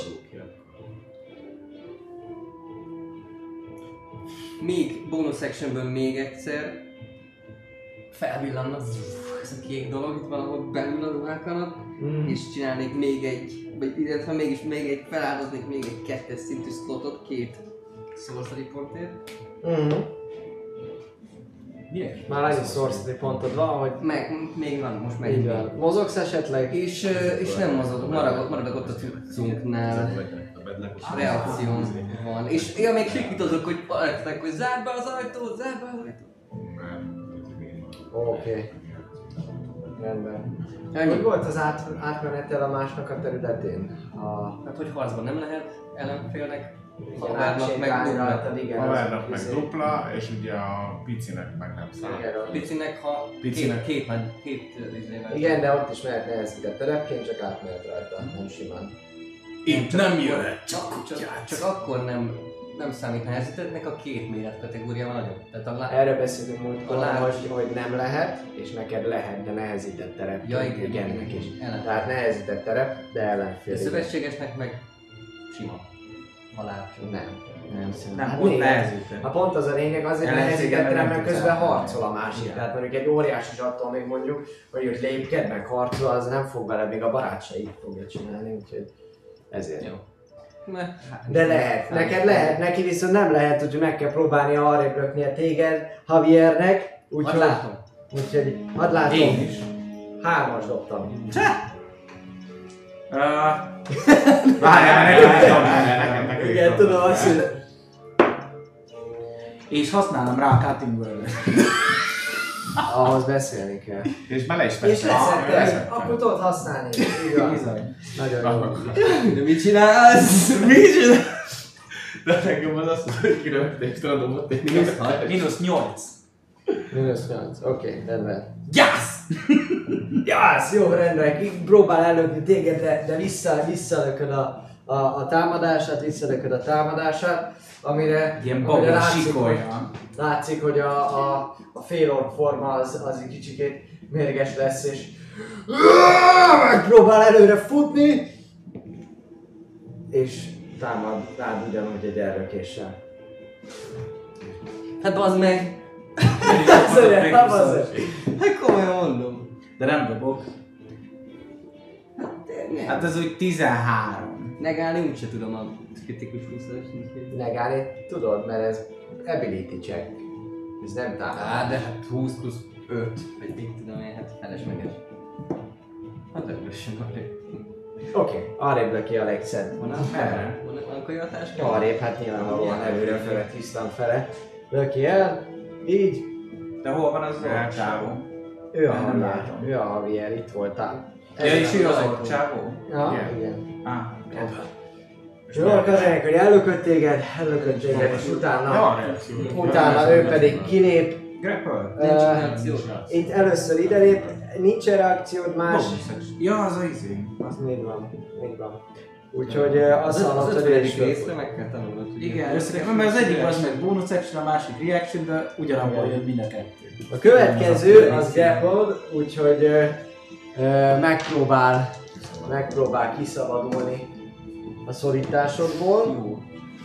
még bonus actionből még egyszer felvillanna ez a kék dolog itt valahol belül a ruhákon, Mm. és csinálnék még egy, vagy illetve mégis még egy, feláldoznék még egy kettes szintű slotot két sorcery pontért. Mm. Miért? Már annyi sorcery pontod van, hogy Meg, még van, most meg így van. Mozogsz esetleg? És, ö, és nem mozog, maradok, maradok ott a cuccunknál. Reakció van. És ja, még sikítozok, hogy Alexnek, hogy zárd be az ajtót, zárd be az ajtót. Oké. Okay. Rendben. Ennyi. Hogy volt az át, átmenetel a másnak a területén? A... Hát, hogy harcban nem lehet ellenfélnek, Igen, havernak meg átsétálni dupla. rajtad, igen. Havernak az- meg izé- dupla, és ugye a picinek meg nem számít. Igen, az- Picinek, ha Picinek. két, két, nagy, két ö, izével. Igen, de ott is mehet nehezített terepként, csak átmehet rajta, nem simán. Itt nem jöhet csak Csak, csak akkor nem, nem számít nehezítettnek, a két méret kategóriában nagyobb. Tehát a lá... Erről beszélünk múltkor, A láb- hogy, hogy nem lehet, és neked lehet, de nehezített terep. Ja, igen, igennek is. Ellen. Tehát nehezített terep, de ellenfél. A igen. szövetségesnek meg sima. Halál. Nem. Nem, Nem, hát ott miért? nehezített. Hát pont az a lényeg, azért Ellenséggel nehezített terep, nem mert tudsz közben elmenni. harcol a másik. Igen. Tehát mondjuk egy óriási attól még mondjuk, hogy őt lépked, meg harcol, az nem fog vele, még a barát se így fogja csinálni, úgyhogy ezért. Jó. Ne. De lehet, neked lehet, neki viszont nem lehet, úgyhogy meg kell próbálni arrébb löknie téged Javiernek, Hadd úgyhogy, látom. úgyhogy hadd látom. Én is. Hármas dobtam. Uh, Várjál, nekem tudom. Nekem- nekem Igen, is tudom van. azt, hogy... És használom rá a cutting word. Ahhoz beszélni kell. És bele is És vettem. leszettem, leszettem. akkor tudod használni. Így van. Bizony. Nagyon jó. De mit csinálsz? Mit csinálsz? De nekem az azt, hogy kirögtést adom ott egy Minusz hat. Minusz nyolc. Minusz nyolc. Oké, okay, rendben. Yes! Jász, jó, rendben. Ki próbál előkni téged, de, de vissza, visszalököd a, a, a támadását, visszalököd a támadását, amire, Ilyen amire babos látszik, hogy, sikolja. látszik, hogy a, a, a félork forma az, az egy kicsikét mérges lesz, és megpróbál előre futni, és támad rád ugyanúgy egy elrökéssel. Hát bazd meg! Szörnyek, nem az. Hát komolyan mondom. De nem dobok. Nem. Hát ez úgy tizenhárom. Negálni úgyse tudom a kritikus húszas. Negálni tudod, mert ez ability check. Ez nem támad. Á, de hát húsz plusz öt, vagy mit tudom én, hát felesleges. Hát erősen arrébb. Oké, okay, arrébb löki Alexet. Van a Merre? Van van a kajatáska? Arrébb, hát nyilvánvalóan előre fele, tisztán fele. Löki el, így. De hol van az a csávó? Ő a Nem Javier, látom. ő a Javier, itt voltál. Ja, és ő az ajtó. ott csávó? Ja, Igen. igen. Ah, Jó, az ennek, hogy ellökött téged, ellökött téged, és utána, Ja, reakció. utána ő pedig kilép, Grapple? Nincs Ö, reakció. Itt először idelép, nincs reakciód, más... Bonus action. Ja, az a izé. Az így van, így van. Úgyhogy ö, azt Az hallott, az hogy ötvenedik is részre meg kell tanulnod, hogy Igen, össze, mert az egyik az meg bonus action, a másik reaction, de ugyanabból jön mind a kettő. A következő az grappled, úgyhogy ö, ö, megpróbál, megpróbál kiszabadulni a szorításodból. Jó.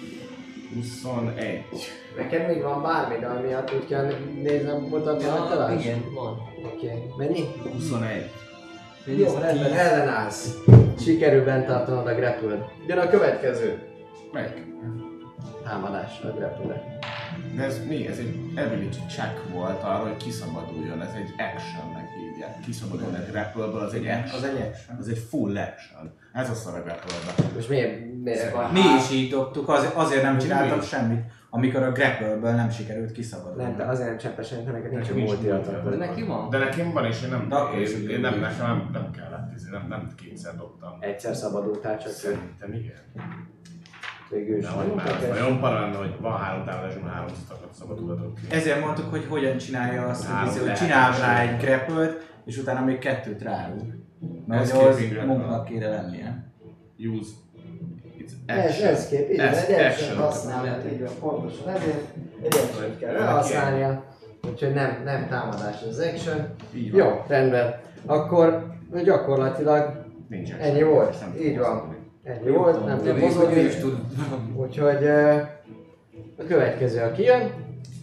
huszonegy. Neked még van bármi, de ami miatt úgy kell néznem, mutatni a Ja, találás? igen, van. Oké, okay. Mennyi? huszonegy. Jó, rendben, ellenállsz. Sikerül bent tartanod a grapple-t. Jön a következő. Melyik? Támadás a grapple-re. De ez mi? Ez egy ability check volt arra, hogy kiszabaduljon. Ez egy actionnek hívják. Kiszabaduljon a grapple-ből, az egy action. Az egy action. Az egy full action. Ez a szar a grapple-ben. Most miért, miért van? Mi is így dobtuk, az, azért nem csináltak semmit, amikor a grapple-ből nem sikerült kiszabadulni. Nem, de azért nem cseppesen, mert neked nincs a Nekem nincs multi multi. attack. De neki van? De nekem van és én nem, De akkor is én, úgy én nem, úgy. nekem nem, nem kellett, izé, nem, nem kétszer dobtam. Egyszer szabadultál csak, Szerintem igen. végül is De hogy már az mondtak. nagyon para lenne, hogy van három támadásunk, három sztakat szabadulhatok ki. Ezért mondtuk, hogy hogyan csinálja azt, hogy, Három izé, hogy lehet. csinál rá egy grapple-t, és utána még kettőt ráül. Mert Ez hogy ahhoz keeping grapple. munknak kéne lennie. Use. It's Ez, action. ez kép, így van, Ez egy action action. használhat, így van, pontosan ezért. Egy action kell felhasználnia, úgyhogy nem, nem támadás az action. Így van. Jó, rendben. Akkor gyakorlatilag Nincs action. ennyi volt, Nem így tudom van. mozogni. Ennyi volt, nem De tud végül ő is mozogni. tud. Úgyhogy ö, a következő, aki jön,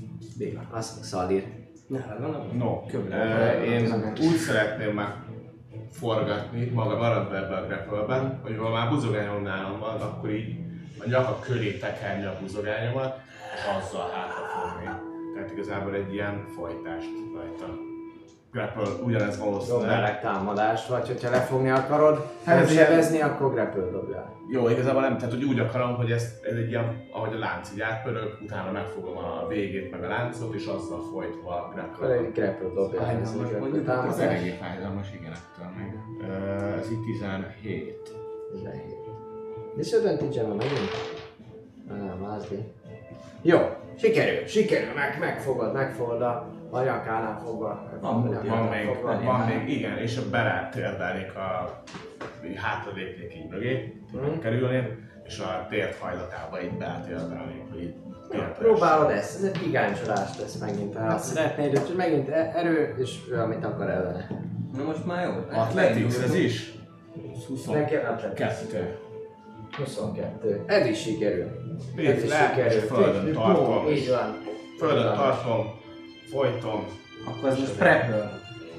az Szalír. No, Kövre. uh, én úgy szeretném már forgatni magam maradva ebbe a grapple-ben, hogy ha már buzogányom nálam van, akkor így a nyaka köré tekerni a buzogányomat, és azzal hátrafogni. Tehát igazából egy ilyen folytást rajta. Grapple ugyanez valószínűleg. Dobjál támadás, vagy hogyha lefogni akarod, Hát nem ez ilyen- sebezni, akkor grapple dobjál. Jó, igazából nem, tehát hogy úgy akarom, hogy ez, ez egy ilyen, ahogy a lánc így átpörög, utána megfogom a végét meg a láncot, és azzal folytva a Akkor grapple. egy grapple dobjál. ez Fájdalmas egy grapple mondjuk, Ez támadás. eléggé fájdalmas, igen, ettől meg. Uh, ez így tizenhét. tizenhét. Disadvantage-en van megint? Nem, mázdi. Jó, sikerül, sikerül, meg, megfogod, megfogod a, a nyakánál fogva. Van A multi, nyakánál Van még, fogva. Van van ilyen. még, igen, és bele térdelnék a, így hátralépnék így mögé, Mhm. kerülnék, és a tért hajlatába így beltérdelnék, hogy így tért Próbálod ezt, ez egy gigáncsolást lesz megint, ha azt szeretnéd, úgyhogy megint e- erő, és ő amit akar ellene. Na most már jó. Athletics ez is? Neki athletics. huszonkettő. huszonkettő. Ez is sikerül. Ez Így is le, és sikerül. földön Bum, tartom, így és van. földön Így van. tartom, folytom. Akkor ez most prepről.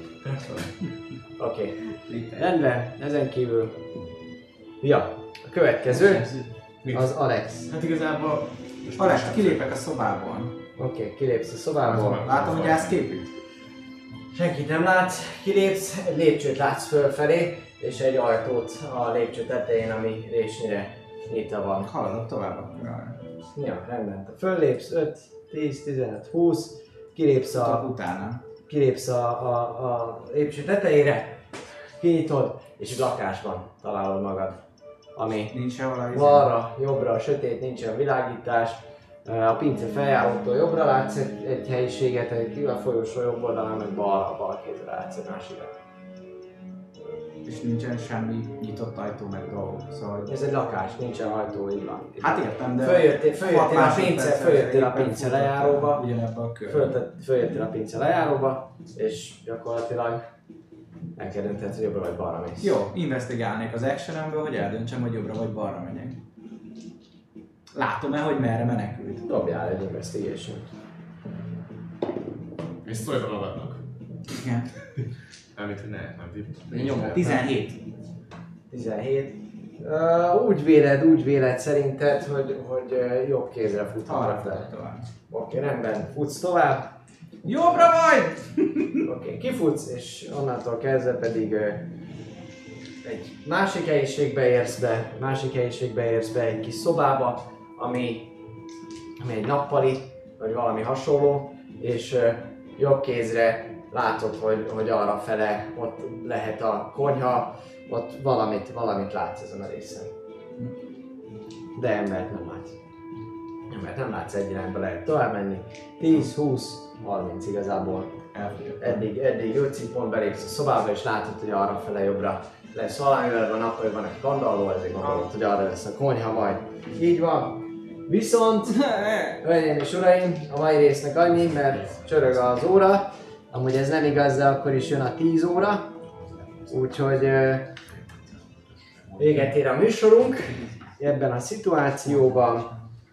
Oké. Rendben, ezen kívül. Ja, a következő az Alex. Hát igazából... most Alex, már kilépek a szobából. Oké, okay, kilépsz a szobából. Látom, hogy állsz képít. Senkit nem látsz, kilépsz, egy lépcsőt látsz fölfelé, és egy ajtót a lépcső tetején, ami résnyire nyitva van. Haladok tovább akkor. Ja, rendben. Te föllépsz öt, tíz, tizenöt, húsz, kilépsz a, Csak utána. kilépsz a, a, a lépcső tetejére, kinyitod, és egy lakásban találod magad, ami Nincs sehol a izé. balra, jobbra, sötét, nincsen világítás. A pince feljárótól jobbra látsz egy, egy helyiséget, egy a folyosó jobb oldalán, meg balra, bal kézre látsz egy másikat. És nincsen semmi nyitott ajtó meg dolgok, szóval... Ez egy lakás, nincsen ajtó, így van. Hát értem, de... Följöttél, följöttél a hat pince, másodpercre följöttél a éppen pince futottam lejáróba, Ugyanebben a körben. Föltett, följöttél a pince lejáróba, és gyakorlatilag el kell döntened, hogy jobbra vagy balra mész. Jó, investigálnék az actionemből, hogy eldöntsem, hogy jobbra vagy balra megyek. Látom-e, hogy merre menekült? Dobjál egy investigation. És szólj a magadnak. Igen. Amit, hogy ne, nem tipp. Nyomok. tizenhét. tizenhét. Uh, úgy véled, úgy véled szerinted, hogy, hogy uh, jobb kézre futhatok Arra le. futok tovább. Oké, okay, rendben, futsz tovább. Jobbra vagy! Oké, okay, kifutsz, és onnantól kezdve pedig uh, egy másik helyiségbe érsz be, másik helyiségbe érsz be egy kis szobába, ami, ami egy nappali, vagy valami hasonló, és uh, jobb kézre látod, hogy, hogy arra fele ott lehet a konyha, ott valamit, valamit látsz ezen a részen. De embert nem látsz. Embert nem látsz, egy irányba lehet tovább menni. tíz, húsz, harminc igazából. Eddig, eddig jutsz, így pont belépsz a szobába és látod, hogy arra fele jobbra lesz valamivel, van akkor van egy kandalló, ezért gondolod, hogy arra lesz a konyha majd. Így van. Viszont, hölgyeim és uraim, a mai résznek annyi, mert csörög az óra. Amúgy ez nem igaz, de akkor is jön a tíz óra. Úgyhogy uh, véget ér a műsorunk ebben a szituációban.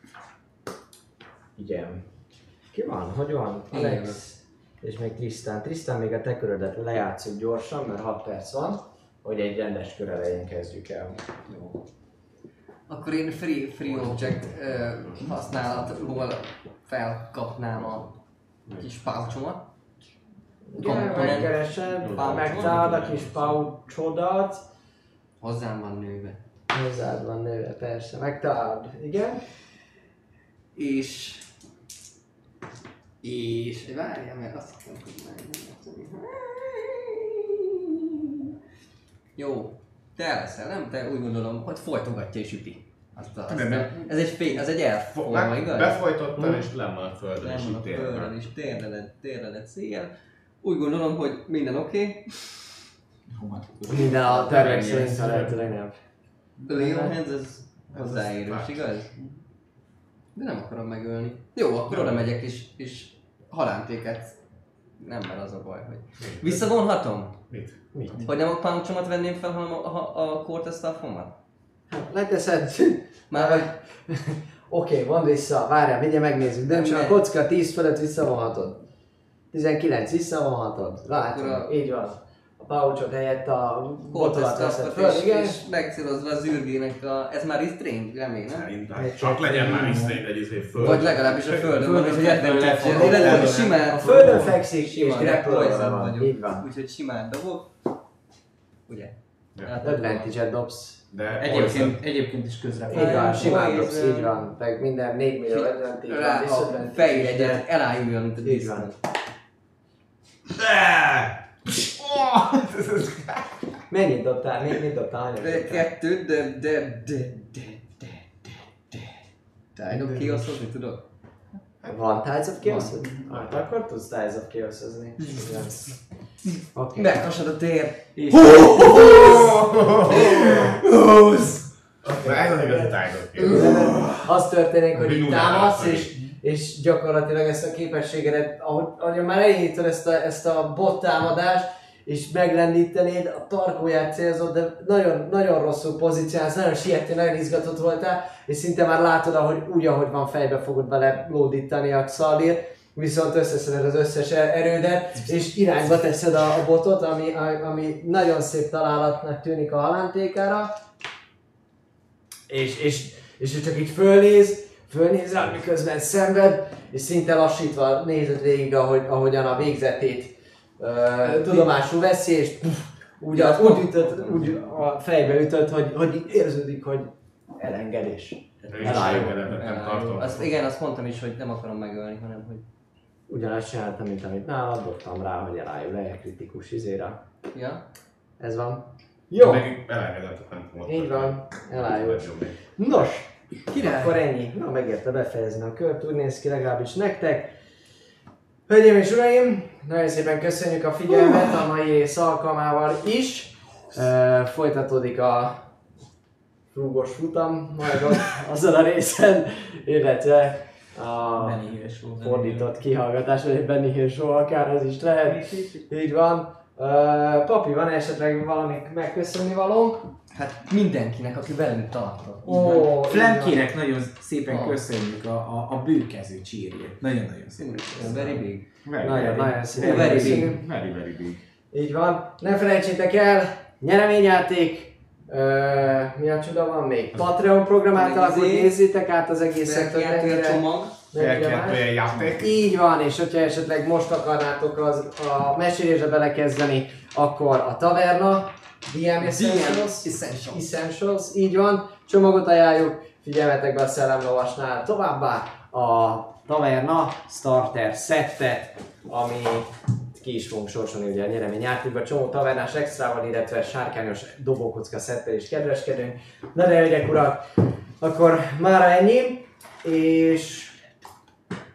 Igen. Ki van? Hogy van? Alex. És még Tristan. Tristan, még a te körödet lejátszunk gyorsan, mert hat perc van, hogy egy rendes kör elején kezdjük el. Jó. Akkor én free, free object uh, használatról felkapnám a kis pouchomat. Igen, megkeresed, megtalálod a kis pouchodat. Hozzám van nőve. Hozzád van nőve, persze, megtalálod, igen. És... És... Várjál, mert azt hiszem, hogy már nem. Jó. Te leszel, nem? Te úgy gondolom, hogy folytogatja és üti. Azt a, azt a, ez egy fény, ez egy elforma, igaz? Befolytottam és lemma a földön és Nem van itt a földön is, térdeled, térdeled széjjel. Úgy gondolom, hogy minden oké. Okay. Minden a tervek szerint a lehető legnagyobb. Leonheads, ez hozzáérős, igaz? De nem akarom megölni. Jó, akkor oda megyek és, és halántéket. Nem, mert az a baj, hogy... Visszavonhatom? Mit? Mit? Hogy nem a pouchomat venném fel, hanem a, a, a quarter staffomat? Leteszed. Már hogy... Oké, okay, mondd vissza, várjál, mindjárt megnézzük. De csak a kocka tíz fölött visszavonhatod. tizenkilenc visszavonhatod. Látom, a... így van. A pouchot helyett a botolat veszed föl, igen. És megcélozva az űrgének a... Ez már restrained, remélem, nem? Csak legyen már restrained egy izé föld. Vagy legalábbis a földön van, és egy advantage-el. Illetve simán... A földön fekszik és grapple-olva van. Így van. Úgyhogy simán dobok. Ugye? Advantage-et dobsz. De egyébként, egyébként is közre. Így van, simán dobsz, így van. Meg minden négy millió advantage rá a fejjegyet elájuljon, mint a diszkon. Mennyit dobtál? Mit dobtál? Kettő, de, de, de, de, de, de, de. Tide of Chaos-ozni tudok? Van Tides of Chaos-od? Hát akkor tudsz Tides of Chaos-ozni. Oké. Megkasad a tér. Húsz! Ez az igazi tájgot. Az történik, hogy itt támadsz, és, és gyakorlatilag ezt a képességedet, ahogy, ahogy már elindítod ezt a, ezt a bot támadást, és meglendítenéd, a tarkóját célzod, de nagyon, nagyon rosszul pozícionálsz, nagyon siető, nagyon izgatott voltál, és szinte már látod, ahogy úgy, ahogy van fejbe fogod bele lódítani a Xaldir, viszont összeszeded az összes erődet, és irányba teszed a, a botot, ami, ami nagyon szép találatnak tűnik a halántékára. És, és, és csak így fölnéz, fölnéz rá, miközben szenved, és szinte lassítva nézed végig, ahogy, ahogyan a végzetét uh, tudomásul veszi, és pff, úgy, a, úgy, ütött, úgy a fejbe ütött, hogy, hogy érződik, hogy elengedés. Elájul. Azt, igen, azt mondtam is, hogy nem akarom megölni, hanem hogy... Ugyanazt csináltam, mint amit nálad, dobtam rá, hogy elájul le kritikus izére. Ja? Ez van. Jó! Meg elengedett, nem tudom. Így van, elájul. Nos, király! Akkor ennyi. Na, megérte befejezni a kört, úgy néz ki legalábbis nektek. Hölgyeim és uraim, nagyon szépen köszönjük a figyelmet a mai rész alkalmával is. Uh, folytatódik a rúgos futam, majd ott azon a részen, illetve a fordított kihallgatás, vagy egy Benny Hill show, akár az is lehet. Így van. Uh, papi, van esetleg valami megköszönni valónk? Hát mindenkinek, aki velünk tartott. Ó, Flemkének nagyon szépen Oh. köszönjük a, a, a bőkező csírjét. Nagyon-nagyon szépen köszönjük. Very big. Very, Nagyon, very, nagyon szépen Very köszönjük. very, very big. Így van. Ne felejtsétek el, nyereményjáték. Uh, mi a csoda van még? Patreon program által, akkor nézzétek át az egészet, hogy mennyire... csomag. Felkeltően játék. Így van, és hogyha esetleg most akarnátok az, a mesélésbe belekezdeni, akkor a Taverna, dé em Essentials, Essentials. Essentials, így van, csomagot ajánljuk, figyelmetekbe a Szellemlovasnál, továbbá a Taverna Starter Settet, ami ki is fogunk sorsolni ugye a nyereményjátékban, csomó tavernás extrával, illetve sárkányos dobókocka szettel is kedveskedünk. Na de hölgyek, urak, akkor mára ennyi, és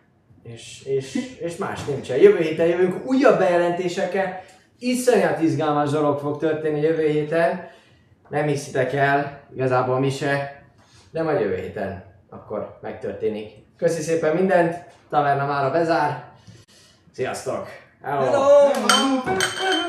És, és, és más nincsen. Jövő héten jövünk újabb bejelentésekkel. Iszonyat izgalmas dolog fog történni jövő héten. Nem hiszitek el, igazából mi se. De majd jövő héten akkor megtörténik. Köszi szépen mindent, taverna mára bezár. Sziasztok! Hello! Hello!